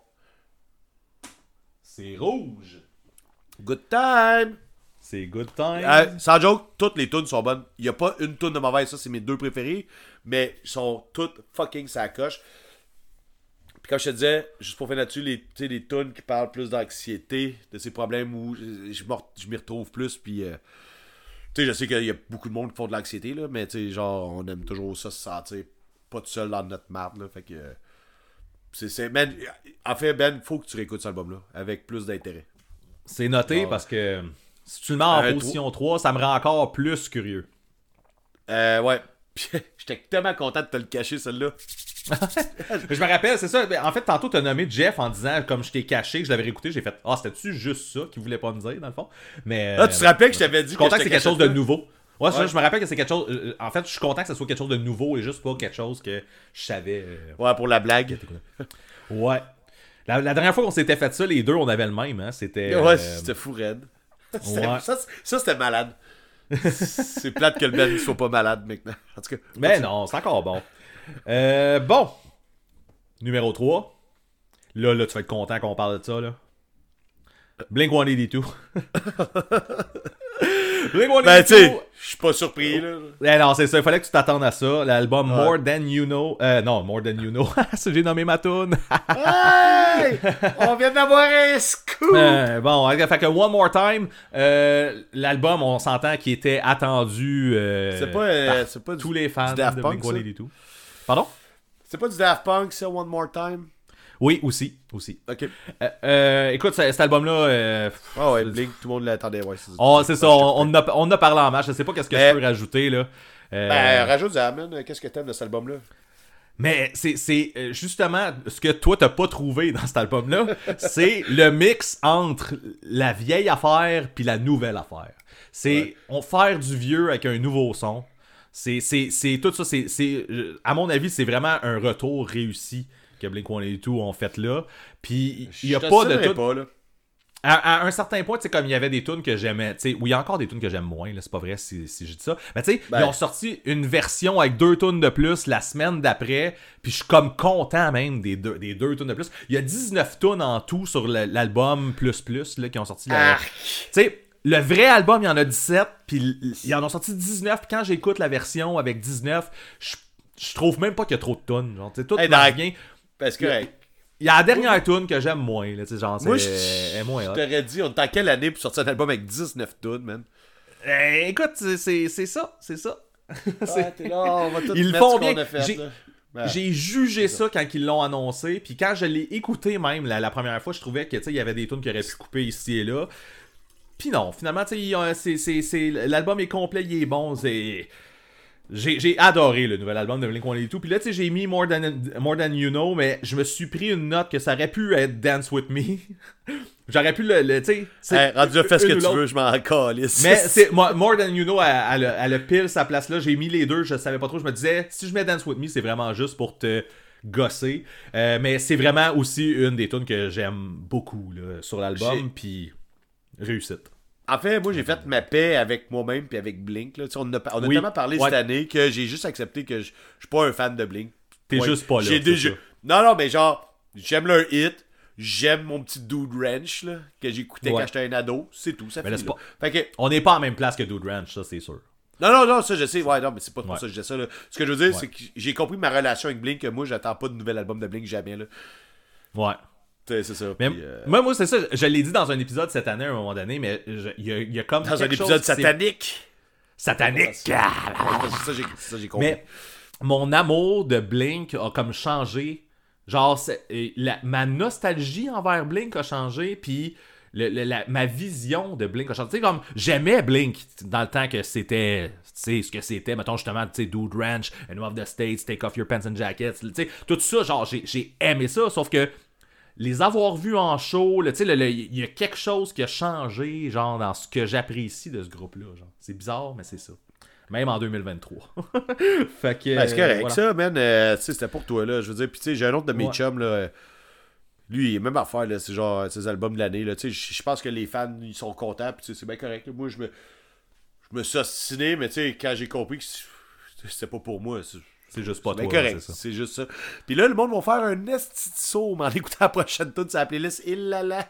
C'est rouge.
Good Time!
C'est good time.
Euh, sans joke, toutes les tunes sont bonnes. Il n'y a pas une tune de mauvaise, ça c'est mes deux préférés, mais ils sont toutes fucking sa coche. Puis comme je te disais, juste pour faire là-dessus, les, tu sais, les tunes qui parlent plus d'anxiété, de ces problèmes où je, je, m'en- je m'y retrouve plus, puis... Euh, tu sais, je sais qu'il y a beaucoup de monde qui font de l'anxiété, là, mais tu sais, genre, on aime toujours ça, se sentir pas tout seul dans notre marde, là, fait que... Euh, c'est, c'est, man, en fait, Ben, faut que tu réécoutes cet album-là, avec plus d'intérêt.
C'est noté
Ah.
parce que si tu le mets en
Euh,
position trois, ça me rend encore plus curieux.
Euh, ouais. Puis, j'étais tellement content de te le cacher, celle-là.
Je me rappelle, c'est ça. En fait, tantôt, tu as nommé Jeff en disant, comme je t'ai caché, que je l'avais réécouté, j'ai fait, ah, c'était-tu juste ça qu'il voulait pas me dire, dans le fond? Mais.
Ah, tu te rappelles que je t'avais dit
Je suis content que,
je
c'est
te
quelque chose de
cachais ça?
nouveau. Ouais, c'est ça,
Ouais.
je me rappelle que c'est quelque chose. euh, en fait, je suis content que ce soit quelque chose de nouveau et juste pas quelque chose que je savais. euh,
Ouais, pour la blague.
Ouais. La, la dernière fois qu'on s'était fait ça, les deux, on avait le même, hein. C'était.
Ouais,
euh,
c'était fou raide. C'était-
ouais.
Ça, c'est- ça, c'était malade. C'est plate que le Ben ne soit pas malade maintenant. En tout cas.
Mais non, c'est encore bon. Euh, bon. Numéro trois. Là, là, tu vas être content qu'on parle de ça, là. Blink cent quatre-vingt-deux. Blink cent
Ben, tu
quatre-vingt-deux.
sais, je suis pas surpris, là.
Eh non, c'est ça, il fallait que tu t'attendes à ça. L'album
Ouais.
More Than You Know. Euh, non, More Than You Know. C'est j'ai nommé ma toune.
Hey! On vient d'avoir un scoop!
Euh, bon, fait que One More Time, euh, l'album, on s'entend qu'il était attendu euh,
C'est pas, euh,
par
c'est pas du-
tous les fans
du Daft
de
Punk,
Blink
ça?
cent quatre-vingt-deux. Pardon?
C'est pas du Daft Punk, ça, One More Time?
Oui, aussi, aussi.
Ok.
Euh, euh, écoute, c- cet album-là, euh,
Ah ouais, Blink, tout le monde l'attendait, ouais. C'est,
oh, c'est ça, on, on, a, on a parlé en match, je sais pas qu'est-ce que
Mais-
je peux rajouter, là. Euh,
Ben, rajoute ça, man. Qu'est-ce que t'aimes de cet album-là?
Mais c'est, c'est euh, justement ce que toi t'as pas trouvé dans cet album-là, c'est le mix entre la vieille affaire puis la nouvelle affaire. C'est
Ouais.
on faire du vieux avec un nouveau son. C'est, c'est, c'est tout ça. C'est, c'est, euh, à mon avis, c'est vraiment un retour réussi que Blink cent quatre-vingt-deux ont fait là. Puis il y a
Je
pas de
t'assumerarais
tout.
pas, là.
À, à un certain point, tu sais, comme il y avait des tunes que j'aimais, tu sais, où il y a encore des tunes que j'aime moins, là, c'est pas vrai si, si je dis ça. Mais tu sais,
Ben.
ils ont sorti une version avec deux tunes de plus la semaine d'après, puis je suis comme content même des deux, des deux tunes de plus. Il y a dix-neuf tunes en tout sur le- l'album plus plus là, qui ont sorti. La...
Ah.
Tu sais, le vrai album, il y en a dix-sept, puis l- ils en ont sorti dix-neuf, puis quand j'écoute la version avec dix-neuf, je, je trouve même pas qu'il y a trop de tunes. Genre, tu sais, tout
Hey,
marche
dans-
bien.
Parce que, hey,
Il y a la dernière tune que j'aime moins, là, tu sais, genre, c'est
moi, je,
elle est moins
je
hot.
t'aurais dit, on est en quelle année pour sortir un album avec dix-neuf tunes, man?
Eh, écoute, c'est, c'est, c'est ça, c'est ça. C'est-
Ah, t'es là, on va tout
Ils le
mettre
font
ce qu'on
bien.
a fait,
J'ai-
là. Ah.
J'ai jugé ça quand ils l'ont annoncé, puis quand je l'ai écouté même la, la première fois, je trouvais que tu sais il y avait des tunes qui auraient pu couper ici et là. Puis non, finalement, tu sais, il y a- c'est, c'est, c'est, l'album est complet, il est bon, c'est... J'ai, j'ai adoré le nouvel album de Blink cent quatre-vingt-deux. Puis là, tu sais, j'ai mis More Than, More Than You Know, mais je me suis pris une note que ça aurait pu être Dance With Me. J'aurais pu le, le tu sais... c'est
Hey, rendu là, fais ce que
une ou
tu
l'autre.
veux, je m'en calisse.
Mais c'est Mo- More Than You Know, elle, elle, a- elle a pile sa place là. J'ai mis les deux, je savais pas trop. Je me disais, si je mets Dance With Me, c'est vraiment juste pour te gosser. Euh, mais c'est vraiment aussi une des tunes que j'aime beaucoup là, sur
J'ai-
l'album. Puis réussite.
En fait, moi, j'ai fait ma paix avec moi-même puis avec Blink. Là. Tu sais, On a, on a
Oui.
tellement parlé
Ouais.
cette année que j'ai juste accepté que je, je suis pas un fan de Blink.
T'es
Ouais.
juste pas là.
J'ai
c'est
déjà...
ça.
Non, non, mais genre, j'aime leur hit. J'aime mon petit Dude Ranch là, que j'écoutais
Ouais.
quand j'étais un ado. C'est tout, ça
Mais là,
fait
c'est
là.
pas-
Fait que...
On n'est pas en même place que Dude Ranch, ça c'est sûr.
Non, non, non, ça je sais. Ouais, non, mais c'est pas pour
Ouais.
ça que je dis ça. Là. Ce que je veux dire,
Ouais.
c'est que j'ai compris ma relation avec Blink, que moi, j'attends pas de nouvel album de Blink jamais. Là.
Ouais.
Tu sais, c'est ça.
Mais
puis, euh,
moi, moi c'est ça. Je l'ai dit dans un épisode cette année à un moment donné, mais je- il y, a- il y a comme.
Dans un
quelque chose
épisode
qui s'est-
satanique.
Satanique.
C'est ça, j'ai, c'est ça, j'ai compris.
Mais mon amour de Blink a comme changé. Genre, c'est- et la- ma nostalgie envers Blink a changé, puis le- le- la- ma vision de Blink a changé. Tu sais, comme, j'aimais Blink dans le temps que c'était, tu sais, ce que c'était, mettons justement, tu sais, Dude Ranch, Enemy of the States, Take Off Your Pants and Jackets, tu sais, tout ça, genre, j'ai, j'ai aimé ça, sauf que les avoir vus en show, là, tu sais, le- le- il y a quelque chose qui a changé, genre, dans ce que j'apprécie de ce groupe-là, genre. C'est bizarre, mais c'est ça. Même en deux mille vingt-trois. Fait que.
Ben, c'est correct,
voilà.
ça, man. euh, tu sais, c'était pour toi, là. Je veux dire, puis tu sais, j'ai un autre de mes
Ouais.
chums, là. euh, Lui, il est même affaire, là. C'est genre ses albums de l'année, là. Tu sais, je je pense que les fans, ils sont contents, puis tu sais, c'est bien correct, là. Moi, je me. Je me suis ostiné, mais tu sais, quand j'ai compris que c'était pas pour moi, c'est
C'est juste pas
c'est
toi,
bien correct.
c'est ça.
C'est juste ça. Puis là, le monde va faire un esti de saut en écoutant la prochaine tune sur la playlist. Il là là.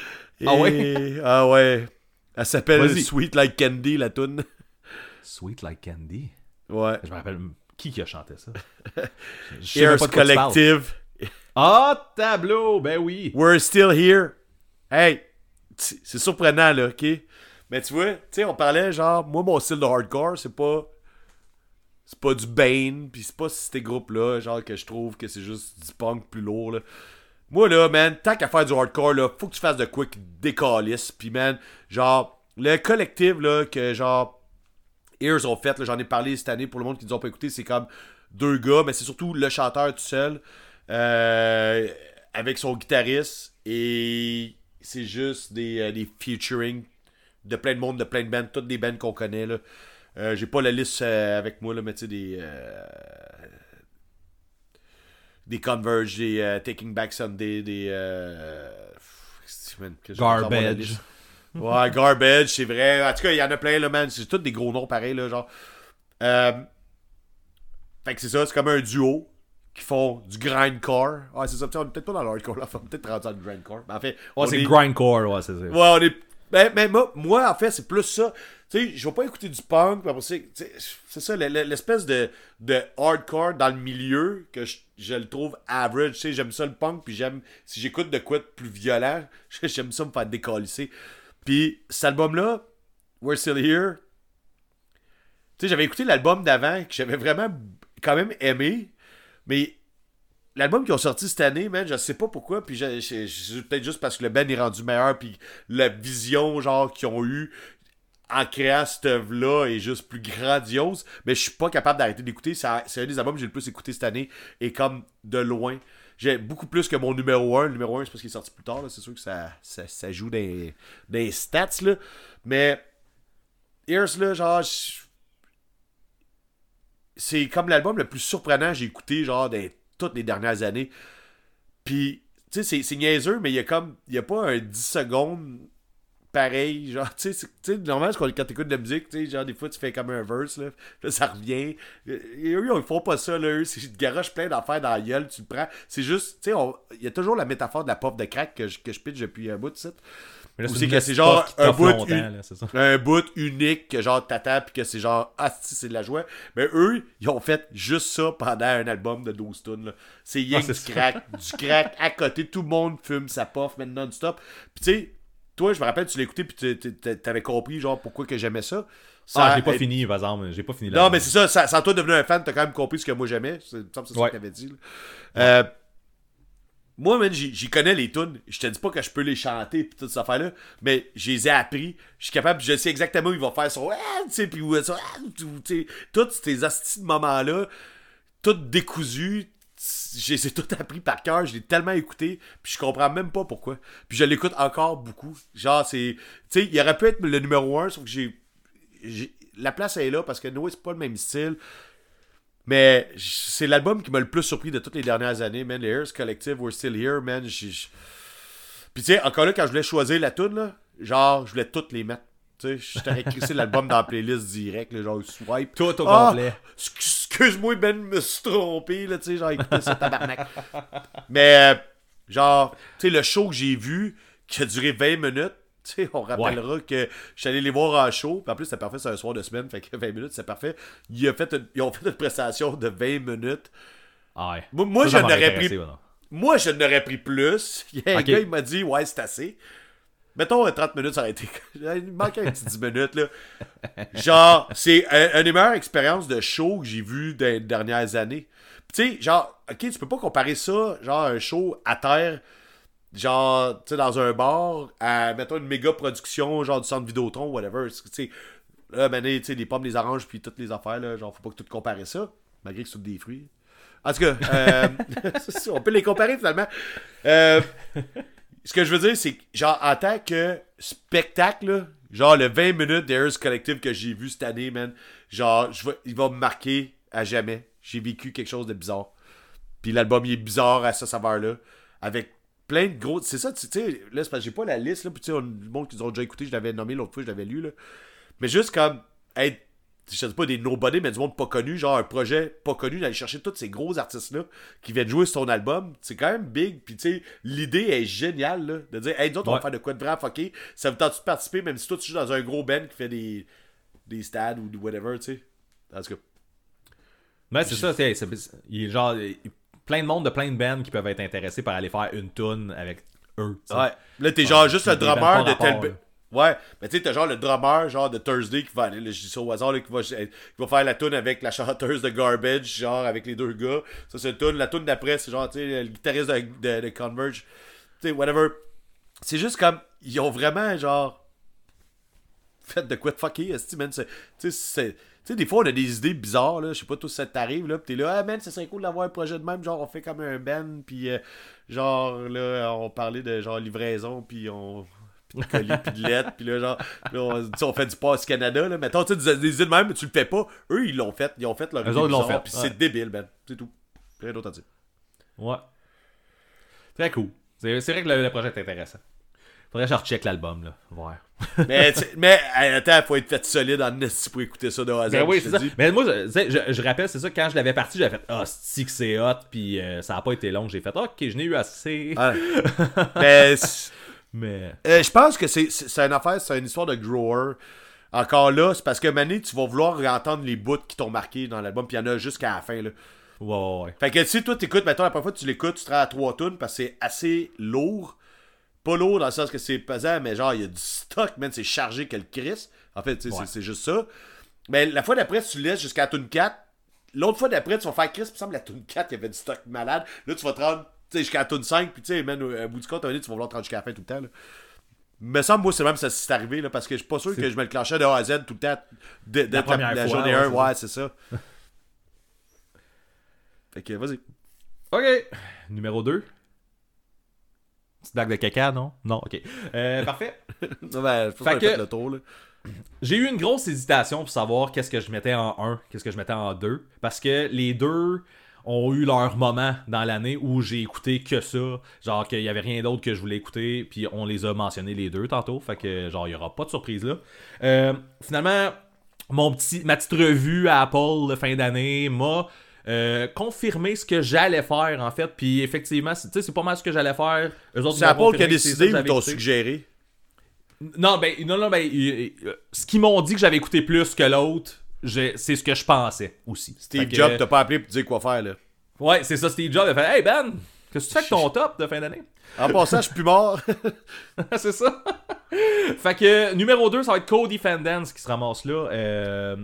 Ah ouais?
Ah ouais. Elle s'appelle
Vas-y.
Sweet Like Candy, la tune.
Sweet Like Candy.
Ouais.
Je me rappelle qui qui a chanté ça. Je sais même
Ears
pas de quoi tu parles.
Collective.
Ah, tableau, ben oui.
We're still here. Hey, c'est surprenant, là, OK? Mais tu vois, tu sais, on parlait, genre, moi, mon style de hardcore, c'est pas... C'est pas du Bane, pis c'est pas ces groupes-là, genre, que je trouve que c'est juste du punk plus lourd, là. Moi, là, man, tant qu'à faire du hardcore, là, faut que tu fasses de quoi qui décalisse. Pis, man, genre, le collectif, là, que, genre, Ears ont fait, là, j'en ai parlé cette année pour le monde qui nous ont pas écouté, c'est comme deux gars, mais c'est surtout le chanteur tout seul, euh, avec son guitariste, et c'est juste des, euh, des featuring de plein de monde, de plein de bands, toutes des bands qu'on connaît, là. Euh, j'ai pas la liste euh, avec moi, là, mais tu sais, des... Euh, des Converge, des euh, Taking Back Sunday, des... Euh, man,
Garbage.
Ouais, Garbage, c'est vrai. En tout cas, il y en a plein, là, man. C'est tous des gros noms pareils, là, genre. Euh, fait que c'est ça, c'est comme un duo qui font du grindcore. Ouais, c'est ça. On est peut-être pas dans l'hardcore, là. On est peut-être rendu dans le grindcore. Mais en fait,
Ouais, c'est
est...
grindcore, ouais, c'est ça.
Ouais, on est... Ben, ben moi, moi, en fait, c'est plus ça. Tu sais, je vais pas écouter du punk. C'est, c'est ça, l'espèce de, de hardcore dans le milieu que je, je le trouve average. Tu sais, j'aime ça le punk, puis j'aime... Si j'écoute de quoi de plus violent, j'aime ça me faire décalisser. Puis cet album-là, We're Still Here, tu sais, j'avais écouté l'album d'avant, que j'avais vraiment quand même aimé, mais l'album qu'ils ont sorti cette année, man, je sais pas pourquoi, puis je, je, je, peut-être juste parce que le band est rendu meilleur, puis la vision, genre, qu'ils ont eu en créant cette œuvre-là est juste plus grandiose, mais je suis pas capable d'arrêter d'écouter. C'est un des albums que j'ai le plus écouté cette année, et comme de loin. J'ai beaucoup plus que mon numéro un. Le numéro un, c'est parce qu'il est sorti plus tard, là. C'est sûr que ça, ça, ça joue dans les stats, là. Mais Ears, là, genre, je... c'est comme l'album le plus surprenant que j'ai écouté, genre, dans toutes les dernières années. Puis, tu sais, c'est niaiseux, mais il y a comme, il y a pas un dix secondes pareil, genre, tu sais, normalement, quand t'écoutes de la musique, tu sais, genre, des fois, tu fais comme un verse, là, là ça revient. Et eux, ils font pas ça, là, eux, c'est de garoche plein d'affaires dans la gueule, tu le prends. C'est juste, tu sais, il y a toujours la métaphore de la pop de crack que je, que je pitch depuis un bout de site. Ou c'est que c'est genre un bout, longtemps, un, là, ça. un bout unique que genre t'attends pis que c'est genre ah si c'est de la joie. Mais eux, ils ont fait juste ça pendant un album de douze tunes. C'est rien ah, du crack, du crack à côté, tout le monde fume sa puff maintenant non-stop. Pis tu sais, toi, je me rappelle, tu l'écoutais puis t'avais compris genre pourquoi que j'aimais ça. ça
ah, j'ai pas fini, par exemple. J'ai pas fini
là. Non, mais c'est ça, ça, sans toi devenir un fan, t'as quand même compris ce que moi j'aimais. C'est ça que ouais. t'avais dit. Là. Euh, moi, man, j'y connais les tunes. Je te dis pas que je peux les chanter pis toutes ces affaires-là, mais je les ai appris. Je suis capable, je sais exactement où il va faire son ah, tu sais, pis où ça, ah, tu sais, tous ces astis de moments-là, tout décousus. Je les ai tout appris par cœur, je l'ai tellement écouté, puis je comprends même pas pourquoi. Puis je l'écoute encore beaucoup. Genre, c'est. Tu sais, il aurait pu être le numéro un, sauf que j'ai. La place est là parce que no, c'est pas le même style. Mais c'est l'album qui m'a le plus surpris de toutes les dernières années, man. Les Ears Collective, We're Still Here, man. J j... Puis tu sais, encore là, quand je voulais choisir la tune, là, genre, je voulais toutes les mettre. Tu sais, je t'aurais crissé l'album dans la playlist direct, là, genre, swipe.
Tout au
ah,
complet.
Excuse-moi, Ben, me suis trompé, là, tu sais, genre, écoutez ça, tabarnak. Mais, euh, genre, tu sais, le show que j'ai vu, qui a duré vingt minutes, tu sais, on rappellera ouais. que je suis allé les voir en show. Puis en plus, c'était parfait, c'est un soir de semaine. Fait que vingt minutes, c'est parfait. Ils, a fait une, ils ont fait une prestation de vingt minutes.
Ah ouais.
Moi, moi ça, je n'aurais pris. Moi, je n'aurais pris plus. Il y a un okay. gars, il m'a dit, ouais, c'est assez. Mettons trente minutes, ça aurait été. Il manquait un petit dix minutes, là. Genre, c'est une des meilleures expériences de show que j'ai vu dans les dernières années. Puis tu sais, genre, ok, tu peux pas comparer ça, genre, un show à terre. Genre, tu sais, dans un bar, à, mettons, une méga production, genre du centre Vidéotron, whatever. Tu sais, là, ben, tu sais, les pommes, les oranges, puis toutes les affaires, là, genre, faut pas que tout comparer ça, malgré que c'est toutes des fruits. En tout cas, euh, on peut les comparer, finalement. Euh, ce que je veux dire, c'est que, genre, en tant que spectacle, là, genre, le vingt minutes d'Ears Collective que j'ai vu cette année, man, genre, je vais, il va me marquer à jamais. J'ai vécu quelque chose de bizarre. Puis l'album, il est bizarre à sa saveur-là, avec plein de gros. C'est ça, tu sais, là, c'est parce que j'ai pas la liste, là, puis tu sais, le monde qui ont déjà écouté, je l'avais nommé l'autre fois, je l'avais lu, là. Mais juste comme être, je sais pas des nobody, mais du monde pas connu, genre un projet pas connu, d'aller chercher tous ces gros artistes-là qui viennent jouer sur ton album, c'est quand même big, puis tu sais, l'idée est géniale, là, de dire, hey, nous autres, ouais. on va faire de quoi de vraiment fucké, ça vous tente de participer, même si toi, tu joues dans un gros band qui fait des, des stades ou whatever, tu sais. En tout cas.
Mais c'est ça, c'est, c'est, il est genre. Il, plein de monde de plein de bands qui peuvent être intéressés par aller faire une tune avec eux. T'sais.
Ouais. Là, t'es
Ouais,
genre juste le
des bands
drummer
pas
de tel.
rapport, là.
Ouais, mais tu sais, t'as genre le drummer, genre de Thursday, qui va aller, là, je dis ça au hasard, là, qui, va, qui va faire la tune avec la chanteuse de Garbage, genre avec les deux gars. Ça, c'est une tune. La tune d'après, c'est genre, tu sais, le guitariste de, de, de Converge. Tu sais, whatever. C'est juste comme, ils ont vraiment, genre, fait de quoi de fucker, esti, man. Tu sais, c'est. Tu sais, des fois, on a des idées bizarres, là. Je sais pas, toi, si ça t'arrive, là. Pis t'es là, ah, man, ça serait cool d'avoir un projet de même. Genre, on fait comme un band, pis euh, genre, là, on parlait de genre livraison, pis on. Pis de colis, pis de lettres, pis là, genre, là, on, on fait du Pass Canada, là. Mettons, tu sais, des idées de même, mais tu le fais pas. Eux, ils l'ont fait. Ils ont fait leur
Eux
idée
autres l'ont
bizarre,
fait,
pis
ouais.
c'est débile, man. C'est tout. Rien d'autre à dire.
Ouais. Très cool. C'est, c'est vrai que le, le projet est intéressant. Faudrait que je recheck l'album, là. Ouais.
mais, mais, attends, faut être fait solide en esti pour écouter ça de A à Z.
Ben oui,
je
c'est
te
ça.
dis.
Mais moi, je, je, je rappelle, c'est ça, quand je l'avais parti, j'avais fait « Ah, c'est que c'est hot », puis euh, ça a pas été long. J'ai fait « Ok, je n'ai eu assez.
Ouais. mais...
Mais...
Euh, je pense que c'est, c'est, c'est une affaire, c'est une histoire de grower. Encore là, c'est parce que Mané, tu vas vouloir entendre les bouts qui t'ont marqué dans l'album, puis il y en a jusqu'à la fin, là.
Ouais, ouais, ouais.
Fait que si toi t'écoutes, mettons la première fois que tu l'écoutes, tu te rends à trois tunes parce que c'est assez lourd. Pas lourd dans le sens que c'est pesant, mais genre il y a du stock, man, c'est chargé que le Chris. En fait, tu sais,
Ouais.
c'est, c'est juste ça. Mais la fois d'après, si tu laisses jusqu'à la tune quatre, l'autre fois d'après, tu vas faire Chris, il me semble la tune quatre, il y avait du stock malade. Là, tu vas te rendre, tu sais, jusqu'à la tune cinq, puis tu sais, man, au bout du compte, tu vas vouloir te rendre jusqu'à la fin tout le temps, là. Me semble, moi, c'est même ça c'est arrivé, là, parce que je suis pas sûr
C'est...
que je me le clenchais de A à Z tout le temps, dès, dès
La première
la
fois,
journée
ouais,
un,
c'est
ouais, c'est ça. Fait que, vas-y.
Ok. Numéro deux. Petite blague de caca, non? Non, ok. Euh, parfait.
Non, ben, je pense qu'on a
que-
fait le tour, là.
J'ai eu une grosse hésitation pour savoir qu'est-ce que je mettais en un, qu'est-ce que je mettais en deux. Parce que les deux ont eu leur moment dans l'année où j'ai écouté que ça. Genre qu'il y avait rien d'autre que je voulais écouter. Puis on les a mentionnés les deux tantôt. Fait que genre il n'y aura pas de surprise là. Euh, finalement, mon petit, ma petite revue à Apple de fin d'année m'a euh, confirmé ce que j'allais faire en fait. Puis effectivement, c'est, tu sais, c'est pas mal ce que j'allais faire. Eux autres
C'est
m'ont
Apple qui a
confirmé que c'est ça
décidé
que
ou
j'avais
t'ont
écouté.
suggéré?
Non, ben, non, non, ben, euh, euh, ce qu'ils m'ont dit que j'avais écouté plus que l'autre, j'ai- c'est ce que je pensais aussi.
Steve
Fait que,
Jobs t'a pas appelé pour te dire quoi faire, là.
Ouais, c'est ça, Steve Jobs a fait « Hey Ben, qu'est-ce que tu fais avec ton top de fin d'année?
En passant, je suis plus mort. »
C'est ça. Fait que numéro deux, ça va être Cody Fendance qui se ramasse là. Euh,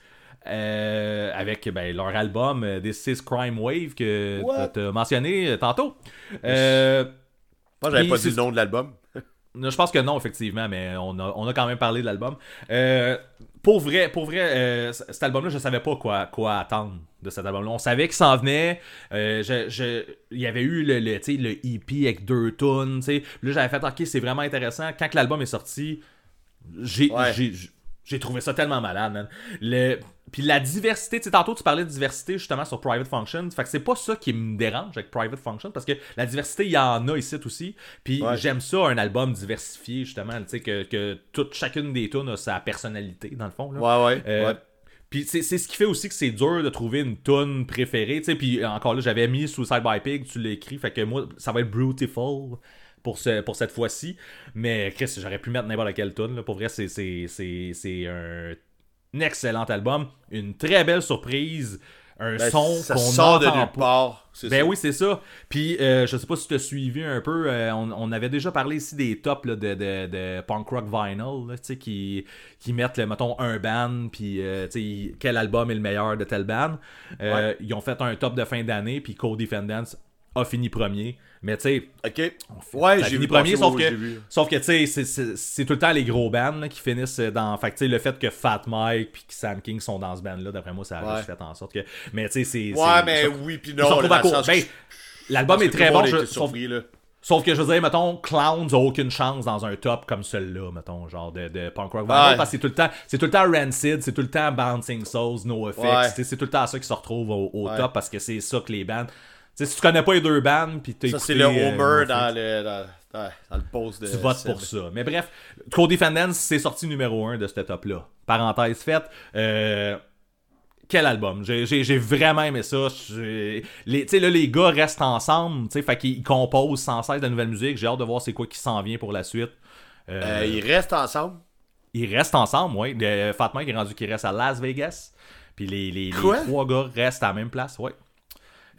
euh, avec ben, leur album euh, This Is Crime Wave que
What?
tu as mentionné euh, tantôt. Euh,
Moi, j'avais
Puis
pas dit
c'est-
le nom de l'album.
Je pense que non, effectivement, mais on a, on a quand même parlé de l'album. Euh, pour vrai, pour vrai euh, c- cet album-là, je savais pas quoi, quoi attendre de cet album-là. On savait qu'il s'en venait. Euh, je, je, il y avait eu le, le, tu sais, le E P avec deux tunes. tu sais. Là, j'avais fait, ok, c'est vraiment intéressant. Quand que l'album est sorti, j'ai,
Ouais.
j'ai, j'ai trouvé ça tellement malade, man. Le... Puis la diversité, tu sais, tantôt tu parlais de diversité justement sur Private Function. Fait que c'est pas ça qui me dérange avec Private Function parce que la diversité, il y en a ici aussi. Puis
Ouais.
j'aime ça, un album diversifié justement, tu sais, que, que toute, chacune des tunes a sa personnalité dans le fond. Là.
Ouais, ouais.
Euh,
ouais.
Puis c'est, c'est ce qui fait aussi que c'est dur de trouver une tune préférée, tu sais. Puis encore là, j'avais mis Suicide by Pig, tu l'as écrit, fait que moi, ça va être Beautiful pour, ce, pour cette fois-ci. Mais Chris, j'aurais pu mettre n'importe quelle tune, là. Pour vrai, c'est, c'est, c'est, c'est un... un excellent album, une très belle surprise, un
Ben,
son
ça
qu'on
sort de
n'entend
nulle
pas.
part. C'est
Ben
ça.
oui, c'est ça. Puis, euh, je sais pas si tu as suivi un peu, euh, on, on avait déjà parlé ici des tops là, de, de, de punk rock vinyl, là, tu sais, qui, qui mettent, là, mettons, un band, puis euh, tu sais, quel album est le meilleur de tel band. Euh,
Ouais.
Ils ont fait un top de fin d'année, puis Cody Fendance a fini premier. Mais tu sais,
Ok.
ça
Ouais,
a
j'ai
fini
vu
premier,
passer,
sauf
ouais,
que,
j'ai vu.
sauf que tu sais, c'est, c'est, c'est tout le temps les gros bands là, qui finissent dans. Fait que tu sais, le fait que Fat Mike puis que Sam King sont dans ce band-là, d'après moi, ça a
Ouais.
juste fait en sorte que. Mais tu sais, c'est.
Ouais,
c'est-
mais
ça-
oui, puis
ils
non.
se
là,
retrouvent
dans
à
le
court.
sens que
Ben,
je-
l'album
parce
est
que
très
tout le
bon.
monde
je-
était
sauf,
surpris, là.
sauf que je veux dire, mettons, Clowns a aucune chance dans un top comme celui-là, mettons, genre de, de punk rock vinyl,
Ouais.
parce que c'est tout le temps, c'est tout le temps Rancid, c'est tout le temps Bouncing Souls, NoFX,
Ouais.
tu sais, c'est tout le temps ça qui se retrouve au, au
Ouais.
top parce que c'est ça que les bands. Tu sais, si tu connais pas les deux bands, puis t'as
Ça,
écouté,
c'est le
euh,
Homer
NoFX,
dans le, dans, dans, dans le post de.
tu votes
Seb.
pour ça. Mais bref, Cody Fendance, c'est sorti numéro un de ce top-là. Parenthèse faite. Euh, quel album. J'ai, j'ai, j'ai vraiment aimé ça. J'ai- Les, tu sais, là, les gars restent ensemble. Tu sais, fait qu'ils composent sans cesse de la nouvelle musique. J'ai hâte de voir c'est quoi qui s'en vient pour la suite. Euh,
Euh, ils restent ensemble.
Ils restent ensemble, oui. Le Fat Mike est rendu qu'il reste à Las Vegas. Puis les, les, les
Quoi?
trois gars restent à la même place, ouais.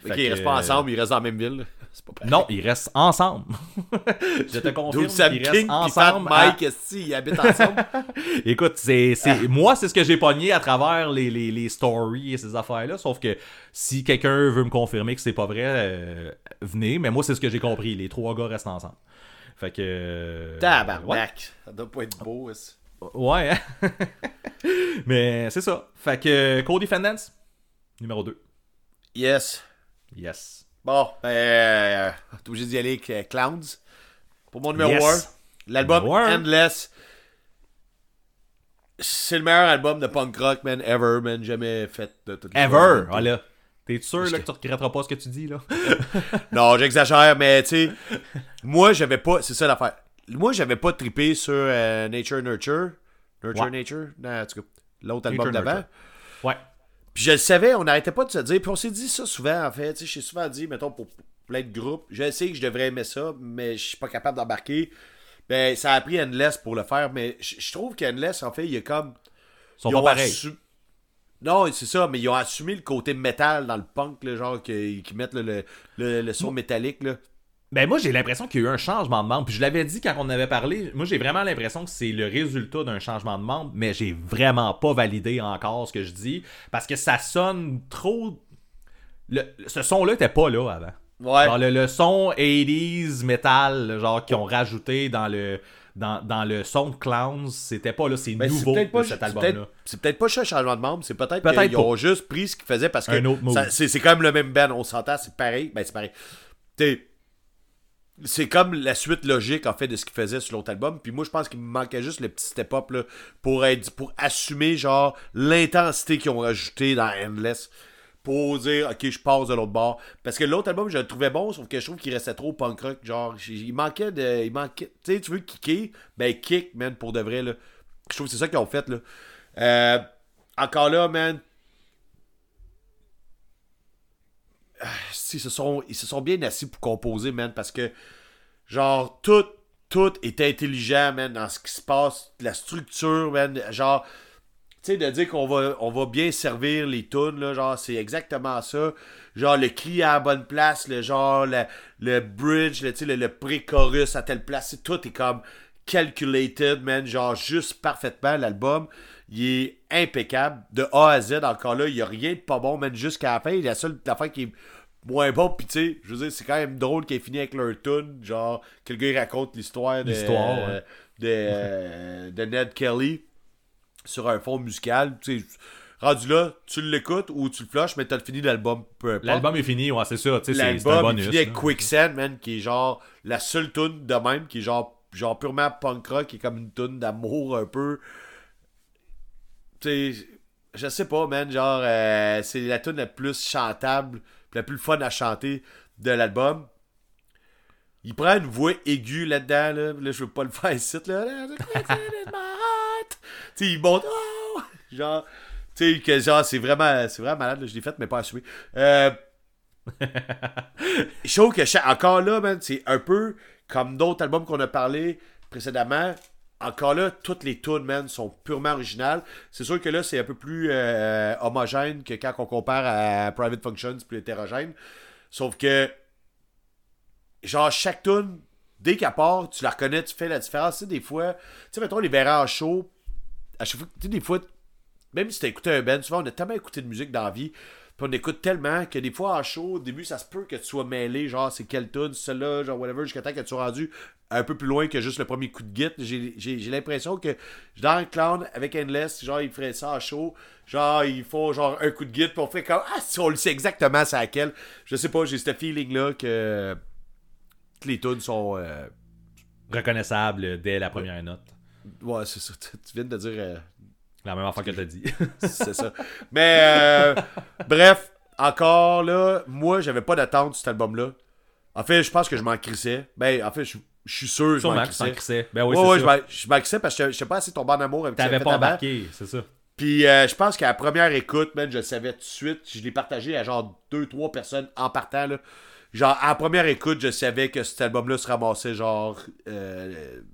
Ok, ils restent pas ensemble, ils restent dans la même ville. C'est pas pareil.
Non, ils restent ensemble. Je te confirme
D'où Sam
qu'ils
King
restent
pis Fat
ensemble.
Mike,
à-
est-ce qu'ils habitent ensemble?
Écoute, c'est, c'est... moi, c'est ce que j'ai pogné à travers les, les, les stories et ces affaires-là. Sauf que si quelqu'un veut me confirmer que c'est pas vrai, euh, venez. Mais moi, c'est ce que j'ai compris. Les trois gars restent ensemble. Fait que... euh,
Tabarnak,
ouais.
ça doit pas être beau. Est-ce.
Ouais, hein? Mais c'est ça. Fait que Co-Defendants, numéro deux.
Yes.
Yes.
Bon, ben, euh, t'es obligé d'y aller avec euh, Clowns. Pour mon numéro
Yes.
un, l'album
Numéro un.
Endless. C'est le meilleur album de punk rock, man, ever, man, jamais fait de toute
Ever!
l'histoire.
Voilà. T'es sûr
Parce
là,
que-
que tu regretteras pas ce que tu dis, là?
Non, j'exagère, mais tu sais, moi, j'avais pas, c'est ça l'affaire. Moi, j'avais pas trippé sur euh, Nature Nurture. Nurture
Ouais.
Nature? Non, en tout cas, l'autre
Nature
album d'avant.
Nurture. Ouais.
Puis je le savais, on n'arrêtait pas de se dire. Puis on s'est dit ça souvent, en fait. Tu sais, j'ai souvent dit, mettons, pour plein de groupes, je sais que je devrais aimer ça, mais je suis pas capable d'embarquer. Ben, ça a pris Endless pour le faire, mais je je trouve qu'Endless, en fait, il est comme.
Ils sont
ils
pas
ont
pareils.
assu- Non, c'est ça, mais ils ont assumé le côté métal dans le punk, là, genre, qui, qui mettent là, le, le, le son métallique, là.
Ben moi, j'ai l'impression qu'il y a eu un changement de membre. Puis je l'avais dit quand on en avait parlé. Moi, j'ai vraiment l'impression que c'est le résultat d'un changement de membre, mais j'ai vraiment pas validé encore ce que je dis. Parce que ça sonne trop... Le, ce son-là était pas là avant.
Ouais.
Genre le, le son eighties metal, genre qu'ils ont rajouté dans le dans, dans le son de Clowns, c'était pas là, c'est
Ben, c'est
nouveau
peut-être pas
de cet
c'est
album-là.
peut-être- C'est peut-être pas juste un changement de membre, c'est peut-être,
Peut-être
qu'ils ont
pas.
juste pris ce qu'ils faisaient parce que
Un autre move.
ça- c'est, c'est quand même le même band, on s'entend, c'est pareil. Ben, c'est pareil. T'sais, c'est comme la suite logique en fait de ce qu'ils faisaient sur l'autre album. Puis moi, je pense qu'il me manquait juste le petit step-up là, pour, être, pour assumer genre l'intensité qu'ils ont rajouté dans Endless. Pour dire, ok, je passe de l'autre bord. Parce que l'autre album, je le trouvais bon, sauf que je trouve qu'il restait trop punk rock. Genre, il manquait de. Il manquait. Tu sais, tu veux kicker, ben kick, man, pour de vrai, là. Je trouve que c'est ça qu'ils ont fait, là. Euh, encore là, man. Ah, si, ils, se sont, ils se sont bien assis pour composer, man, parce que, genre, tout, tout est intelligent, man, dans ce qui se passe, la structure, man, genre, tu sais, de dire qu'on va, on va bien servir les tunes, là, genre, c'est exactement ça. Genre, le cri à la bonne place, le genre, le, le bridge, le, tu sais, le, le pré-chorus à telle place, c'est- tout est comme calculated, man, genre, juste parfaitement, l'album. Il est impeccable, de A à Z, encore là, il n'y a rien de pas bon, man, jusqu'à la fin. La seule affaire qui est moins bon, pis tu sais, je veux dire, c'est quand même drôle qu'il ait fini avec leur tune, genre, que le gars il raconte l'histoire de,
L'histoire, ouais.
euh, de, euh, de Ned Kelly sur un fond musical. Tu sais, rendu là, tu l'écoutes ou tu le flushes, mais t'as fini l'album, peu importe.
L'album est fini, ouais, c'est ça, tu sais, c'est, c'est un
L'album,
bonus.
il finit avec
là.
Quicksand, man, qui est genre la seule tune de même, qui est genre, genre purement punk rock, qui est comme une tune d'amour un peu. Tu sais, je sais pas, man, genre, euh, c'est la tune la plus chantable, la plus fun à chanter de l'album. Il prend une voix aiguë là-dedans, là, là je veux pas le faire ici, là. Tu sais, il monte, oh! Genre, tu sais, que genre, c'est vraiment, c'est vraiment malade, là, je l'ai fait, mais pas assumé. Euh, je trouve que cha- encore là, man, c'est un peu comme d'autres albums qu'on a parlé précédemment. Encore là, toutes les tunes, man, sont purement originales. C'est sûr que là, c'est un peu plus euh, homogène que quand on compare à Private Function, c'est plus hétérogène. Sauf que, genre, chaque tune, dès qu'elle part, tu la reconnais, tu fais la différence. Tu sais, des fois, tu sais, mettons, les verras en show, à chaque fois, tu sais, des fois, même si t'as écouté un band, souvent, on a tellement écouté de musique dans la vie, puis on écoute tellement que des fois, en show, au début, ça se peut que tu sois mêlé, genre, c'est quelle tune, celle-là, genre, whatever, jusqu'à temps que tu sois rendu un peu plus loin que juste le premier coup de guitare. J'ai, j'ai, j'ai l'impression que dans le Clown, avec Endless, genre, ils feraient ça en show, genre, ils font, genre, un coup de guitare, puis on fait comme, ah, si on le sait exactement c'est à quel. Je sais pas, j'ai ce feeling-là que, que les tunes sont... euh,
Reconnaissable dès la première note.
Ouais, c'est ça, tu tu viens de dire... euh,
La même affaire que t'as dit.
c'est ça. Mais, euh, bref, encore là, moi, j'avais pas d'attente sur cet album-là. En fait, je pense que je m'en crissais. Ben, en fait, je, je suis sûr que je m'en
Sûrement que tu t'en
crissais.
crissais. Ben oui,
Ouais,
c'est
ouais,
ça.
je m'en- je m'en crissais parce que je sais pas si tombé en amour avec ce
T'avais
qu'il
pas
avait fait avant.
embarqué, c'est ça.
Puis euh, je pense qu'à la première écoute, man, je le savais tout de suite. Je l'ai partagé à genre deux trois personnes en partant, là. Genre, à la première écoute, je savais que cet album-là se ramassait, genre, euh,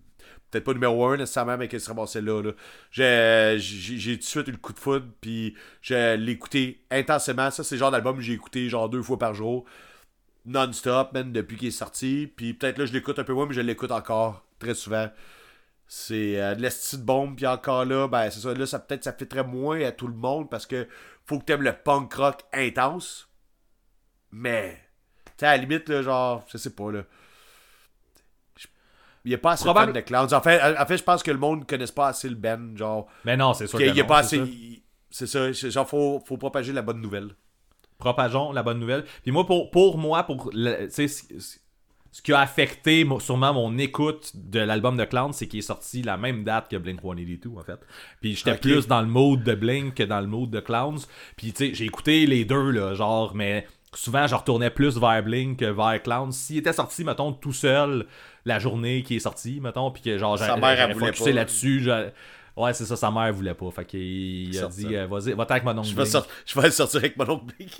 peut-être pas numéro un nécessairement, mais qu'il se ramassait là. là. J'ai, j'ai, j'ai tout de suite eu le coup de foudre, puis je l'ai écouté intensément. Ça, c'est le genre d'album que j'ai écouté genre deux fois par jour, non-stop, même depuis qu'il est sorti. Puis peut-être là, je l'écoute un peu moins, mais je l'écoute encore très souvent. C'est euh, de l'esti de bombe, puis encore là, ben c'est ça, là, ça peut-être ça fitterait moins à tout le monde, parce que faut que t'aimes le punk rock intense. Mais, tu sais, à la limite, là, genre, je sais pas, là. Il n'y a pas assez
Probable...
de fans de Clowns. En fait, en fait, je pense que le monde ne connaisse pas assez le band, genre.
Mais non, c'est sûr
qu'il
que
y a
non,
pas
c'est
assez.
ça.
Il... C'est ça, genre, faut, faut propager la bonne nouvelle.
Propageons la bonne nouvelle. Puis moi, pour, pour moi, pour tu sais, ce qui a affecté sûrement mon écoute de l'album de Clowns, c'est qu'il est sorti la même date que Blink cent quatre-vingt-deux, en fait. Puis j'étais okay. plus dans le mood de Blink que dans le mood de Clowns. Puis tu sais, j'ai écouté les deux, là, genre, mais souvent, je retournais plus vers Blink que vers Clowns. S'il était sorti, mettons, tout seul, la journée qui est sorti, mettons, puis que genre, j'avais focusé là-dessus, je... Ouais, c'est ça, sa mère voulait pas. Fait qu'il a dit, euh, vas-y, va-t'en avec mon oncle
je
Blink.
Vais sort... Je vais sortir avec mon oncle Blink.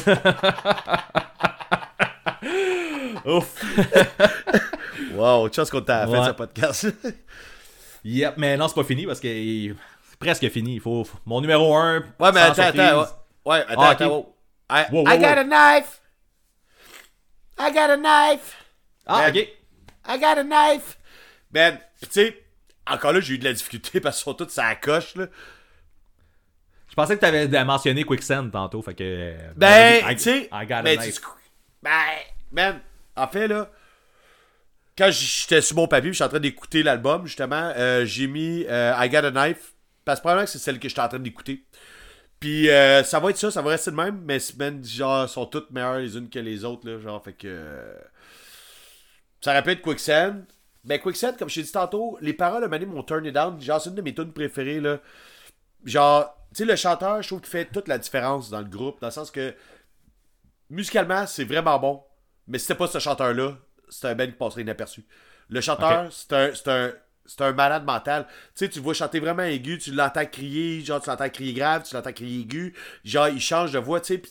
Ouf.
Wow, chance qu'on t'a
ouais.
fait ce podcast.
Yep, mais non, c'est pas fini parce que c'est presque fini. Il faut mon numéro un.
Ouais, mais attends, surprise. attends. Ouais, ouais attends, ah, okay. attends. I, wow, wow, I got wow. a knife. I got a knife.
Ah,
Ben,
ok.
I got a knife. Ben, tu sais, encore là, j'ai eu de la difficulté parce qu'ils sont tous à la coche, là.
Je pensais que t'avais mentionné Quicksand tantôt, fait que...
Ben, tu sais...
I got a
ben,
knife.
Ben, man, en fait, là, quand j'étais sur mon papier, je suis en train d'écouter l'album, justement, euh, j'ai mis euh, I Got a Knife, parce que probablement que c'est celle que j'étais en train d'écouter. Puis euh, ça va être ça, ça va rester le même, mais man, genre, sont toutes meilleures les unes que les autres, là, genre, fait que... Euh, ça rappelle Quicksand. Ben, Quicksand, comme je t'ai dit tantôt, les paroles de Mané m'ont turn it down, genre, c'est une de mes tunes préférées, là. Genre, tu sais, le chanteur, je trouve qu'il fait toute la différence dans le groupe, dans le sens que, musicalement, c'est vraiment bon, mais si c'était pas ce chanteur-là, c'est un band qui passerait inaperçu. Le chanteur, okay. c'est un... C'est un C'est un malade mental. Tu sais, tu le vois chanter vraiment aigu, tu l'entends crier, genre tu l'entends crier grave, tu l'entends crier aigu. Genre, il change de voix, tu sais.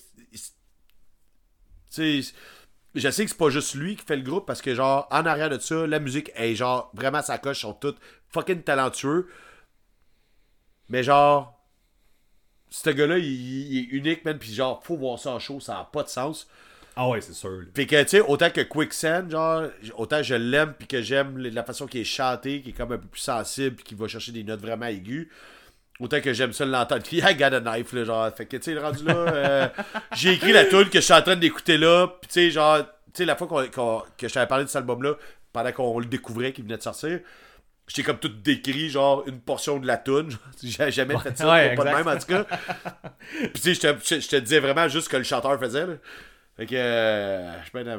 Tu sais, je sais que c'est pas juste lui qui fait le groupe parce que, genre, en arrière de ça, la musique est genre vraiment sa coche, ils sont toutes fucking talentueux. Mais genre, ce gars-là, il, il est unique, man. Puis genre, faut voir ça en show, ça a pas de sens.
Ah ouais, c'est sûr.
Puis que, tu sais, autant que Quicksand, genre, autant je l'aime, puis que j'aime la façon qu'il est chanté, qui est comme un peu plus sensible, puis qu'il va chercher des notes vraiment aiguës, autant que j'aime ça l'entendre. Puis, I got a knife, là, genre. Fait que, tu sais, le rendu là, euh, j'ai écrit la tune que je suis en train d'écouter là, puis tu sais, genre, tu sais, la fois qu'on, qu'on, que je t'avais parlé de cet album-là, pendant qu'on le découvrait, qu'il venait de sortir, j'étais comme tout décrit, genre, une portion de la tune. J'ai jamais fait ça,
ouais,
pas de même, en tout cas. Puis, tu sais, je te, je, je te disais vraiment juste ce que le chanteur faisait, là. Fait que, euh, je suis bien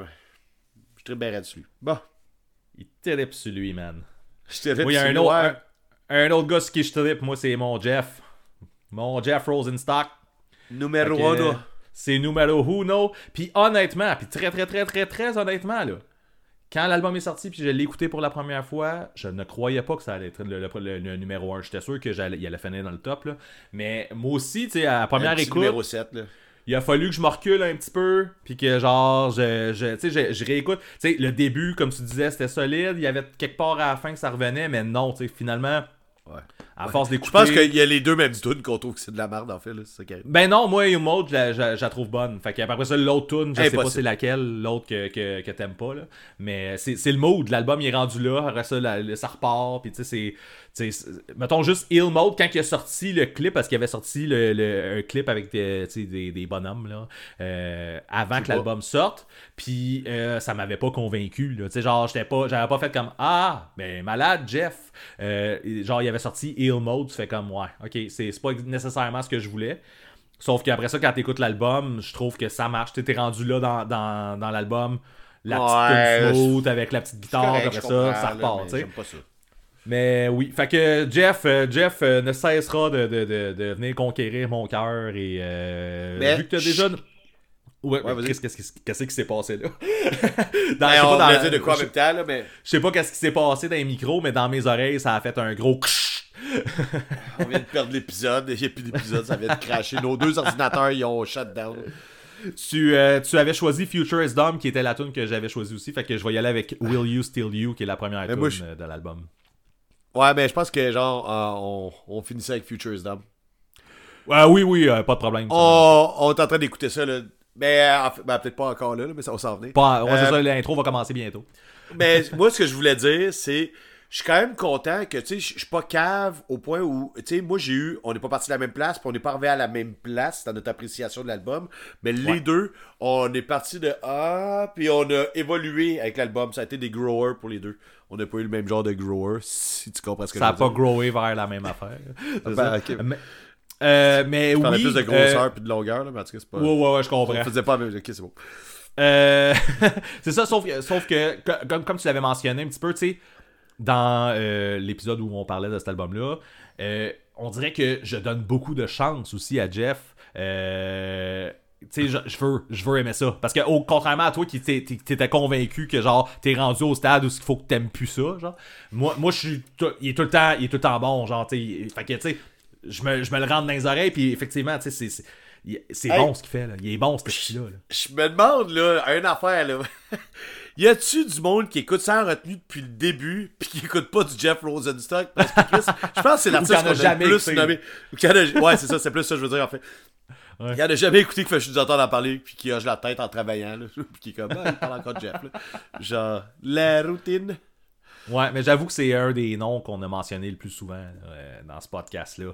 je suis bien dessus. Bon.
Il trippe sur lui, man.
Je trippe
sur lui. Un,
autre,
un, un autre gars sur qui je trippe, moi, c'est mon Jeff. Mon Jeff Rosenstock.
Numéro uno.
C'est numéro uno. Puis honnêtement, puis très, très, très, très, très honnêtement, là, quand l'album est sorti puis je l'ai écouté pour la première fois, je ne croyais pas que ça allait être le, le, le, le numéro un. J'étais sûr qu'il allait, allait finir dans le top, là. Mais moi aussi, tu sais, à la première
un petit
écoute...
numéro sept, là.
Il a fallu que je me recule un petit peu, puis que genre, je, je, tu sais, je, je réécoute. Tu sais, le début, comme tu disais, c'était solide. Il y avait quelque part à la fin que ça revenait, mais non, tu sais, finalement,
ouais.
à
ouais.
force d'écouter...
Je pense qu'il y a les deux mêmes tunes qu'on trouve que c'est de la merde, en fait, là, c'est ça qui arrive.
Ben non, moi, You Mode, je la, je, je la trouve bonne. Fait qu'après ça, l'autre tune, je
Impossible.
sais pas c'est laquelle, l'autre que, que, que t'aimes pas, là. Mais c'est, c'est le mood, l'album, il est rendu là, après ça, la, ça repart, puis tu sais, c'est... T'sais, mettons juste Ill Mode quand il a sorti le clip, parce qu'il avait sorti le, le, un clip avec des, des, des bonhommes là, euh, avant que l'album sorte, puis euh, ça m'avait pas convaincu là. T'sais, genre j'étais pas, j'avais pas fait comme ah ben malade Jeff, euh, genre il avait sorti Ill Mode, tu fais comme ouais ok c'est, c'est pas nécessairement ce que je voulais, sauf qu'après ça quand t'écoutes l'album je trouve que ça marche, t'es rendu là dans, dans, dans l'album, la
ouais,
petite smooth avec la petite guitare,
correct,
après ça ça repart, tu sais.
J'aime pas ça.
Mais oui, fait que Jeff, euh, Jeff euh, ne cessera de, de, de, de venir conquérir mon cœur et euh,
mais
vu que t'as déjà... Ouais,
ouais,
mais qu'est-ce, qu'est-ce, qu'est-ce qui s'est passé là?
dans, ben, on va dire de quoi en même temps, là, mais...
Je sais pas qu'est-ce qui s'est passé dans les micros, mais dans mes oreilles, ça a fait un gros...
On vient de perdre l'épisode, il n'y a plus d'épisode, ça vient de cracher. Nos deux ordinateurs, ils ont shut down.
Tu, euh, tu avais choisi Future is Dumb, qui était la tune que j'avais choisie aussi, fait que je vais y aller avec Will You Still You, qui est la première tune je... de l'album.
Ouais, mais je pense que genre, euh, on, on finissait avec Futures Dam.
Euh, oui, oui, euh, pas de problème.
On, on est en train d'écouter ça, là. Mais euh, ben, peut-être pas encore là, là mais ça va s'en venir.
Pas, ouais,
euh,
c'est ça, l'intro va commencer bientôt.
Mais moi, ce que je voulais dire, c'est... Je suis quand même content que, tu sais, je suis pas cave au point où, tu sais, moi j'ai eu, on n'est pas parti de la même place, puis on n'est pas arrivé à la même place dans notre appréciation de l'album, mais les
ouais.
deux, on est parti de ah, puis on a évolué avec l'album, ça a été des growers pour les deux. On n'a pas eu le même genre de grower, si tu comprends ce que
ça
je veux dire.
Ça n'a pas growé vers la même affaire.
ben, ça. Okay.
Mais, euh, mais oui.
On a plus de grosseur
euh...
puis de longueur, là, mais en tout cas, c'est pas...
Ouais, ouais, ouais, je comprends.
On faisait pas... Ok, c'est bon.
Euh... c'est ça, sauf, sauf que, comme, comme tu l'avais mentionné un petit peu, tu sais, dans euh, l'épisode où on parlait de cet album-là, euh, on dirait que je donne beaucoup de chance aussi à Jeff. Euh, tu sais, je, je veux je veux aimer ça. Parce que, au, contrairement à toi qui t'es, t'étais convaincu que, genre, t'es rendu au stade où il faut que t'aimes plus ça, genre, moi, moi je suis... Il est tout le temps, il est tout le temps bon, genre, tu sais. Fait que, tu sais, je me, je me le rentre dans les oreilles, puis effectivement, tu sais, c'est... c'est C'est hey, bon ce qu'il fait, là. Il est bon, ce petit-là. Là.
Je me demande, là, une affaire, là. Y a-tu du monde qui écoute ça en retenue depuis le début pis qui écoute pas du Jeff Rosenstock? Parce que Chris, je pense que c'est l'artiste qu'on a jamais le plus nommé. A... Ouais, c'est ça, c'est plus ça que je veux dire, en fait. Ouais. Il en a jamais écouté que je nous entends en parler pis qui hoche la tête en travaillant, là. Pis qui est comme, ah, il parle encore de Jeff, là. Genre, la routine.
Ouais, mais j'avoue que c'est un des noms qu'on a mentionné le plus souvent euh, dans ce podcast-là.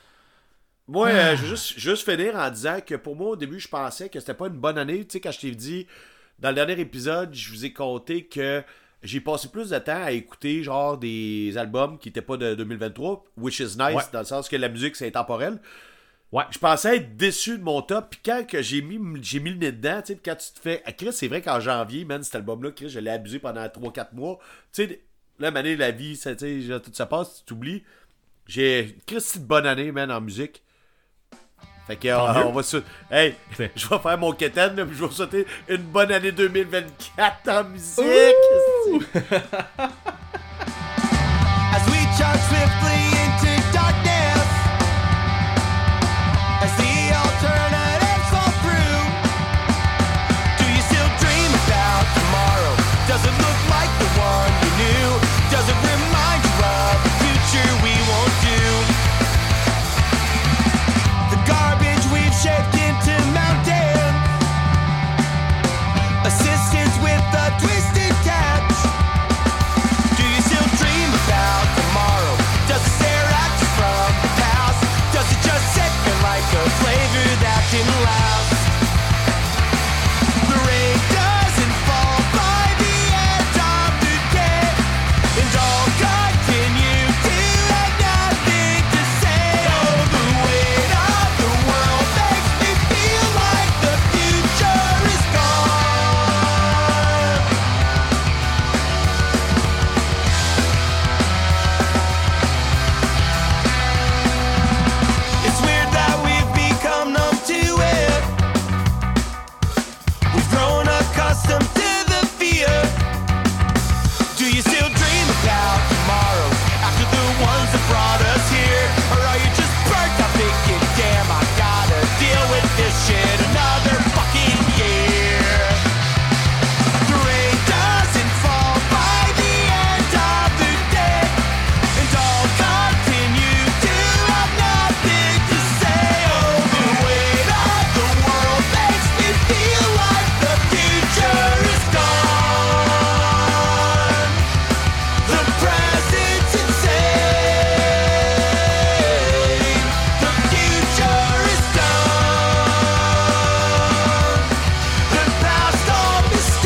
Moi, euh, je veux juste, juste finir en disant que pour moi, au début, je pensais que c'était pas une bonne année. Tu sais, quand je t'ai dit, dans le dernier épisode, je vous ai conté que j'ai passé plus de temps à écouter genre des albums qui étaient pas de deux mille vingt-trois, which is nice, ouais. Dans le sens que la musique, c'est intemporel.
Ouais.
Je pensais être déçu de mon top, puis quand que j'ai mis, j'ai mis le nez dedans, tu sais, quand tu te fais... Ah, Chris, c'est vrai qu'en janvier, man, cet album-là, Chris, je l'ai abusé pendant trois quatre mois. Tu sais, là, année, la vie, ça, tu sais, tout ça passe, tu t'oublies. J'ai... Chris, c'est une bonne année, man, en musique. Fait que, on, on va se... Hey, c'est... je vais faire mon quétaine, puis je vais vous souhaiter une bonne année deux mille vingt-quatre en musique!
As we charge swiftly into darkness, as the alternatives fall through, do you still dream about tomorrow? Does it look like the one you knew? Does it remind you of the future we won't do? The garbage we've shaped into mountains, assistance with a twisted catch. Do you still dream about tomorrow? Does it stare at you from the past? Does it just sit there like a flavor that didn't last? The rain doesn't fall by the end of the day, and all continue to have nothing to say. Oh, the weight of the world makes me feel like the future is gone. It's weird that we've become numb to it. We've grown accustomed to the fear. Do you still dream about tomorrow after the ones that brought us here? Or are you just burnt out thinking, damn, I gotta deal with this shit another fucking year? The rain doesn't fall by the end of the day, and all continue to have nothing to say. Oh, the weight of the world makes me feel like the future is gone. The present's insane. The future is done. The past all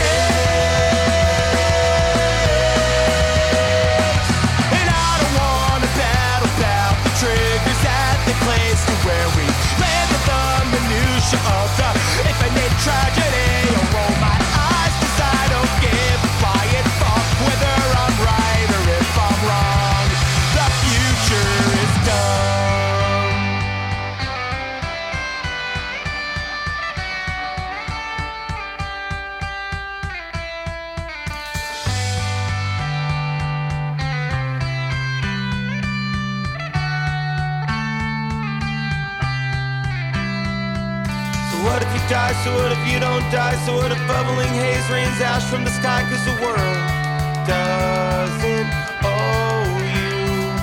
mistakes. And I don't wanna battle about the triggers that they placed and where we land with the minutia of the infinite tragedy. Or roll my eyes 'cause I don't give a flying fuck whether I'm right or if I'm wrong. The future is done. So what if you die? So what if you don't die? So what if bubbling haze rains ash from the sky? 'Cause the world doesn't owe you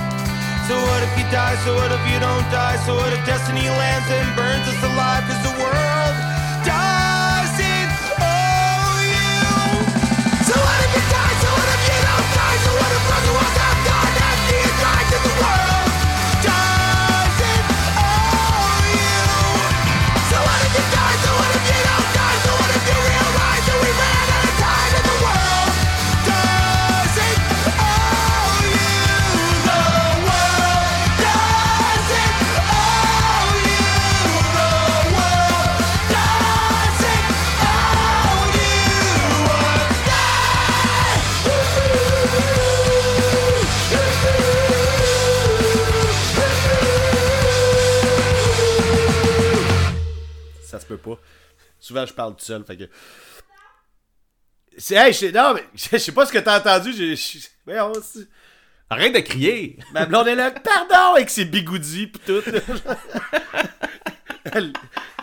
So what if you die? So what if you don't die? So what if destiny lands and burns us alive? Cause the world doesn't owe you. So what if you die? So what if you don't die? So what if Russell was out gone after you died? Cause the world doesn't owe you. So what if you die? So what if you don't die? So what if you realize that we ran out of time and the world doesn't owe you? The world doesn't owe you. The world doesn't owe you. What's
Ça se peut pas. Souvent, je parle tout seul, fait que... C'est, hey, je sais, non, mais je sais pas ce que t'as entendu, j'ai... je- voyons, c'est-
Arrête de crier!
Ma blonde est là, pardon, avec ses bigoudis pis tout. Elle-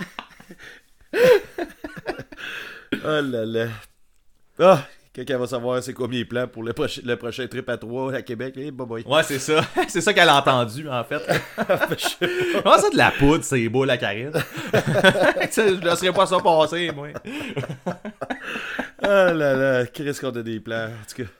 Oh là là. Ah, quelqu'un va savoir c'est quoi mes plans pour le, proche- le prochain trip à trois à Québec. Eh, bye bye.
Ouais, c'est ça. C'est ça qu'elle a entendu, en fait. Comment ça, de la poudre, c'est beau, la Karine? Je ne laisserais pas ça passer, moi.
Oh là là, qu'est-ce qu'on a des plans, en tout cas.